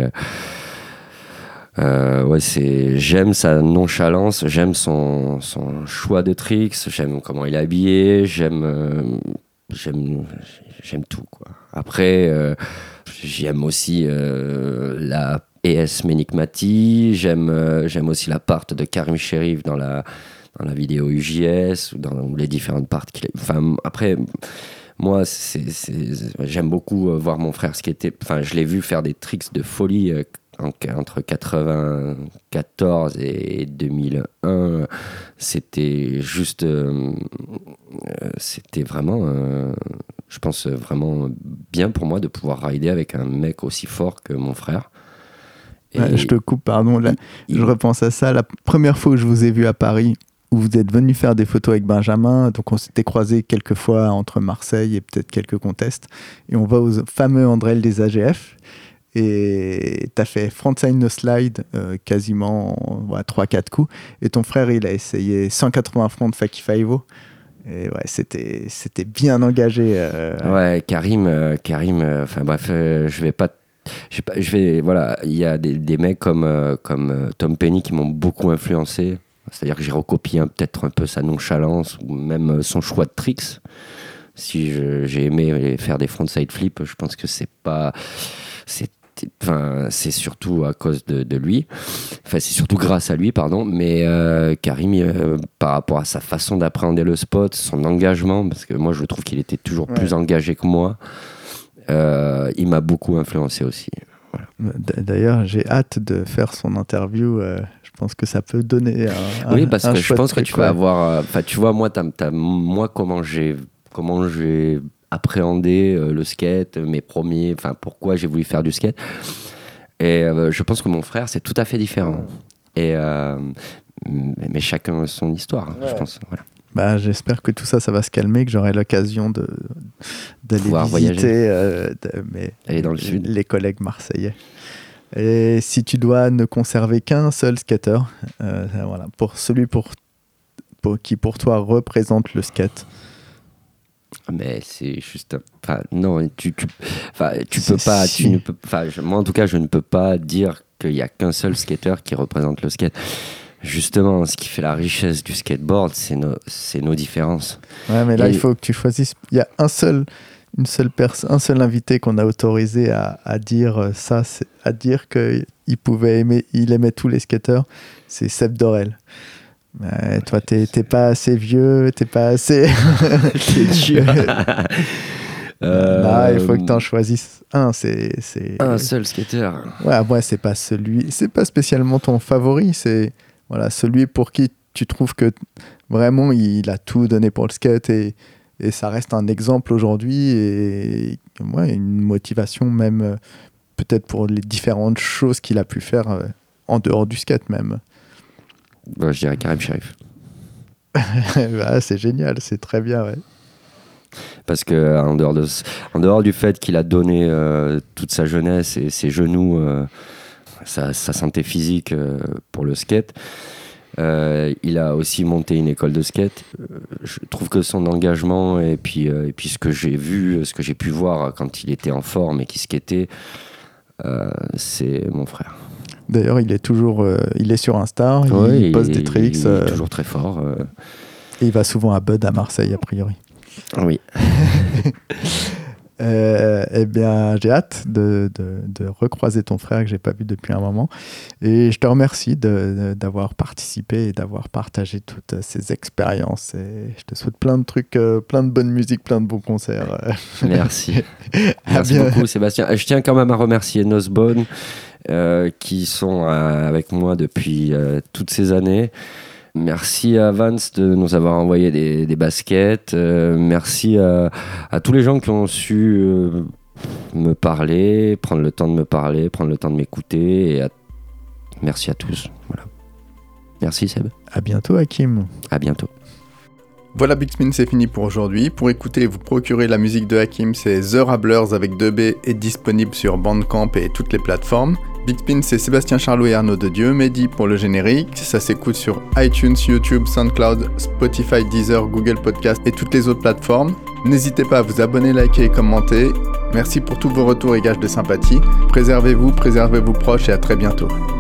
Speaker 2: j'aime sa nonchalance, j'aime son choix de tricks, j'aime comment il est habillé, j'aime tout, quoi. Après, j'aime aussi la ES Menigmati, j'aime aussi la part de Karim Sherif dans la vidéo UJS ou dans les différentes parts qu'il a. Enfin, après, moi, j'aime beaucoup voir mon frère skater. Enfin, je l'ai vu faire des tricks de folie entre 94 et 2001. C'était juste... c'était vraiment... je pense vraiment bien pour moi de pouvoir rider avec un mec aussi fort que mon frère.
Speaker 1: Je te coupe, pardon. Là, je repense à ça. La première fois où je vous ai vu à Paris, où vous êtes venu faire des photos avec Benjamin, donc on s'était croisés quelques fois entre Marseille et peut-être quelques contests, et on va aux fameux Andrel des AGF, et t'as fait frontside no slide quasiment 3-4 coups, et ton frère il a essayé 180 fronts de Faki Faivo, Et ouais, c'était bien engagé.
Speaker 2: Ouais, Karim, enfin bref, voilà, il y a des mecs comme Tom Penny qui m'ont beaucoup influencé. C'est-à-dire que j'ai recopié peut-être un peu sa nonchalance ou même son choix de tricks. Si j'ai aimé faire des frontside flips, je pense que c'est surtout à cause de lui. Enfin, c'est surtout grâce à lui, pardon. Mais Karim, par rapport à sa façon d'appréhender le spot, son engagement, parce que moi, je trouve qu'il était toujours plus engagé que moi, il m'a beaucoup influencé aussi. Voilà.
Speaker 1: D'ailleurs, j'ai hâte de faire son interview. Je pense que ça peut donner
Speaker 2: oui, parce que je pense que tu vas avoir... Enfin, tu vois, moi, comment j'ai appréhendé le skate, mes premiers... Enfin, pourquoi j'ai voulu faire du skate. Et je pense que mon frère, c'est tout à fait différent. Et, mais chacun son histoire, je pense. Voilà.
Speaker 1: Bah, j'espère que tout ça va se calmer, que j'aurai l'occasion d'aller visiter
Speaker 2: aller dans le sud.
Speaker 1: Les collègues marseillais. Et si tu dois ne conserver qu'un seul skater, voilà, qui pour toi représente le skate.
Speaker 2: Mais c'est juste... Enfin, non, moi en tout cas, je ne peux pas dire qu'il n'y a qu'un seul skater qui représente le skate. Justement, ce qui fait la richesse du skateboard, c'est nos différences. Ouais, mais là,
Speaker 1: il faut que tu choisisses. Il y a un seul invité qu'on a autorisé à dire ça, à dire qu'il aimait tous les skateurs, c'est Seb Dorel. Mais toi, t'es pas assez vieux, t'es pas assez...
Speaker 2: T'es dur.
Speaker 1: Là, il faut que t'en choisisses un.
Speaker 2: Un seul skater.
Speaker 1: Ouais, c'est pas spécialement ton favori, c'est celui pour qui tu trouves que vraiment il a tout donné pour le skate et ça reste un exemple aujourd'hui et une motivation même peut-être pour les différentes choses qu'il a pu faire en dehors du skate même.
Speaker 2: Bon, je dirais Karim Cherif.
Speaker 1: C'est génial, c'est très bien, ouais.
Speaker 2: Parce que en dehors du fait qu'il a donné toute sa jeunesse et ses genoux, sa santé physique pour le skate, il a aussi monté une école de skate. Je trouve que son engagement et puis ce que j'ai vu, ce que j'ai pu voir quand il était en forme et qu'il skatait, c'est mon frère.
Speaker 1: D'ailleurs, il est sur Insta, il poste des tricks.
Speaker 2: Il est toujours très fort.
Speaker 1: Et il va souvent à Bud à Marseille, a priori.
Speaker 2: Oui.
Speaker 1: Eh bien, j'ai hâte de recroiser ton frère que j'ai pas vu depuis un moment. Et je te remercie d'avoir participé et d'avoir partagé toutes ces expériences. Et je te souhaite plein de trucs, plein de bonne musique, plein de bons concerts.
Speaker 2: Merci. Merci beaucoup, Sébastien. Je tiens quand même à remercier Nosebone qui sont avec moi depuis toutes ces années. Merci à Vance de nous avoir envoyé des baskets. Merci à tous les gens qui ont su me parler, prendre le temps de me parler, prendre le temps de m'écouter. Merci à tous. Voilà. Merci Seb.
Speaker 1: À bientôt Hakim.
Speaker 2: À bientôt.
Speaker 1: Voilà, Big Spin, c'est fini pour aujourd'hui. Pour écouter et vous procurer la musique de Hakim, c'est The Rabblers avec 2B est disponible sur Bandcamp et toutes les plateformes. Big Spin, c'est Sébastien Charlot et Arnaud de Dieu, Mehdi pour le générique. Ça s'écoute sur iTunes, YouTube, SoundCloud, Spotify, Deezer, Google Podcast et toutes les autres plateformes. N'hésitez pas à vous abonner, liker et commenter. Merci pour tous vos retours et gages de sympathie. Préservez-vous, préservez vos proches et à très bientôt.